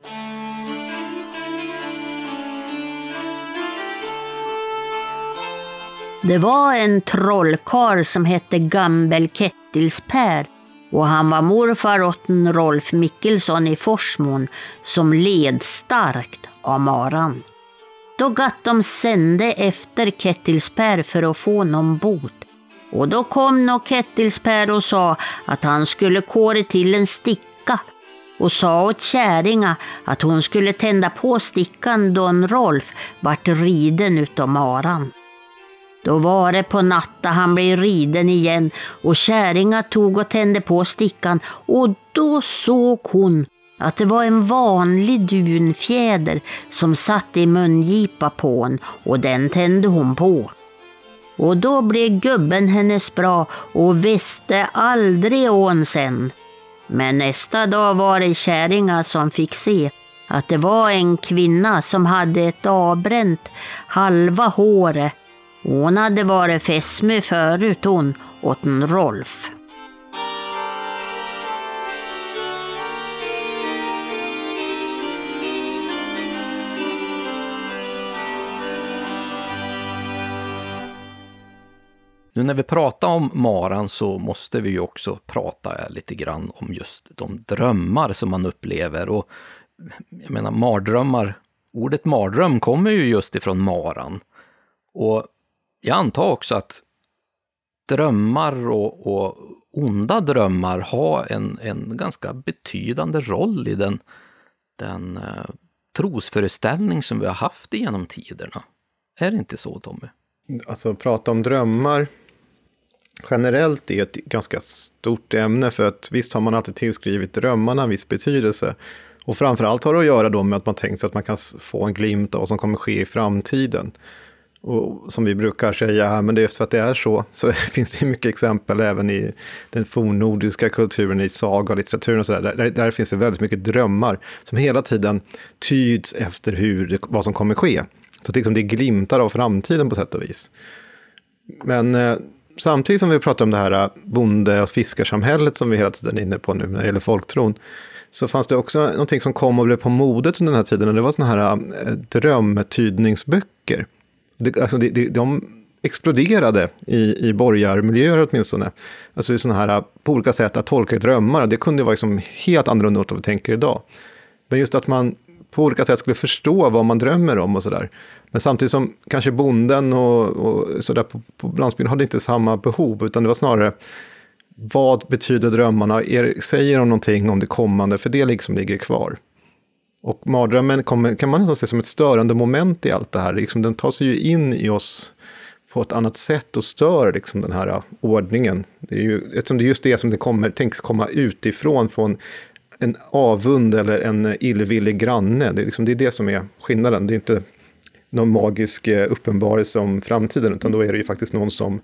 Det var en trollkarl som hette Gambel Kettilspär, och han var morfar åt en Rolf Mikkelsson i Forsmon som led starkt av maran. Då gatt de sände efter Kettilspär för att få någon bot. Och då kom nog Kettilspär och sa att han skulle kåre till en sticka, och sa åt käringa att hon skulle tända på stickan då en Rolf vart riden utav maran. Då var det på natta han blev riden igen, och käringa tog och tände på stickan, och då såg hon att det var en vanlig dunfjäder som satt i mungipa på hon, och den tände hon på. Och då blev gubben hennes bra och visste aldrig ån sen. Men nästa dag var det käringa som fick se att det var en kvinna som hade ett avbränt halva håret. Hon hade varit fästmö förut hon åt en Rolf. Nu när vi pratar om maran så måste vi ju också prata lite grann om just de drömmar som man upplever. Och jag menar mardrömmar, ordet mardröm kommer ju just ifrån maran. Och jag antar också att drömmar och onda drömmar har en ganska betydande roll i den trosföreställning som vi har haft genom tiderna. Är det inte så, Tommy? Alltså prata om drömmar generellt är ett ganska stort ämne, för att visst har man alltid tillskrivit drömmarna en viss betydelse. Och framförallt har det att göra då med att man tänker sig att man kan få en glimt av vad som kommer ske i framtiden. Och som vi brukar säga, men det är just för att det är så finns det mycket exempel även i den fornnordiska kulturen, i saga och litteraturen och sådär. Där finns det väldigt mycket drömmar som hela tiden tyds efter vad som kommer ske. Så det är glimtar av framtiden på sätt och vis. Men samtidigt som vi pratar om det här bonde- och fiskarsamhället som vi hela tiden är inne på nu när det gäller folktron, så fanns det också någonting som kom och blev på modet under den här tiden, och det var såna här drömtydningsböcker. De exploderade i borgarmiljöer åtminstone. Alltså i sådana här på olika sätt att tolka drömmar. Det kunde vara liksom helt annorlunda än vad vi tänker idag. Men just att man på olika sätt skulle förstå vad man drömmer om och sådär. Men samtidigt som kanske bonden och sådär på landsbygden hade inte samma behov, utan det var snarare vad betyder drömmarna? Säger de någonting om det kommande? För det liksom ligger kvar. Och mardrömmen kan man nästan se som ett störande moment i allt det här. Liksom, den tar sig ju in i oss på ett annat sätt och stör liksom den här ordningen. Det är ju, eftersom det är just det som det tänks komma utifrån, från en avund eller en illvillig granne. Det är det som är skillnaden. Det är inte någon magisk uppenbarelse om framtiden, utan då är det ju faktiskt någon som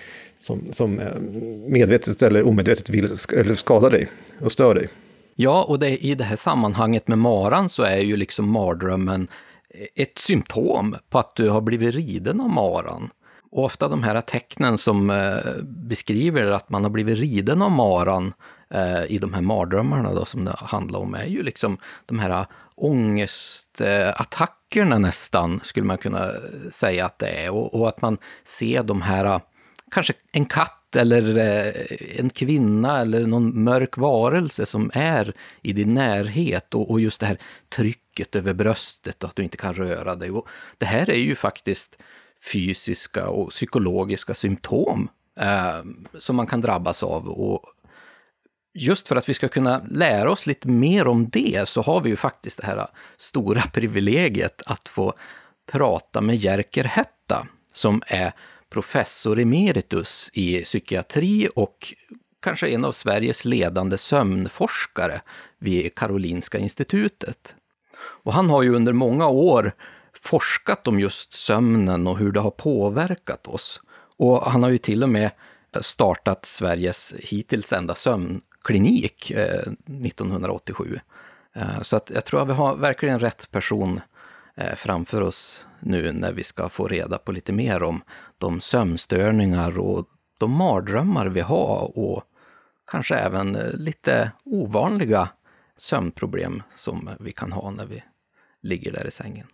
medvetet eller omedvetet vill eller skada dig och stör dig. Ja, och i det här sammanhanget med maran så är ju liksom mardrömmen ett symptom på att du har blivit riden av maran. Och ofta de här tecknen som beskriver att man har blivit riden av maran i de här mardrömmarna då, som det handlar om, är ju liksom de här ångestattackerna nästan, skulle man kunna säga att det är. Och att man ser de här, kanske en katt eller en kvinna eller någon mörk varelse som är i din närhet, och just det här trycket över bröstet och att du inte kan röra dig. Och det här är ju faktiskt fysiska och psykologiska symptom som man kan drabbas av. Och just för att vi ska kunna lära oss lite mer om det, så har vi ju faktiskt det här stora privilegiet att få prata med Jerker Hetta, som är professor emeritus i psykiatri och kanske en av Sveriges ledande sömnforskare vid Karolinska institutet. Och han har ju under många år forskat om just sömnen och hur det har påverkat oss. Och han har ju till och med startat Sveriges hittills enda sömnklinik 1987. Så att jag tror att vi har verkligen rätt person framför oss nu när vi ska få reda på lite mer om de sömnstörningar och de mardrömmar vi har, och kanske även lite ovanliga sömnproblem som vi kan ha när vi ligger där i sängen.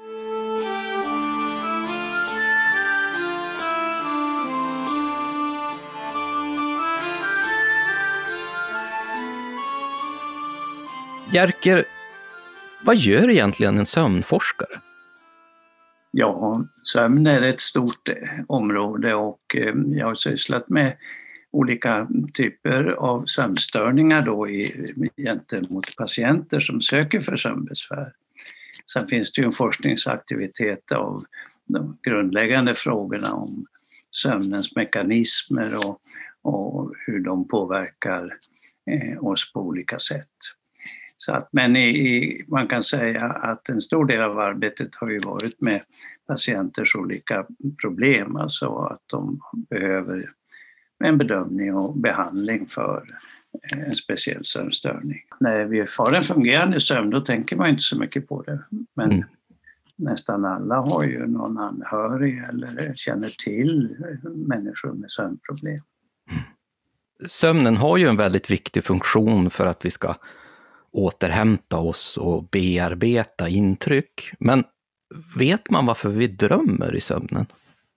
Jerker, vad gör egentligen en sömnforskare? Ja, sömn är ett stort område och jag har sysslat med olika typer av sömnstörningar då gentemot patienter som söker för sömnbesvär. Sen finns det ju en forskningsaktivitet av de grundläggande frågorna om sömnens mekanismer och hur de påverkar oss på olika sätt. Så att, men man kan säga att en stor del av arbetet har ju varit med patienters olika problem, alltså att de behöver en bedömning och behandling för en speciell sömnstörning. När vi får en fungerande sömn, då tänker man inte så mycket på det. Men nästan alla har ju någon anhörig eller känner till människor med sömnproblem. Sömnen har ju en väldigt viktig funktion för att vi ska återhämta oss och bearbeta intryck. Men vet man varför vi drömmer i sömnen?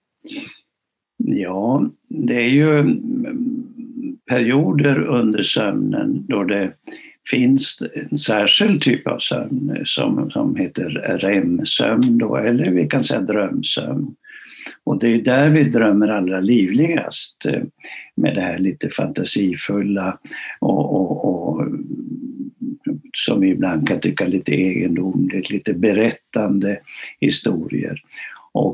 Ja, det är ju perioder under sömnen då det finns en särskild typ av sömn som heter REM-sömn då, eller vi kan säga drömsömn. Och det är där vi drömmer allra livligast, med det här lite fantasifulla och som vi ibland kan tycka lite egendomligt, lite berättande historier. Och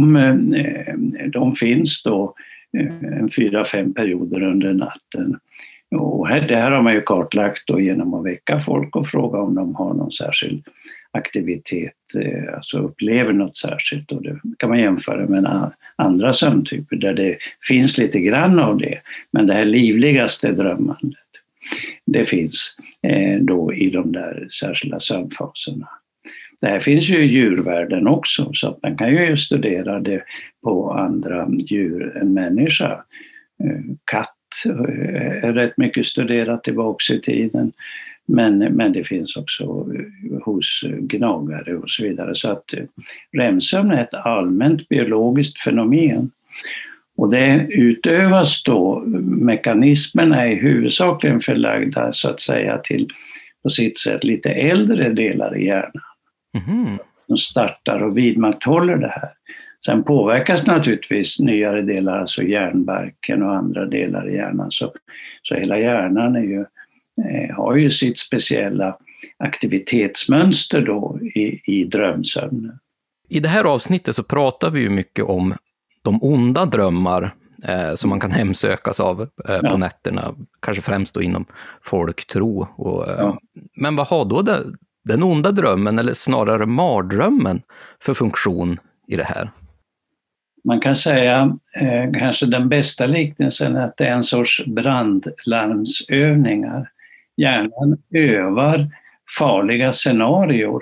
de finns då 4-5 perioder under natten. Och det här har man ju kartlagt då genom att väcka folk och fråga om de har någon särskild aktivitet, alltså upplever något särskilt. Och det kan man jämföra med andra sömntyper där det finns lite grann av det. Men det här livligaste drömmandet, det finns då i de där särskilda sömnfaserna. Det här finns ju i djurvärlden också, så att man kan ju studera det på andra djur än människa. Katt är rätt mycket studerat tillbaka i tiden, men det finns också hos gnagare och så vidare. Så att REM-sömn är ett allmänt biologiskt fenomen Och det utövas då, mekanismerna är huvudsakligen förlagda så att säga till på sitt sätt lite äldre delar i hjärnan. Mhm. Som startar och vidmakthåller det här. Sen påverkas naturligtvis nyare delar, alltså hjärnbarken och andra delar i hjärnan. Så hela hjärnan har ju sitt speciella aktivitetsmönster då i drömsömnen. I det här avsnittet så pratar vi ju mycket om de onda drömmar som man kan hemsökas av på nätterna. Kanske främst då inom folktro. Men vad har då den onda drömmen, eller snarare mardrömmen, för funktion i det här? Man kan säga, kanske den bästa liknelsen, att det är en sorts brandlarmsövningar. Hjärnan övar farliga scenarier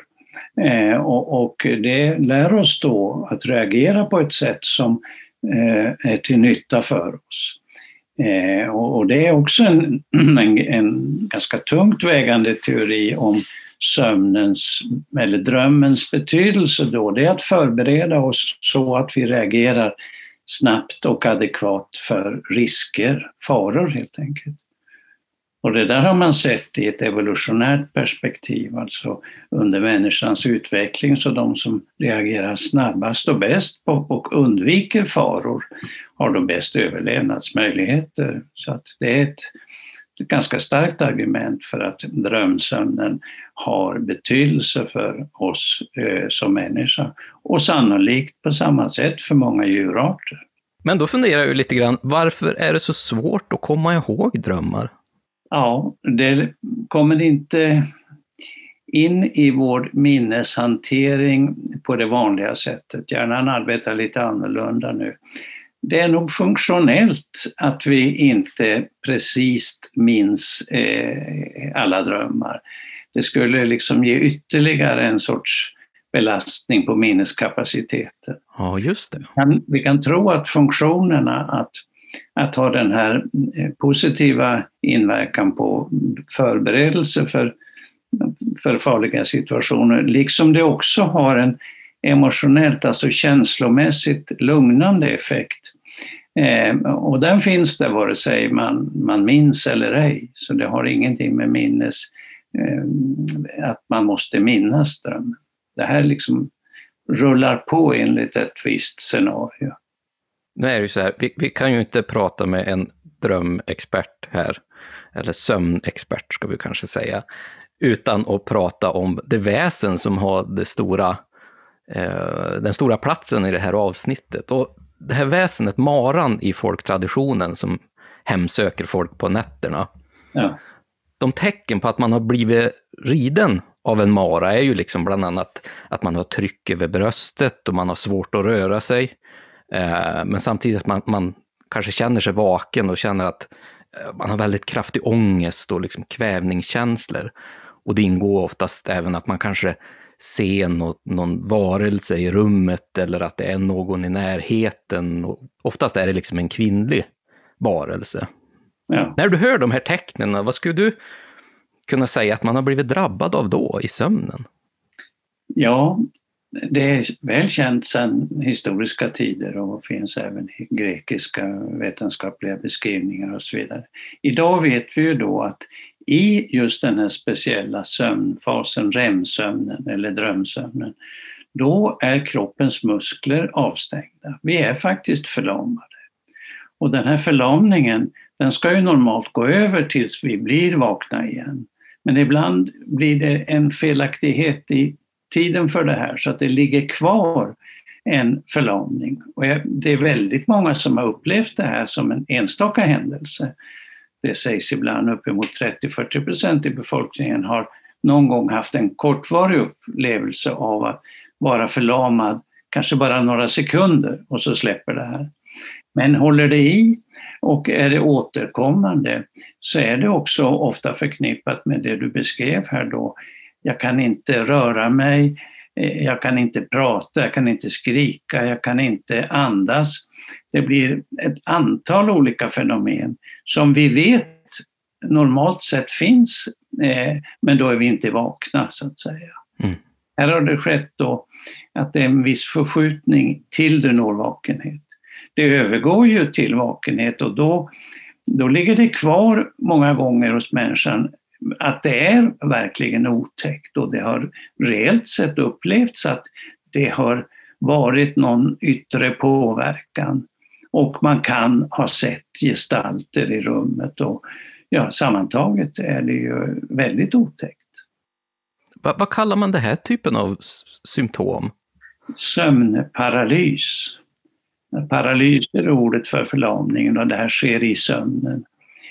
och det lär oss då att reagera på ett sätt som är till nytta för oss. Och det är också en ganska tungt vägande teori om sömnens eller drömmens betydelse då. Det är att förbereda oss så att vi reagerar snabbt och adekvat för risker, faror helt enkelt. Och det där har man sett i ett evolutionärt perspektiv, alltså under människans utveckling, så de som reagerar snabbast och bäst och undviker faror har då bäst överlevnadsmöjligheter. Så att det är ett ganska starkt argument för att drömsömnen har betydelse för oss som människa, och sannolikt på samma sätt för många djurarter. Men då funderar jag ju lite grann, varför är det så svårt att komma ihåg drömmar? Ja, det kommer inte in i vår minneshantering på det vanliga sättet. Hjärnan arbetar lite annorlunda nu. Det är nog funktionellt att vi inte precis minns alla drömmar. Det skulle liksom ge ytterligare en sorts belastning på minneskapaciteten. Ja, just det. Vi kan tro att funktionerna att ha den här positiva inverkan på förberedelse för farliga situationer, liksom det också har en emotionellt, alltså känslomässigt lugnande effekt. Och den finns där vare sig man minns eller ej, så det har ingenting med att man måste minnas drömmen. Det här liksom rullar på enligt ett visst scenario. Nu är det ju så här, vi kan ju inte prata med en drömexpert här, eller sömnexpert ska vi kanske säga, utan att prata om det väsen som har den stora platsen i det här avsnittet. Och det här väsenet, maran i folktraditionen som hemsöker folk på nätterna, de tecken på att man har blivit riden av en mara är ju liksom bland annat att man har tryck över bröstet och man har svårt att röra sig. Men samtidigt att man kanske känner sig vaken och känner att man har väldigt kraftig ångest och liksom kvävningskänslor. Och det ingår oftast även att man kanske ser någon varelse i rummet eller att det är någon i närheten. Och oftast är det liksom en kvinnlig varelse. Ja. När du hör de här tecknen, vad skulle du kunna säga att man har blivit drabbad av då i sömnen? Ja, det är väl känt sedan historiska tider och finns även i grekiska vetenskapliga beskrivningar och så vidare. Idag vet vi ju då att i just den här speciella sömnfasen, REM-sömnen eller drömsömnen, då är kroppens muskler avstängda. Vi är faktiskt förlamade. Och den här förlamningen, den ska ju normalt gå över tills vi blir vakna igen. Men ibland blir det en felaktighet i tiden för det här så att det ligger kvar en förlamning. Och det är väldigt många som har upplevt det här som en enstaka händelse. Det sägs ibland uppemot 30-40% i befolkningen har någon gång haft en kortvarig upplevelse av att vara förlamad, kanske bara några sekunder, och så släpper det här. Men håller det i och är det återkommande så är det också ofta förknippat med det du beskrev här då. Jag kan inte röra mig, jag kan inte prata, jag kan inte skrika, jag kan inte andas. Det blir ett antal olika fenomen som vi vet normalt sett finns, men då är vi inte vakna så att säga. Mm. Här har det skett då att det är en viss förskjutning till du når vakenhet. det övergår ju till vakenhet, och då ligger det kvar många gånger hos människan att det är verkligen otäckt, och det har reellt sett upplevts att det har varit någon yttre påverkan, och man kan ha sett gestalter i rummet, och sammantaget är det ju väldigt otäckt. Vad kallar man det här typen av symptom? Sömnparalys. Paralys är ordet för förlamningen, och det här sker i sömnen.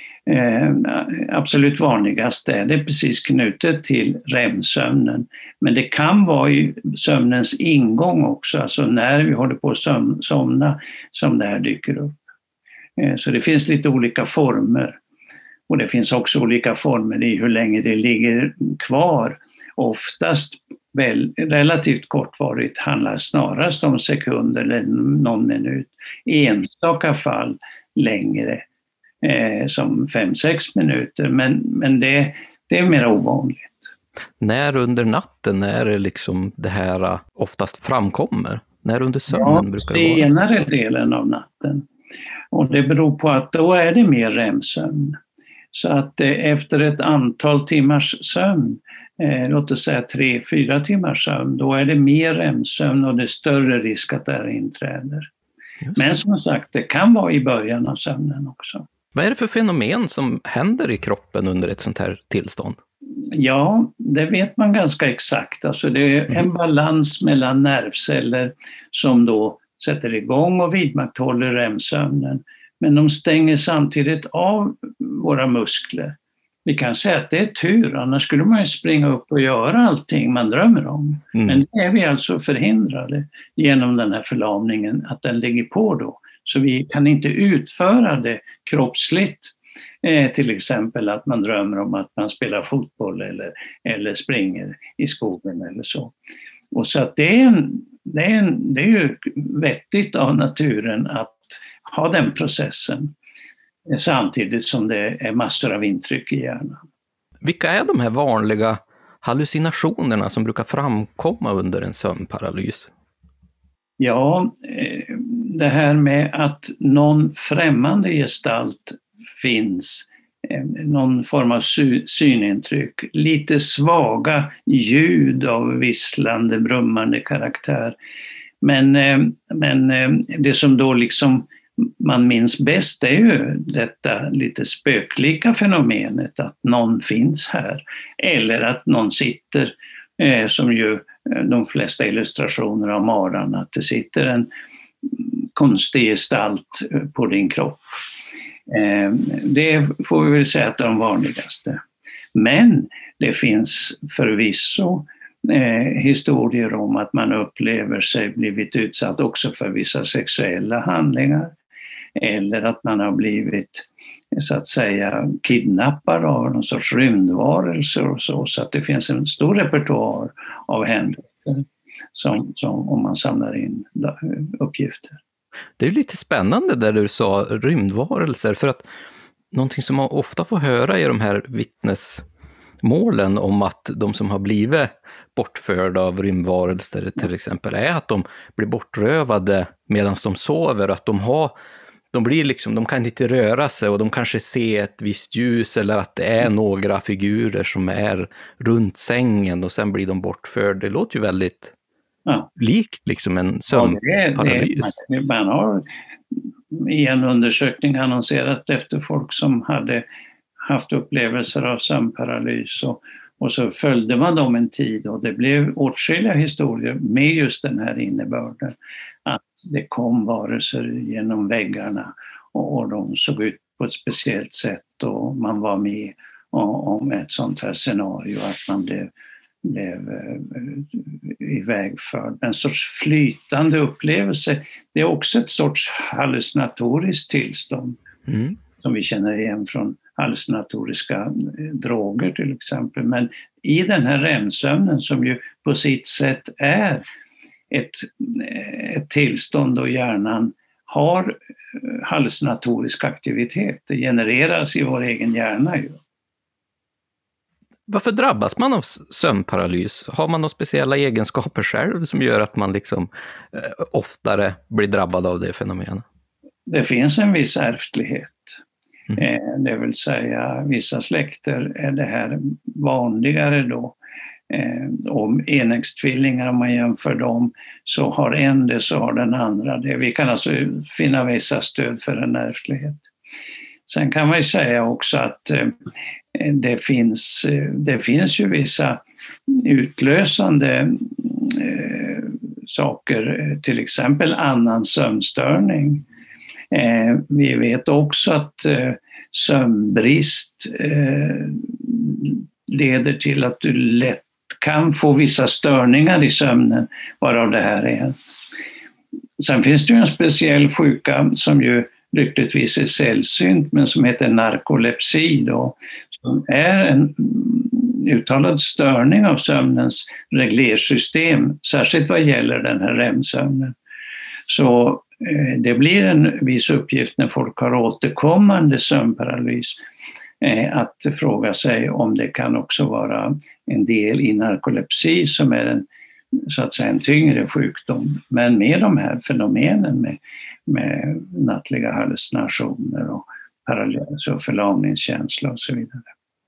Absolut vanligast är det precis knutet till REM-sömnen, men det kan vara i sömnens ingång också, alltså när vi håller på att somna, som det här dyker upp. Så det finns lite olika former, och det finns också olika former i hur länge det ligger kvar. Oftast relativt kortvarigt, handlar snarast om sekunder eller någon minut. I enstaka fall längre, som 5-6 minuter, men det är mer ovanligt. När under natten är det liksom det här oftast framkommer? När under sömnen brukar det vara? Senare delen av natten. Och det beror på att då är det mer REM-sömn. Så att efter ett antal timmars sömn, låt oss säga 3-4 timmars sömn, då är det mer REM-sömn och det är större risk att det här inträder. Men som sagt, det kan vara i början av sömnen också. Vad är det för fenomen som händer i kroppen under ett sånt här tillstånd? Ja, det vet man ganska exakt. Alltså det är en balans mellan nervceller som då sätter igång och vidmakthåller REM-sömnen. Men de stänger samtidigt av våra muskler. Vi kan säga att det är tur, annars skulle man ju springa upp och göra allting man drömmer om. Men det är vi alltså förhindrade genom den här förlamningen, att den ligger på då. Så vi kan inte utföra det kroppsligt. Till exempel att man drömmer om att man spelar fotboll eller springer i skogen eller så. Och så att det är ju vettigt av naturen att ha den processen samtidigt som det är massor av intryck i hjärnan. Vilka är de här vanliga hallucinationerna som brukar framkomma under en sömnparalys? Ja, det här med att någon främmande gestalt finns, någon form av synintryck, lite svaga ljud av visslande, brummande karaktär. Men det som då liksom man minns bäst är ju detta lite spöklika fenomenet att någon finns här, eller att någon sitter, som ju de flesta illustrationer av maran, att det sitter en konstig gestalt på din kropp. Det får vi väl säga att det är de vanligaste. Men det finns förvisso historier om att man upplever sig blivit utsatt också för vissa sexuella handlingar, eller att man har blivit så att säga kidnappad av någon sorts rymdvarelser och så att det finns en stor repertoar av händelser som om man samlar in uppgifter. Det är lite spännande där du sa rymdvarelser, för att någonting som man ofta får höra i de här vittnesmålen om att de som har blivit bortförda av rymdvarelser till exempel är att de blir bortrövade medan de sover, att de blir liksom, de kan inte röra sig och de kanske ser ett visst ljus, eller att det är några figurer som är runt sängen och sen blir de bortförda. Det låter ju väldigt likt liksom en sömnparalys. Man har i en undersökning annonserat efter folk som hade haft upplevelser av sömnparalys, och så följde man dem en tid, och det blev åtskilliga historier med just den här innebörden, att det kom varelser genom väggarna och de såg ut på ett speciellt sätt, och man var med om ett sånt här scenario, att man blev ivägförd. En sorts flytande upplevelse. Det är också ett sorts hallucinatoriskt tillstånd som vi känner igen från hallucinatoriska droger till exempel. Men i den här REM-sömnen, som ju på sitt sätt är ett tillstånd då hjärnan har hallucinatorisk aktivitet. Det genereras i vår egen hjärna ju. Varför drabbas man av sömnparalys? Har man några speciella egenskaper själv som gör att man liksom oftare blir drabbad av det fenomenet? det finns en viss ärftlighet. Det vill säga vissa släkter är det här vanligare då. Om enäggstvillingar, om man jämför dem, så har en det, så har den andra det. Vi kan alltså finna vissa stöd för en ärftlighet. Sen kan man ju säga också att det finns ju vissa utlösande saker, till exempel annan sömnstörning. Vi vet också att sömnbrist leder till att du lätt kan få vissa störningar i sömnen, varav det här är. Sen finns det ju en speciell sjuka som ju lyckligtvis är sällsynt, men som heter narkolepsi då, som är en uttalad störning av sömnens reglersystem, särskilt vad gäller den här REM-sömnen. Så det blir en viss uppgift när folk har återkommande sömnparalys att fråga sig om det kan också vara en del i narkolepsi som är en, så att säga, en tyngre sjukdom. Men med de här fenomenen med nattliga hallucinationer och paralys och förlamningskänsla och så vidare.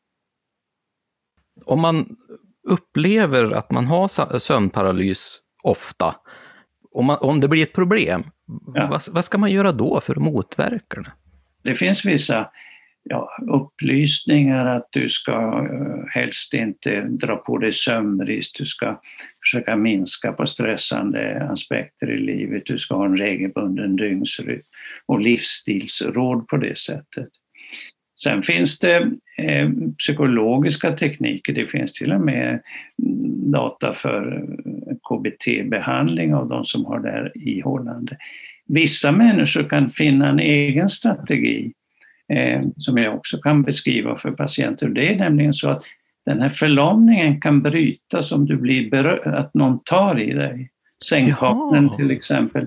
Om man upplever att man har sömnparalys ofta, om det blir ett problem, vad ska man göra då för att motverka det? Det finns vissa upplysningar att du ska helst inte dra på dig sömnbrist, du ska försöka minska på stressande aspekter i livet, du ska ha en regelbunden dygnsrytm och livsstilsråd på det sättet. Sen finns det psykologiska tekniker, det finns till och med data för KBT-behandling av de som har det här ihållande. Vissa människor kan finna en egen strategi som jag också kan beskriva för patienter. Det är nämligen så att den här förlamningen kan brytas om du blir att någon tar i dig. Sängpartnern till exempel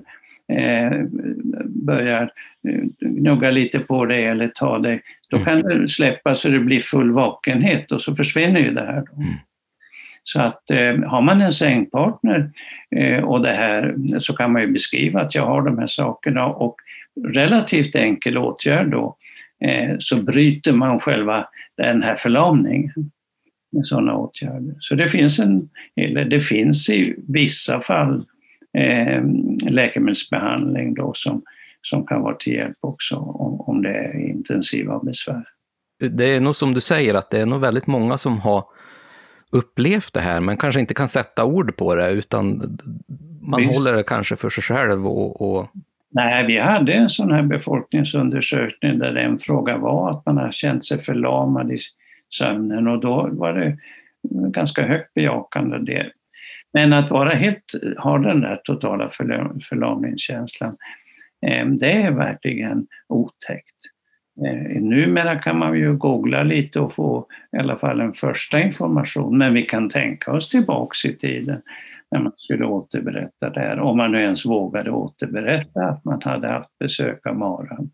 börjar gnugga lite på dig eller ta dig. Då kan det släppa så det blir full vakenhet och så försvinner ju det här då. Så att har man en sängpartner och det här, så kan man ju beskriva att jag har de här sakerna, och relativt enkel åtgärd då, så bryter man själva den här förlamningen med sådana åtgärder. Så det finns i vissa fall läkemedelsbehandling då som kan vara till hjälp också om det är intensiva besvär. Det är nog som du säger att det är nog väldigt många som har upplevt det här men kanske inte kan sätta ord på det, utan man håller det kanske för sig själv och... Nej, vi hade en sån här befolkningsundersökning där en fråga var att man har känt sig förlamad i sömnen, och då var det ganska högt bejakande det. Men att ha den där totala förlamningskänslan, det är verkligen otäckt. Numera kan man ju googla lite och få i alla fall en första information, men vi kan tänka oss tillbaks i tiden när man skulle återberätta det här, om man nu ens vågade återberätta att man hade haft besök av maran.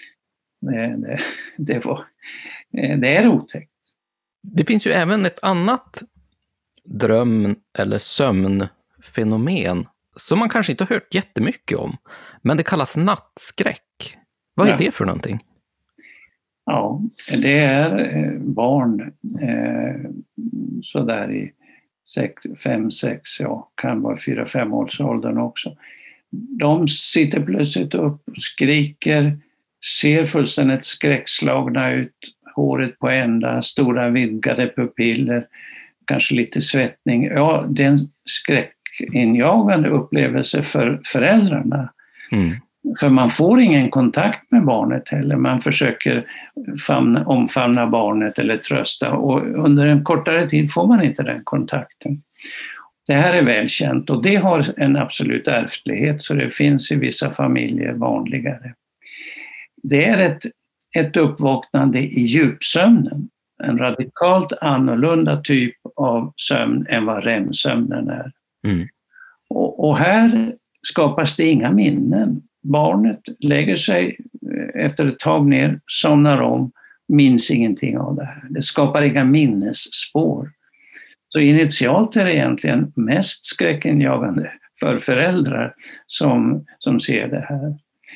Det är otäckt. Det finns ju även ett annat dröm- eller sömnfenomen som man kanske inte har hört jättemycket om, men det kallas nattskräck. Vad är det för någonting? Ja, det är barn så där i 5-6, kan vara 4-5 års åldern också. De sitter plötsligt upp och skriker, ser fullständigt skräckslagna ut, håret på ända, stora vidgade pupiller, kanske lite svettning. Ja, det är en skräckinjagande upplevelse för föräldrarna. För man får ingen kontakt med barnet heller. Man försöker omfamna barnet eller trösta, och under en kortare tid får man inte den kontakten. Det här är välkänt och det har en absolut ärftlighet, så det finns i vissa familjer vanligare. Det är ett uppvaknande i djupsömnen. En radikalt annorlunda typ av sömn än vad REM-sömnen är. Och här skapas det inga minnen. Barnet lägger sig efter ett tag ner, somnar om, minns ingenting av det här. Det skapar inga minnesspår. Så initialt är det egentligen mest skräckinjagande för föräldrar som ser det här.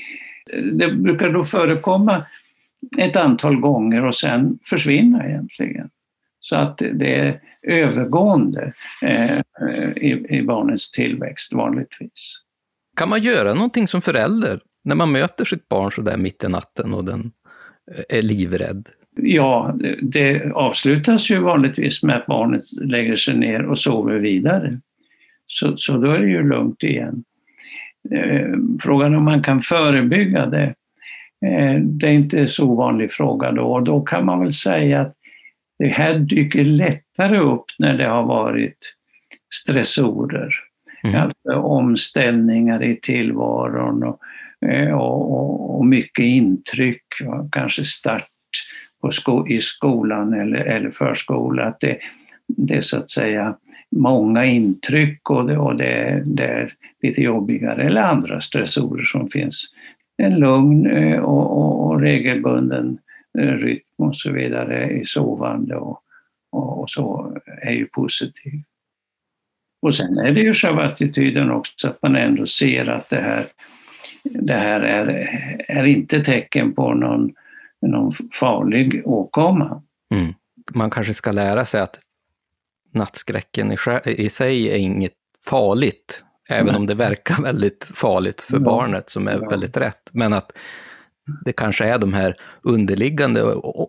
Det brukar då förekomma ett antal gånger och sen försvinna egentligen. Så att det är övergående i barnets tillväxt vanligtvis. Kan man göra någonting som förälder när man möter sitt barn så där mitt i natten och den är livrädd? Ja, det avslutas ju vanligtvis med att barnet lägger sig ner och sover vidare. Så då är det ju lugnt igen. Frågan om man kan förebygga det, det är inte så ovanlig fråga då. Och då kan man väl säga att det här dyker lättare upp när det har varit stressorer. Alltså omställningar i tillvaron och mycket intryck, kanske start i skolan eller förskola. Att det är så att säga många intryck och det är lite jobbigare, eller andra stressorer som finns. En lugn och regelbunden rytm och så vidare i sovande och så är ju positiv. Och sen är det ju själva attityden också, att man ändå ser att det här är inte tecken på någon farlig åkomma. Mm. Man kanske ska lära sig att nattskräcken i sig är inget farligt, även om det verkar väldigt farligt för barnet som är väldigt rätt. Men att det kanske är de här underliggande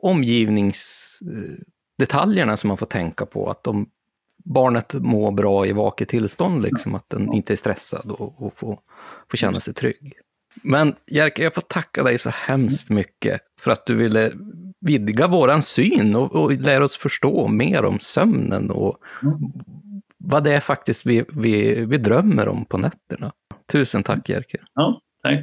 omgivningsdetaljerna som man får tänka på. Att barnet mår bra i vaket tillstånd, liksom, att den inte är stressad och får känna sig trygg. Men Jerker, jag får tacka dig så hemskt mycket för att du ville vidga våran syn och lära oss förstå mer om sömnen och vad det är faktiskt vi drömmer om på nätterna. Tusen tack, Jerker. Ja, tack.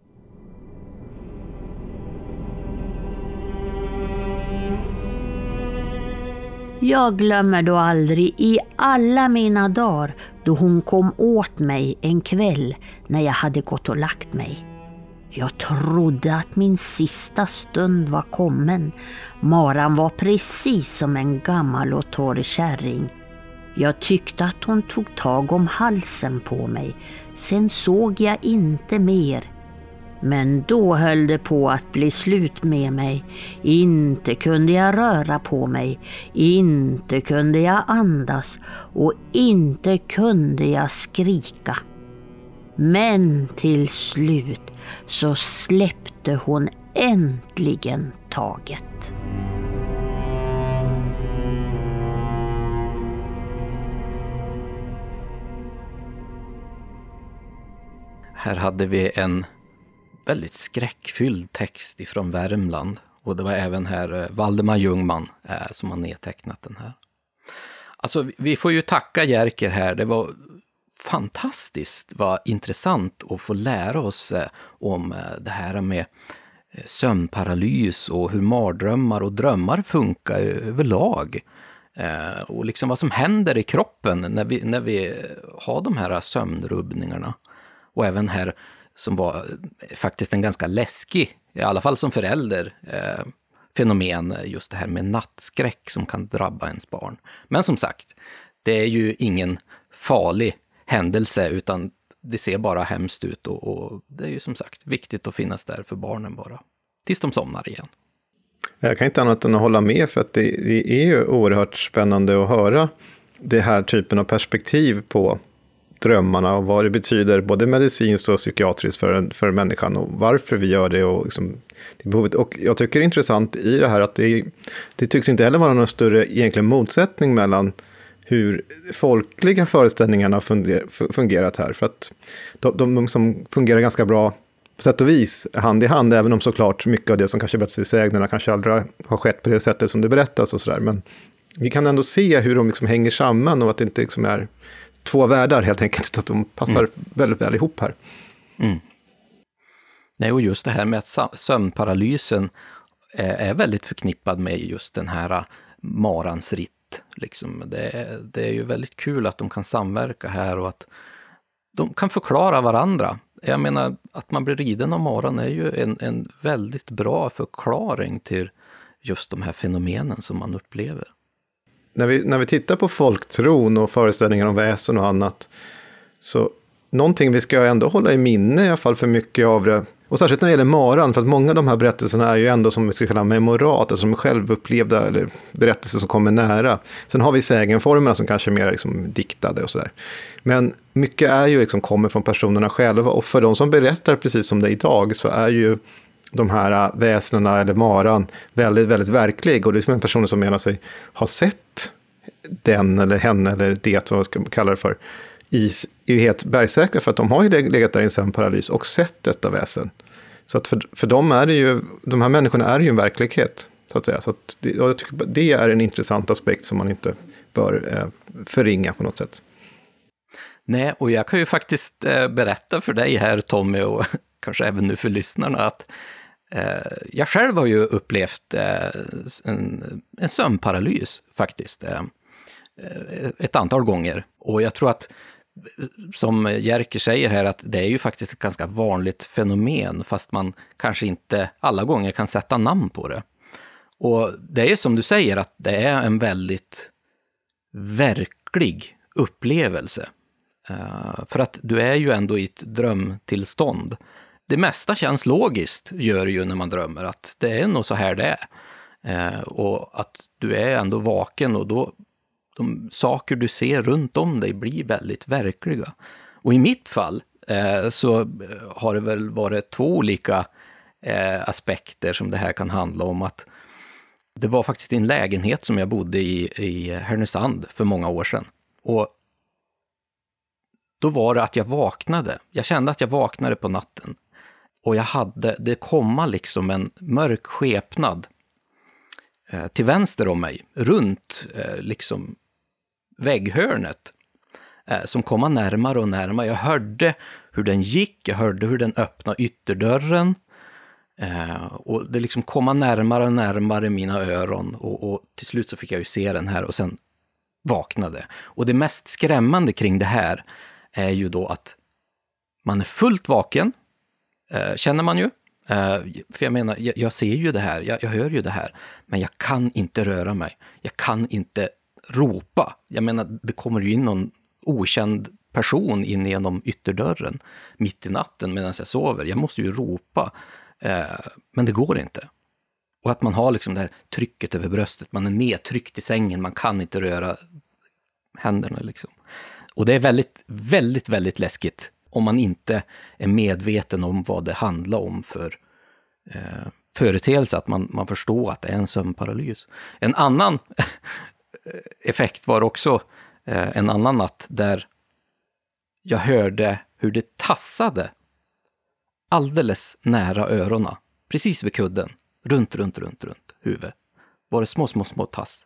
Jag glömmer då aldrig i alla mina dagar då hon kom åt mig en kväll när jag hade gått och lagt mig. Jag trodde att min sista stund var kommen. Maran var precis som en gammal och torr kärring. Jag tyckte att hon tog tag om halsen på mig. Sen såg jag inte mer. Men då höll det på att bli slut med mig. Inte kunde jag röra på mig. Inte kunde jag andas. Och inte kunde jag skrika. Men till slut så släppte hon äntligen taget. Här hade vi en väldigt skräckfylld text ifrån Värmland. Och det var även här Valdemar Ljungman som har nedtecknat den här. Alltså vi får ju tacka Jerker här. Det var fantastiskt, vad intressant att få lära oss om det här med sömnparalys och hur mardrömmar och drömmar funkar överlag. Och liksom vad som händer i kroppen när vi har de här sömnrubbningarna. Och även här som var faktiskt en ganska läskig, i alla fall som förälder, fenomen, just det här med nattskräck som kan drabba ens barn. Men som sagt, det är ju ingen farlig händelse, utan det ser bara hemskt ut och det är ju som sagt viktigt att finnas där för barnen bara, tills de somnar igen. Jag kan inte annat än att hålla med, för att det är ju oerhört spännande att höra det här typen av perspektiv på drömmarna och vad det betyder både medicinskt och psykiatriskt för människan och varför vi gör det och liksom, det behovet. Och jag tycker det är intressant i det här att det tycks inte heller vara någon större egentligen motsättning mellan hur folkliga föreställningarna fungerat här, för att de som fungerar ganska bra på sätt och vis hand i hand, även om såklart mycket av det som kanske berättas i sägnerna kanske aldrig har skett på det sättet som det berättas och sådär, men vi kan ändå se hur de liksom hänger samman och att det inte liksom är två världar helt enkelt, att de passar väldigt väl ihop här. Mm. Nej, och just det här med att sömnparalysen är väldigt förknippad med just den här marans ritt. Liksom. Det är ju väldigt kul att de kan samverka här och att de kan förklara varandra. Jag menar, att man blir riden av maran är ju en väldigt bra förklaring till just de här fenomenen som man upplever. När vi tittar på folktron och föreställningar om väsen och annat, så någonting vi ska ändå hålla i minne, i alla fall för mycket av det, Och särskilt när det gäller maran, för att många av de här berättelserna är ju ändå som vi ska kalla memorat, alltså som självupplevda eller berättelser som kommer nära. Sen har vi sägenformerna som kanske är mer liksom diktade och sådär. Men mycket är ju liksom kommer från personerna själva, och för de som berättar precis som det är idag så är ju de här väsnena eller maran väldigt, väldigt verklig, och det är som en person som menar sig ha sett den eller henne eller det, vad man ska kalla det för, är ju helt bergsäkra för att de har ju legat där i en sömnparalys och sett detta väsen. Så att för dem är det ju, de här människorna är ju en verklighet, så att säga. Så att jag tycker det är en intressant aspekt som man inte bör förringa på något sätt. Nej, och jag kan ju faktiskt berätta för dig här, Tommy, och kanske även nu för lyssnarna, att jag själv har ju upplevt en sömnparalys faktiskt ett antal gånger. Och jag tror att, som Jerker säger här, att det är ju faktiskt ett ganska vanligt fenomen, fast man kanske inte alla gånger kan sätta namn på det. Och det är som du säger, att det är en väldigt verklig upplevelse. För att du är ju ändå i ett drömtillstånd. Det mesta känns logiskt, gör ju när man drömmer, att det är nog så här det är. Och att du är ändå vaken, och då de saker du ser runt om dig blir väldigt verkliga. Och i mitt fall så har det väl varit 2 olika aspekter som det här kan handla om. Att det var faktiskt en lägenhet som jag bodde i Härnösand för många år sedan. Och då var det att jag vaknade. Jag kände att jag vaknade på natten. Och det komma liksom en mörk skepnad till vänster om mig, runt liksom vägghörnet, som kom närmare och närmare. Jag hörde hur den gick, jag hörde hur den öppnade ytterdörren, och det liksom kom närmare och närmare mina öron, och till slut så fick jag ju se den här och sen vaknade. Och det mest skrämmande kring det här är ju då att man är fullt vaken, känner man ju. För jag menar, jag ser ju det här, jag hör ju det här, men jag kan inte röra mig. Jag kan inte ropa. Jag menar, det kommer ju in någon okänd person in genom ytterdörren mitt i natten medan jag sover. Jag måste ju ropa, men det går inte. Och att man har liksom det här trycket över bröstet, man är nedtryckt i sängen, man kan inte röra händerna liksom. Och det är väldigt, väldigt, väldigt läskigt om man inte är medveten om vad det handlar om för företeelse, att man förstår att det är en sömnparalys. En annan effekt var också en annan natt där jag hörde hur det tassade alldeles nära öronen, precis vid kudden, runt huvudet. Var det små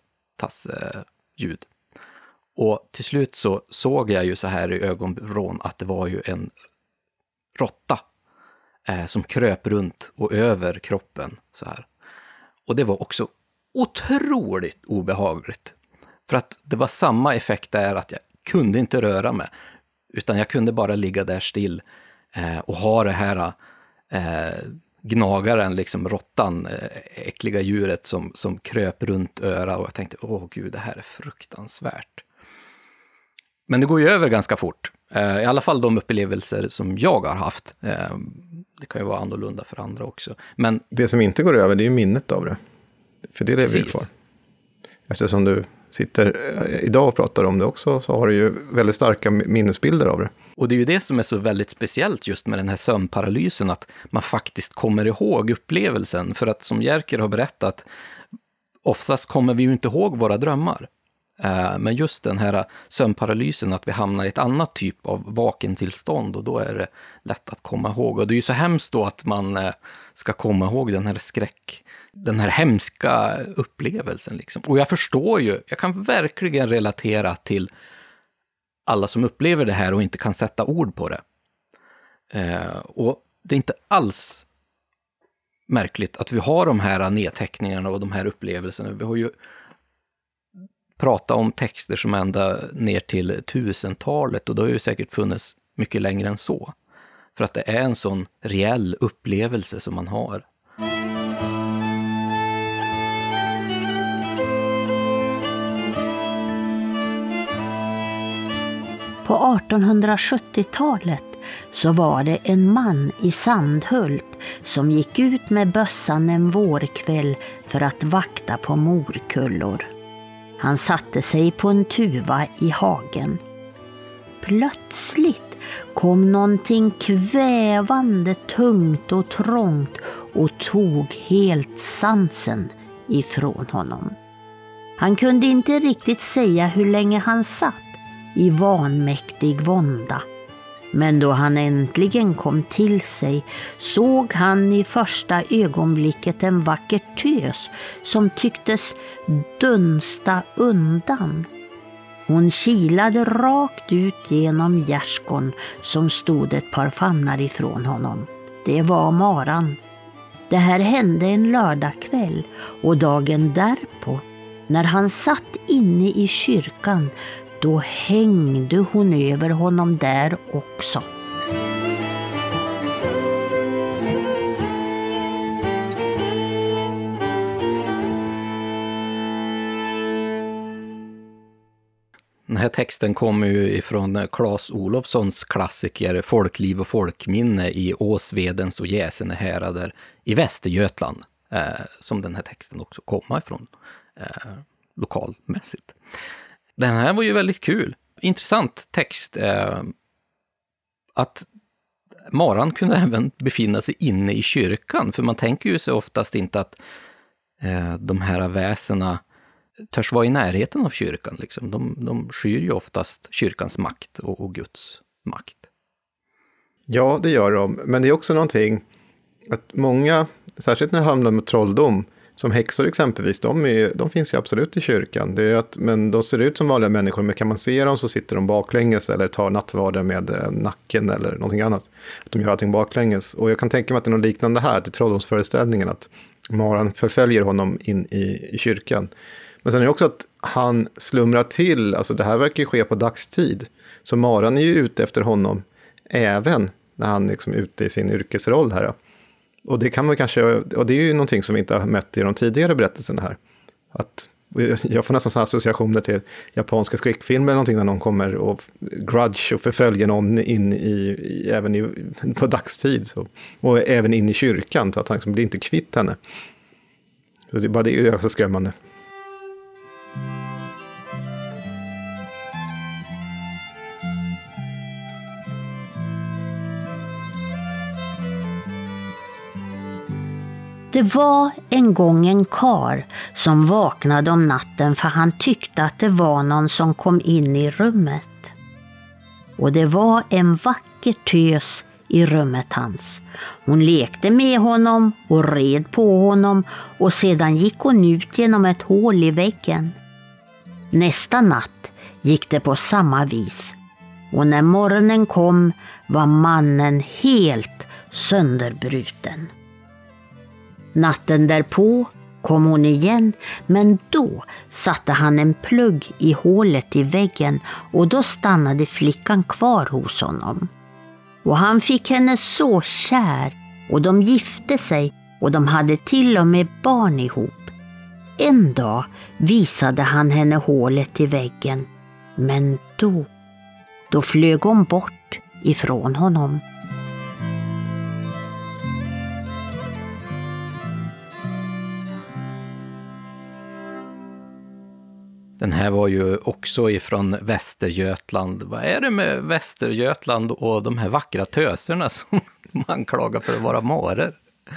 tassljud. Och till slut så såg jag ju så här i ögonvrån att det var ju en råtta som kröp runt och över kroppen så här. Och det var också otroligt obehagligt. För att det var samma effekt där, att jag kunde inte röra mig, utan jag kunde bara ligga där still och ha det här gnagaren, liksom råttan, äckliga djuret som kröp runt öra, och jag tänkte, åh gud, det här är fruktansvärt. Men det går ju över ganska fort. I alla fall de upplevelser som jag har haft. Det kan ju vara annorlunda för andra också. Men det som inte går över, det är ju minnet av det. För det lever ju kvar. Eftersom du sitter idag och pratar om det också, så har du ju väldigt starka minnesbilder av det. Och det är ju det som är så väldigt speciellt just med den här sömnparalysen, att man faktiskt kommer ihåg upplevelsen. För att som Jerker har berättat, oftast kommer vi ju inte ihåg våra drömmar. Men just den här sömnparalysen, att vi hamnar i ett annat typ av vakentillstånd, och då är det lätt att komma ihåg. Och det är ju så hemskt då att man ska komma ihåg den här hemska upplevelsen liksom. Och jag förstår ju, jag kan verkligen relatera till alla som upplever det här och inte kan sätta ord på det. Och det är inte alls märkligt att vi har de här nedteckningarna och de här upplevelserna. Vi har ju pratat om texter som ända ner till 1000-talet, och det har ju säkert funnits mycket längre än så. För att det är en sån reell upplevelse som man har. På 1870-talet så var det en man i Sandhult som gick ut med bössan en vårkväll för att vakta på morkullor. Han satte sig på en tuva i hagen. Plötsligt kom någonting kvävande tungt och trångt och tog helt sansen ifrån honom. Han kunde inte riktigt säga hur länge han satt i vanmäktig vånda. Men då han äntligen kom till sig såg han i första ögonblicket en vacker tös som tycktes dunsta undan. Hon kilade rakt ut genom gärskon som stod ett par famnar ifrån honom. Det var maran. Det här hände en lördagkväll och dagen därpå, när han satt inne i kyrkan, då hängde hon över honom där också. Den här texten kommer ju ifrån Claes Olofssons klassiker Folkliv och folkminne i Åsvedens och Jäsene härader i Västergötland, som den här texten också kommer ifrån lokalmässigt. Den här var ju väldigt kul. Intressant text. Att maran kunde även befinna sig inne i kyrkan. För man tänker ju så oftast inte att de här väsena törs vara i närheten av kyrkan. Liksom. De skyr ju oftast kyrkans makt och Guds makt. Ja, det gör de. Men det är också någonting att många, särskilt när det handlar om trolldom, som häxor exempelvis, de finns ju absolut i kyrkan. Men de ser ut som vanliga människor, men kan man se dem så sitter de baklänges eller tar nattvarden med nacken eller någonting annat. Att de gör allting baklänges. Och jag kan tänka mig att det är något liknande här till trolldomsföreställningen, att maran förföljer honom in i kyrkan. Men sen är det också att han slumrar till, alltså det här verkar ju ske på dagstid. Så maran är ju ute efter honom även när han liksom är ute i sin yrkesroll här. Och det kan man kanske, och det är ju någonting som vi inte har mött i de tidigare berättelserna här. Att jag får nästan sådana associationer till japanska skräckfilmer eller någonting, när någon kommer och grudge och förföljer någon in även på dagstid. Så. Och även in i kyrkan, så att han liksom blir inte kvitt henne. Så det är ju ganska skrämmande. Det var en gång en kar som vaknade om natten för han tyckte att det var någon som kom in i rummet. Och det var en vacker tös i rummet hans. Hon lekte med honom och red på honom och sedan gick hon ut genom ett hål i väggen. Nästa natt gick det på samma vis. Och när morgonen kom var mannen helt sönderbruten. Natten därpå kom hon igen, men då satte han en plugg i hålet i väggen och då stannade flickan kvar hos honom. Och han fick henne så kär och de gifte sig och de hade till och med barn ihop. En dag visade han henne hålet i väggen, men då flög hon bort ifrån honom. Den här var ju också ifrån Västergötland. Vad är det med Västergötland och de här vackra töserna som man klagar för att vara marer?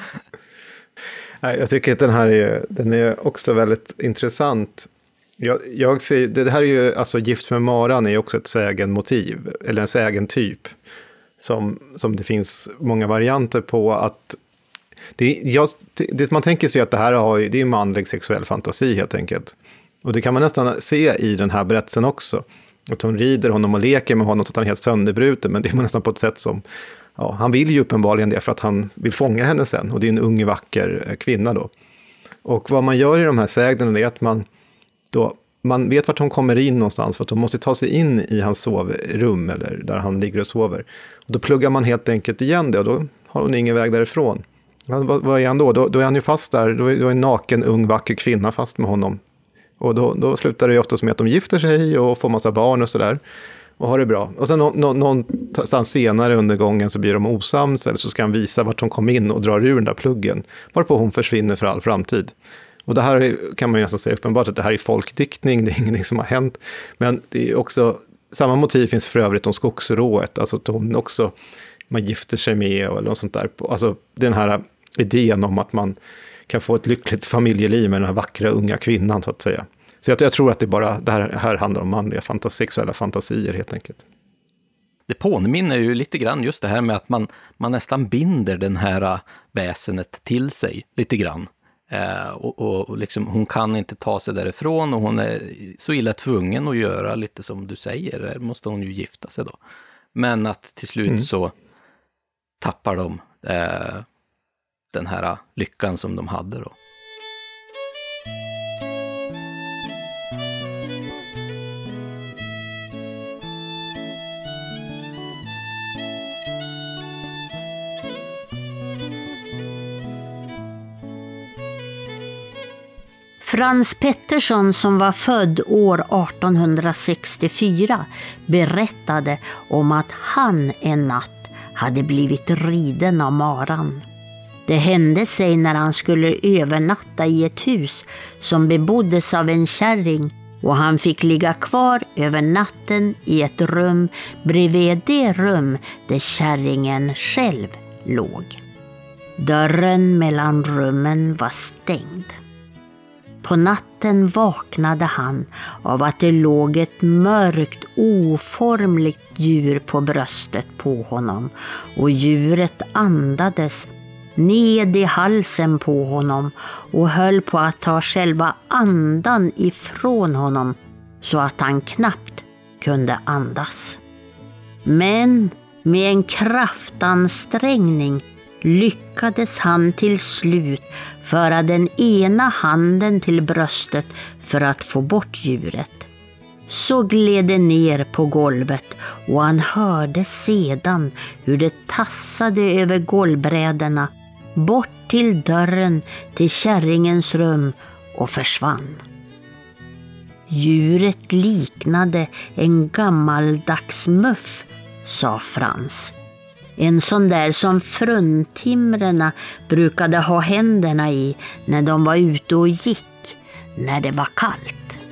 Jag tycker att den är också väldigt intressant. Jag ser, det här är ju, alltså Gift med maran är ju också ett sägenmotiv, eller en sägentyp, som det finns många varianter på. Att det man tänker sig att det här det är manlig sexuell fantasi helt enkelt. Och det kan man nästan se i den här berättelsen också. Att hon rider honom och leker med honom så att han är helt sönderbruten. Men det är nästan på ett sätt som, han vill ju uppenbarligen det för att han vill fånga henne sen. Och det är en ung vacker kvinna då. Och vad man gör i de här sägnerna är att man vet vart hon kommer in någonstans. För att hon måste ta sig in i hans sovrum eller där han ligger och sover. Och då pluggar man helt enkelt igen det och då har hon ingen väg därifrån. Vad är han då? Då är han ju fast där. Då är en naken, ung, vacker kvinna fast med honom. Och då slutar det ju oftast med att de gifter sig och får massa barn och sådär. och ha det bra. Och sen någonstans senare under gången så blir de osams, eller så ska han visa vart de kom in och drar ur den där pluggen, varpå hon försvinner för all framtid. Och det här kan man ju nästan säga uppenbart att det här är folkdiktning, det är ingenting som har hänt. Men det är också, samma motiv finns för övrigt om skogsrået, alltså att hon också, man gifter sig med eller något sånt där. Alltså den här idén om att man kan få ett lyckligt familjeliv med den här vackra unga kvinnan, så att säga. Så jag tror att det här handlar om manliga sexuella fantasier helt enkelt. Det påminner ju lite grann just det här med att man nästan binder den här väsenet till sig lite grann. Och liksom, hon kan inte ta sig därifrån och hon är så illa tvungen att göra lite som du säger. Där måste hon ju gifta sig då. Men att till slut så tappar de den här lyckan som de hade då. Frans Pettersson, som var född år 1864, berättade om att han en natt hade blivit riden av maran. Det hände sig när han skulle övernatta i ett hus som beboddes av en kärring, och han fick ligga kvar över natten i ett rum bredvid det rum där kärringen själv låg. Dörren mellan rummen var stängd. På natten vaknade han av att det låg ett mörkt, oformligt djur på bröstet på honom, och djuret andades ned i halsen på honom och höll på att ta själva andan ifrån honom så att han knappt kunde andas. Men med en kraftansträngning lyckades han till slut föra den ena handen till bröstet för att få bort djuret. Så gled det ner på golvet, och han hörde sedan hur det tassade över golvbräderna bort till dörren till kärringens rum och försvann. Djuret liknade en gammaldags muff, sa Frans. En sån där som fruntimrarna brukade ha händerna i när de var ute och gick, när det var kallt.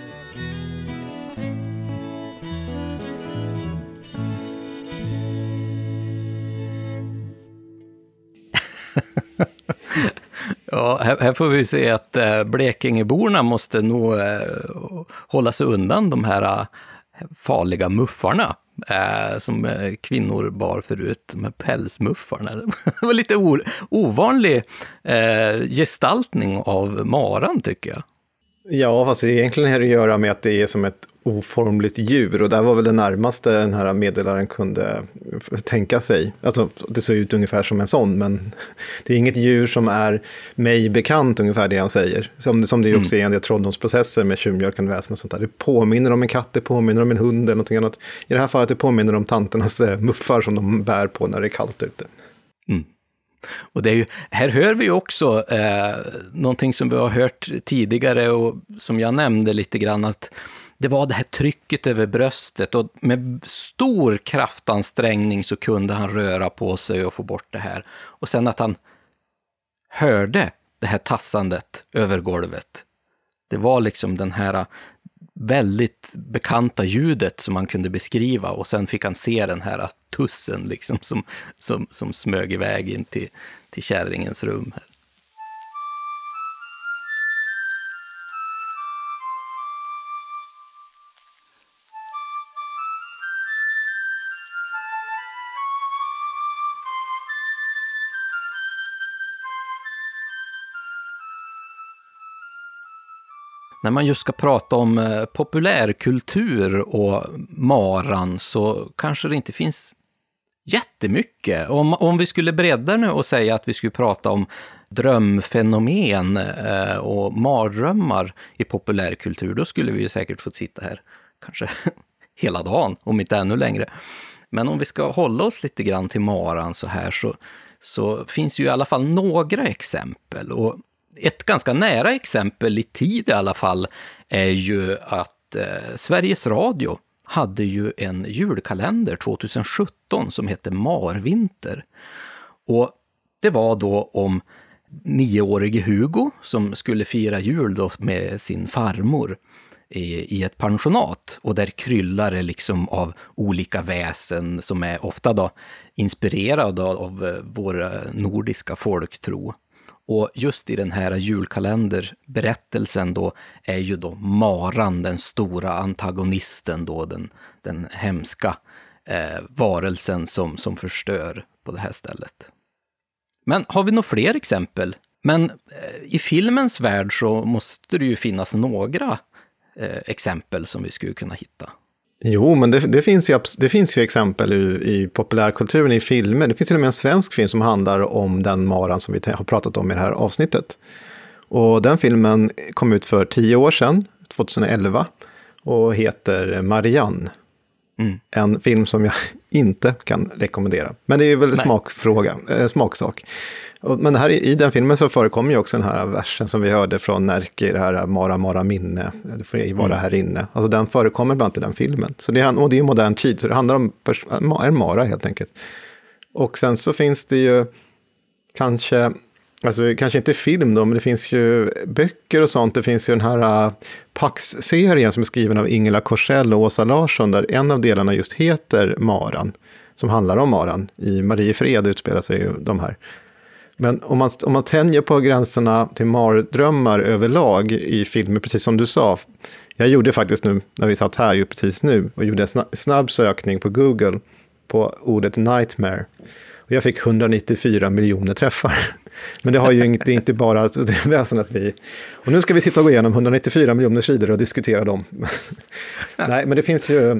Ja, här får vi se att Blekingeborna måste nog hålla sig undan de här farliga muffarna som kvinnor bar förut, de här pälsmuffarna. Det var lite ovanlig gestaltning av maran, tycker jag. Ja, fast egentligen har det att göra med att det är som ett oformligt djur, och där var väl det närmaste den här meddelaren kunde tänka sig. Alltså, det ser ut ungefär som en sån, men det är inget djur som är mig bekant, ungefär det han säger. Som det är också i en del trolldomsprocesser med tjuvmjölkande väsen och sånt där. Det påminner om en katt, det påminner om en hund eller någonting annat. I det här fallet det påminner om tanternas muffar som de bär på när det är kallt ute. Mm. Och det är ju, här hör vi ju också någonting som vi har hört tidigare och som jag nämnde lite grann, att det var det här trycket över bröstet, och med stor kraftansträngning så kunde han röra på sig och få bort det här. Och sen att han hörde det här tassandet över golvet. Det var liksom den här väldigt bekanta ljudet som man kunde beskriva, och sen fick han se den här tussen liksom som smög iväg in till kärringens rum här. När man just ska prata om populärkultur och maran, så kanske det inte finns jättemycket. Om vi skulle bredda nu och säga att vi skulle prata om drömfenomen och mardrömmar i populärkultur, då skulle vi ju säkert få sitta här kanske hela dagen, om inte ännu längre. Men om vi ska hålla oss lite grann till maran så här, så finns ju i alla fall några exempel. Och ett ganska nära exempel i tid i alla fall är ju att Sveriges Radio hade ju en julkalender 2017 som hette Marvinter. Och det var då om 9-årige Hugo som skulle fira jul då med sin farmor i ett pensionat. Och där kryllar det liksom av olika väsen som är ofta då inspirerade av vår nordiska folktro. Och just i den här julkalenderberättelsen då är ju då maran den stora antagonisten då, den hemska varelsen som förstör på det här stället. Men har vi några fler exempel? Men i filmens värld så måste det ju finnas några exempel som vi skulle kunna hitta. Jo, men det finns ju exempel i populärkulturen, i filmer. Det finns till och med en svensk film som handlar om den maran som vi har pratat om i det här avsnittet. Och den filmen kom ut för 10 år sedan, 2011, och heter Marianne. En film som jag inte kan rekommendera. Men det är ju väl smaksak. Men här, i den filmen så förekommer ju också den här versen som vi hörde från Närke, det här Mara minne, det får ej vara här inne. Alltså den förekommer bland annat i den filmen. Så det är ju modern tid, så det handlar om en Mara helt enkelt. Och sen så finns det ju kanske inte film då, men det finns ju böcker och sånt. Det finns ju den här Pax-serien som är skriven av Ingela Korsell och Åsa Larsson, där en av delarna just heter Maran, som handlar om Maran. I Mariefred utspelar sig ju de här. Men om man tänjer på gränserna till mardrömmar överlag i filmer, precis som du sa. Jag gjorde faktiskt nu, när vi satt här ju precis nu, och gjorde en snabb sökning på Google på ordet nightmare. Och jag fick 194 miljoner träffar. Men det har ju inte bara det väsen att vi... Och nu ska vi sitta och gå igenom 194 miljoner sidor och diskutera dem. Nej, men det finns ju...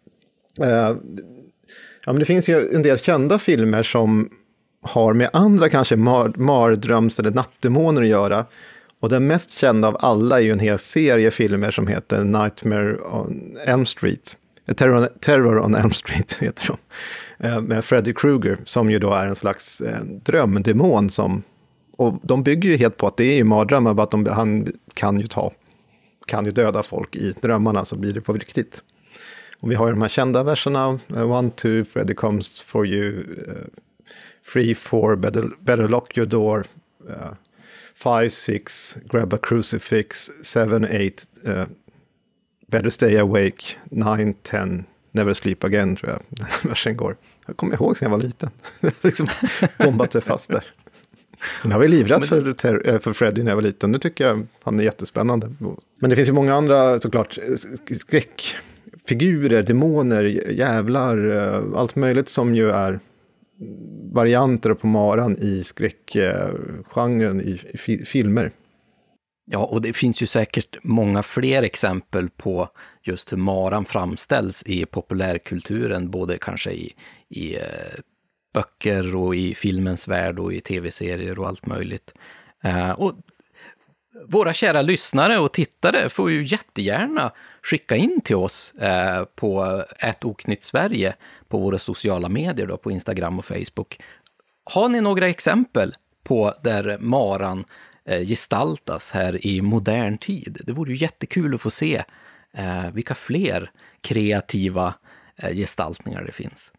men det finns ju en del kända filmer som har med andra kanske mardröms- eller nattdemoner att göra. Och den mest kända av alla är ju en hel serie filmer som heter Nightmare on Elm Street. Terror on Elm Street heter de. Med Freddy Krueger, som ju då är en slags drömdemon och de bygger ju helt på att det är ju mardrömmar, bara att han kan ju döda folk i drömmarna, så blir det på riktigt. Och vi har ju de här kända verserna, 1, 2, Freddy comes for you, 3, 4, better lock your door, 5, 6, grab a crucifix, 7, 8, better stay awake, 9, 10, never sleep again, tror jag den versen går. Jag kommer ihåg sen jag var liten. Liksom bombat sig fast där. Men jag var livrädd för Freddy när jag var liten. Nu tycker jag han är jättespännande. Men det finns ju många andra såklart skräckfigurer, demoner, jävlar, allt möjligt som ju är varianter på maran i skräckgenren i filmer. Ja, och det finns ju säkert många fler exempel på just hur maran framställs i populärkulturen, både kanske i böcker och i filmens värld och i tv-serier och allt möjligt. Och våra kära lyssnare och tittare får ju jättegärna skicka in till oss på @oknyttsverige på våra sociala medier då, på Instagram och Facebook. Har ni några exempel på där maran gestaltas här i modern tid? Det vore ju jättekul att få se vilka fler kreativa gestaltningar det finns.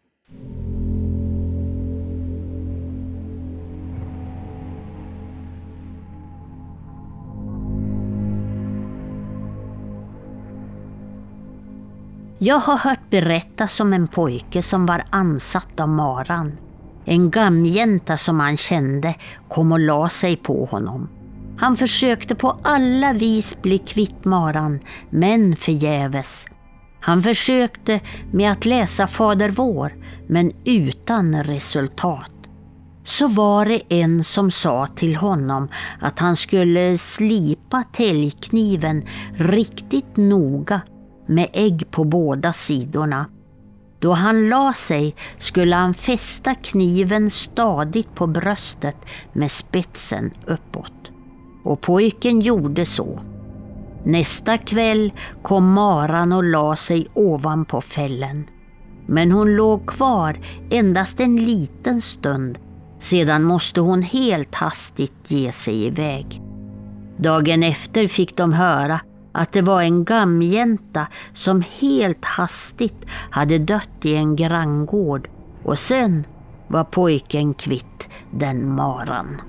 Jag har hört berättas om en pojke som var ansatt av maran. En gamjänta som han kände kom och la sig på honom. Han försökte på alla vis bli kvitt maran, men förgäves. Han försökte med att läsa Fader vår, men utan resultat. Så var det en som sa till honom att han skulle slipa täljkniven riktigt noga med ägg på båda sidorna. Då han la sig skulle han fästa kniven stadigt på bröstet med spetsen uppåt. Och pojken gjorde så. Nästa kväll kom maran och la sig ovanpå fällen. Men hon låg kvar endast en liten stund. Sedan måste hon helt hastigt ge sig iväg. Dagen efter fick de höra att det var en gamjänta som helt hastigt hade dött i en granngård, och sen var pojken kvitt den maran.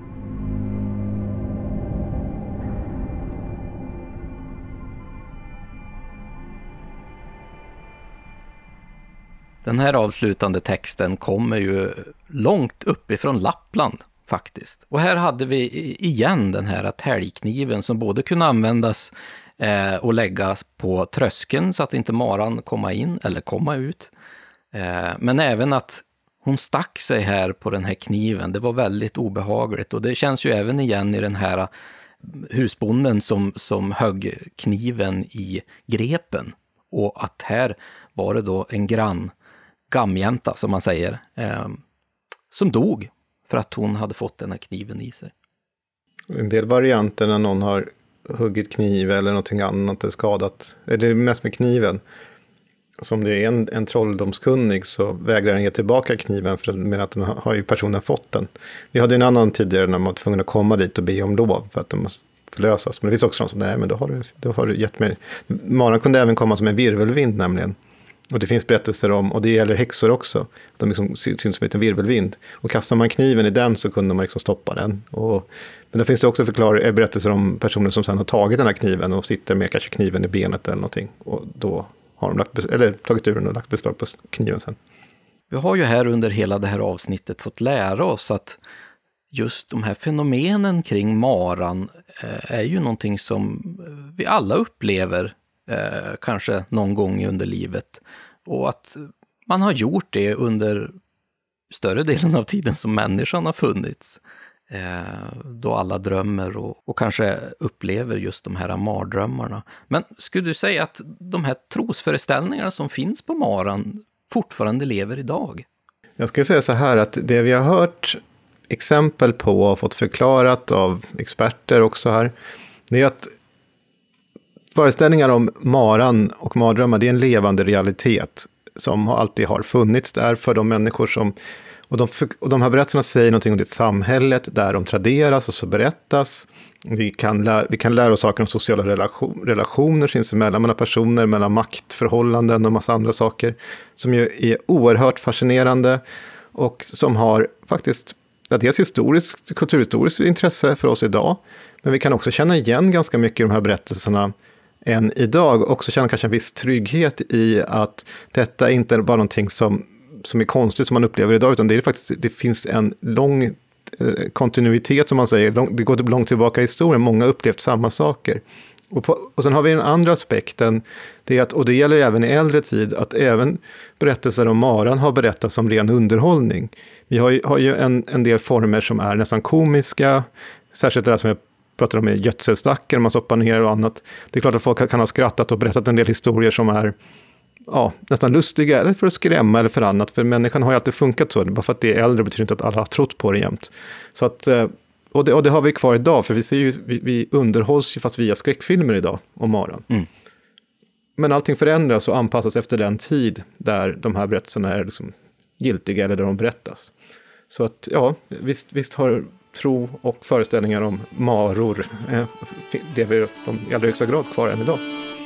Den här avslutande texten kommer ju långt uppifrån Lappland faktiskt. Och här hade vi igen den här täljkniven som både kunde användas och läggas på tröskeln så att inte maran komma in eller komma ut. Men även att hon stack sig här på den här kniven. Det var väldigt obehagligt, och det känns ju även igen i den här husbonden som högg kniven i grepen. Och att här var det då en gamjänta som man säger, som dog för att hon hade fått den här kniven i sig. En del varianter när någon har huggit kniv eller någonting annat är skadat, är det mest med kniven. Som det är en trolldomskunnig så vägrar den ge tillbaka kniven med att den har ju personen fått den. Vi hade en annan tidigare när man var tvungen att komma dit och be om lov för att de måste förlösas. Men det finns också någon som, nej men då har du gett mig. Maran kunde även komma som en virvelvind nämligen. Och det finns berättelser om, och det gäller häxor också, de liksom syns som en liten virvelvind. Och kastar man kniven i den så kunde man liksom stoppa den. Men då finns det också berättelser om personer som sedan har tagit den här kniven och sitter med kanske kniven i benet eller någonting. Och då har de tagit ur den och lagt beslag på kniven sen. Vi har ju här under hela det här avsnittet fått lära oss att just de här fenomenen kring maran är ju någonting som vi alla upplever kanske någon gång under livet, och att man har gjort det under större delen av tiden som människan har funnits, då alla drömmer och kanske upplever just de här mardrömmarna. Men skulle du säga att de här trosföreställningarna som finns på maran fortfarande lever idag? Jag skulle säga så här att det vi har hört exempel på och fått förklarat av experter också här, det är att föreställningar om maran och mardrömmar, det är en levande realitet som alltid har funnits där för de människor som... Och de här berättelserna säger någonting om det samhället där de traderas och så berättas. Vi kan lära oss saker om sociala relationer sinsemellan, mellan personer, mellan maktförhållanden och massa andra saker som ju är oerhört fascinerande och som har faktiskt dels kulturhistoriskt intresse för oss idag, men vi kan också känna igen ganska mycket i de här berättelserna än idag, också känna kanske en viss trygghet i att detta inte är bara någonting som är konstigt som man upplever idag, utan det finns en lång kontinuitet som man säger, det går långt tillbaka i historien, många har upplevt samma saker. Och sen har vi den andra aspekten, det är att, och det gäller även i äldre tid, att även berättelser om maran har berättats som ren underhållning. Vi har ju en del former som är nästan komiska, särskilt det där som jag pratar om med gödselstacken, man stoppar ner och annat. Det är klart att folk kan ha skrattat och berättat en del historier som är nästan lustiga, eller för att skrämma eller för annat. För människan har ju alltid funkat så. Bara för att det är äldre betyder inte att alla har trott på det jämt. Så att, och det har vi kvar idag, för vi ser ju, vi underhålls ju fast via skräckfilmer idag om maran. Mm. Men allting förändras och anpassas efter den tid där de här berättelserna är liksom giltiga eller där de berättas. Så att visst har tro och föreställningar om maror lever de i allra högsta grad kvar än idag.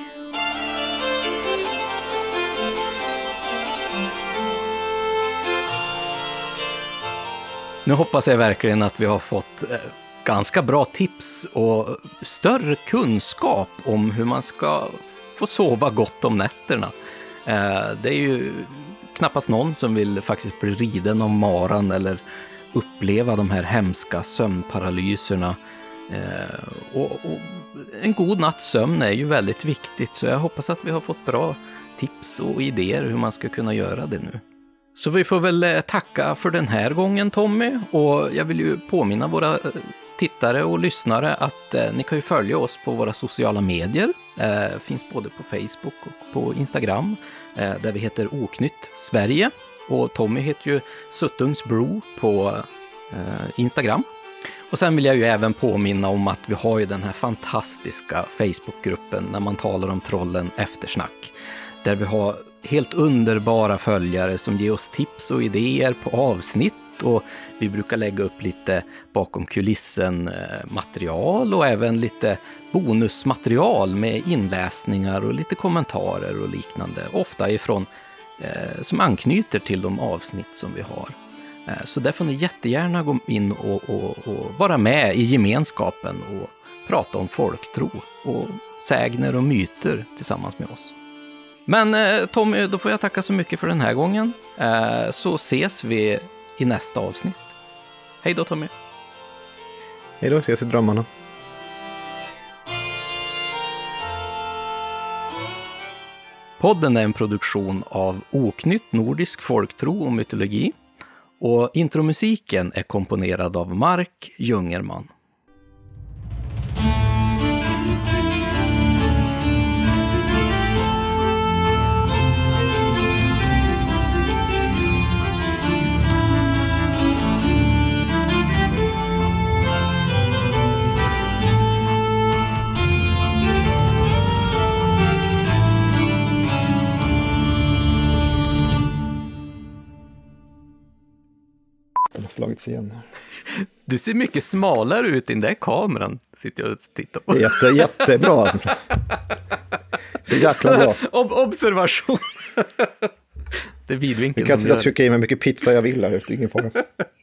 Nu hoppas jag verkligen att vi har fått ganska bra tips och större kunskap om hur man ska få sova gott om nätterna. Det är ju knappast någon som vill faktiskt bli riden av maran eller uppleva de här hemska sömnparalyserna. Och en god natts sömn är ju väldigt viktigt, så jag hoppas att vi har fått bra tips och idéer hur man ska kunna göra det nu. Så vi får väl tacka för den här gången, Tommy, och jag vill ju påminna våra tittare och lyssnare att ni kan ju följa oss på våra sociala medier. Finns både på Facebook och på Instagram där vi heter Oknytt Sverige, och Tommy heter ju Suttungsbro på Instagram. Och sen vill jag ju även påminna om att vi har ju den här fantastiska Facebookgruppen när man talar om trollen Eftersnack, där vi har helt underbara följare som ger oss tips och idéer på avsnitt avsnitt och vi brukar lägga upp lite bakom kulissen material och även lite bonusmaterial med inläsningar och lite kommentarer och liknande. Ofta ifrån som anknyter till de avsnitt som vi har. Så där får ni jättegärna gå in och vara med i gemenskapen och prata om folktro och sägner och myter tillsammans med oss. Men Tommy, då får jag tacka så mycket för den här gången. Så ses vi i nästa avsnitt. Hej då Tommy. Hej då, ses i drömmarna. Podden är en produktion av Oknytt nordisk folktro och mytologi. Och intromusiken är komponerad av Mark Jungerman. Slagits igen. Du ser mycket smalare ut i den där kameran, sitter jag och tittar på. Jättebra. Så jäkla bra. Observation. Det är vidvinkeln. Jag kan sitta och trycka i mig mycket pizza jag vill här, ingen fara.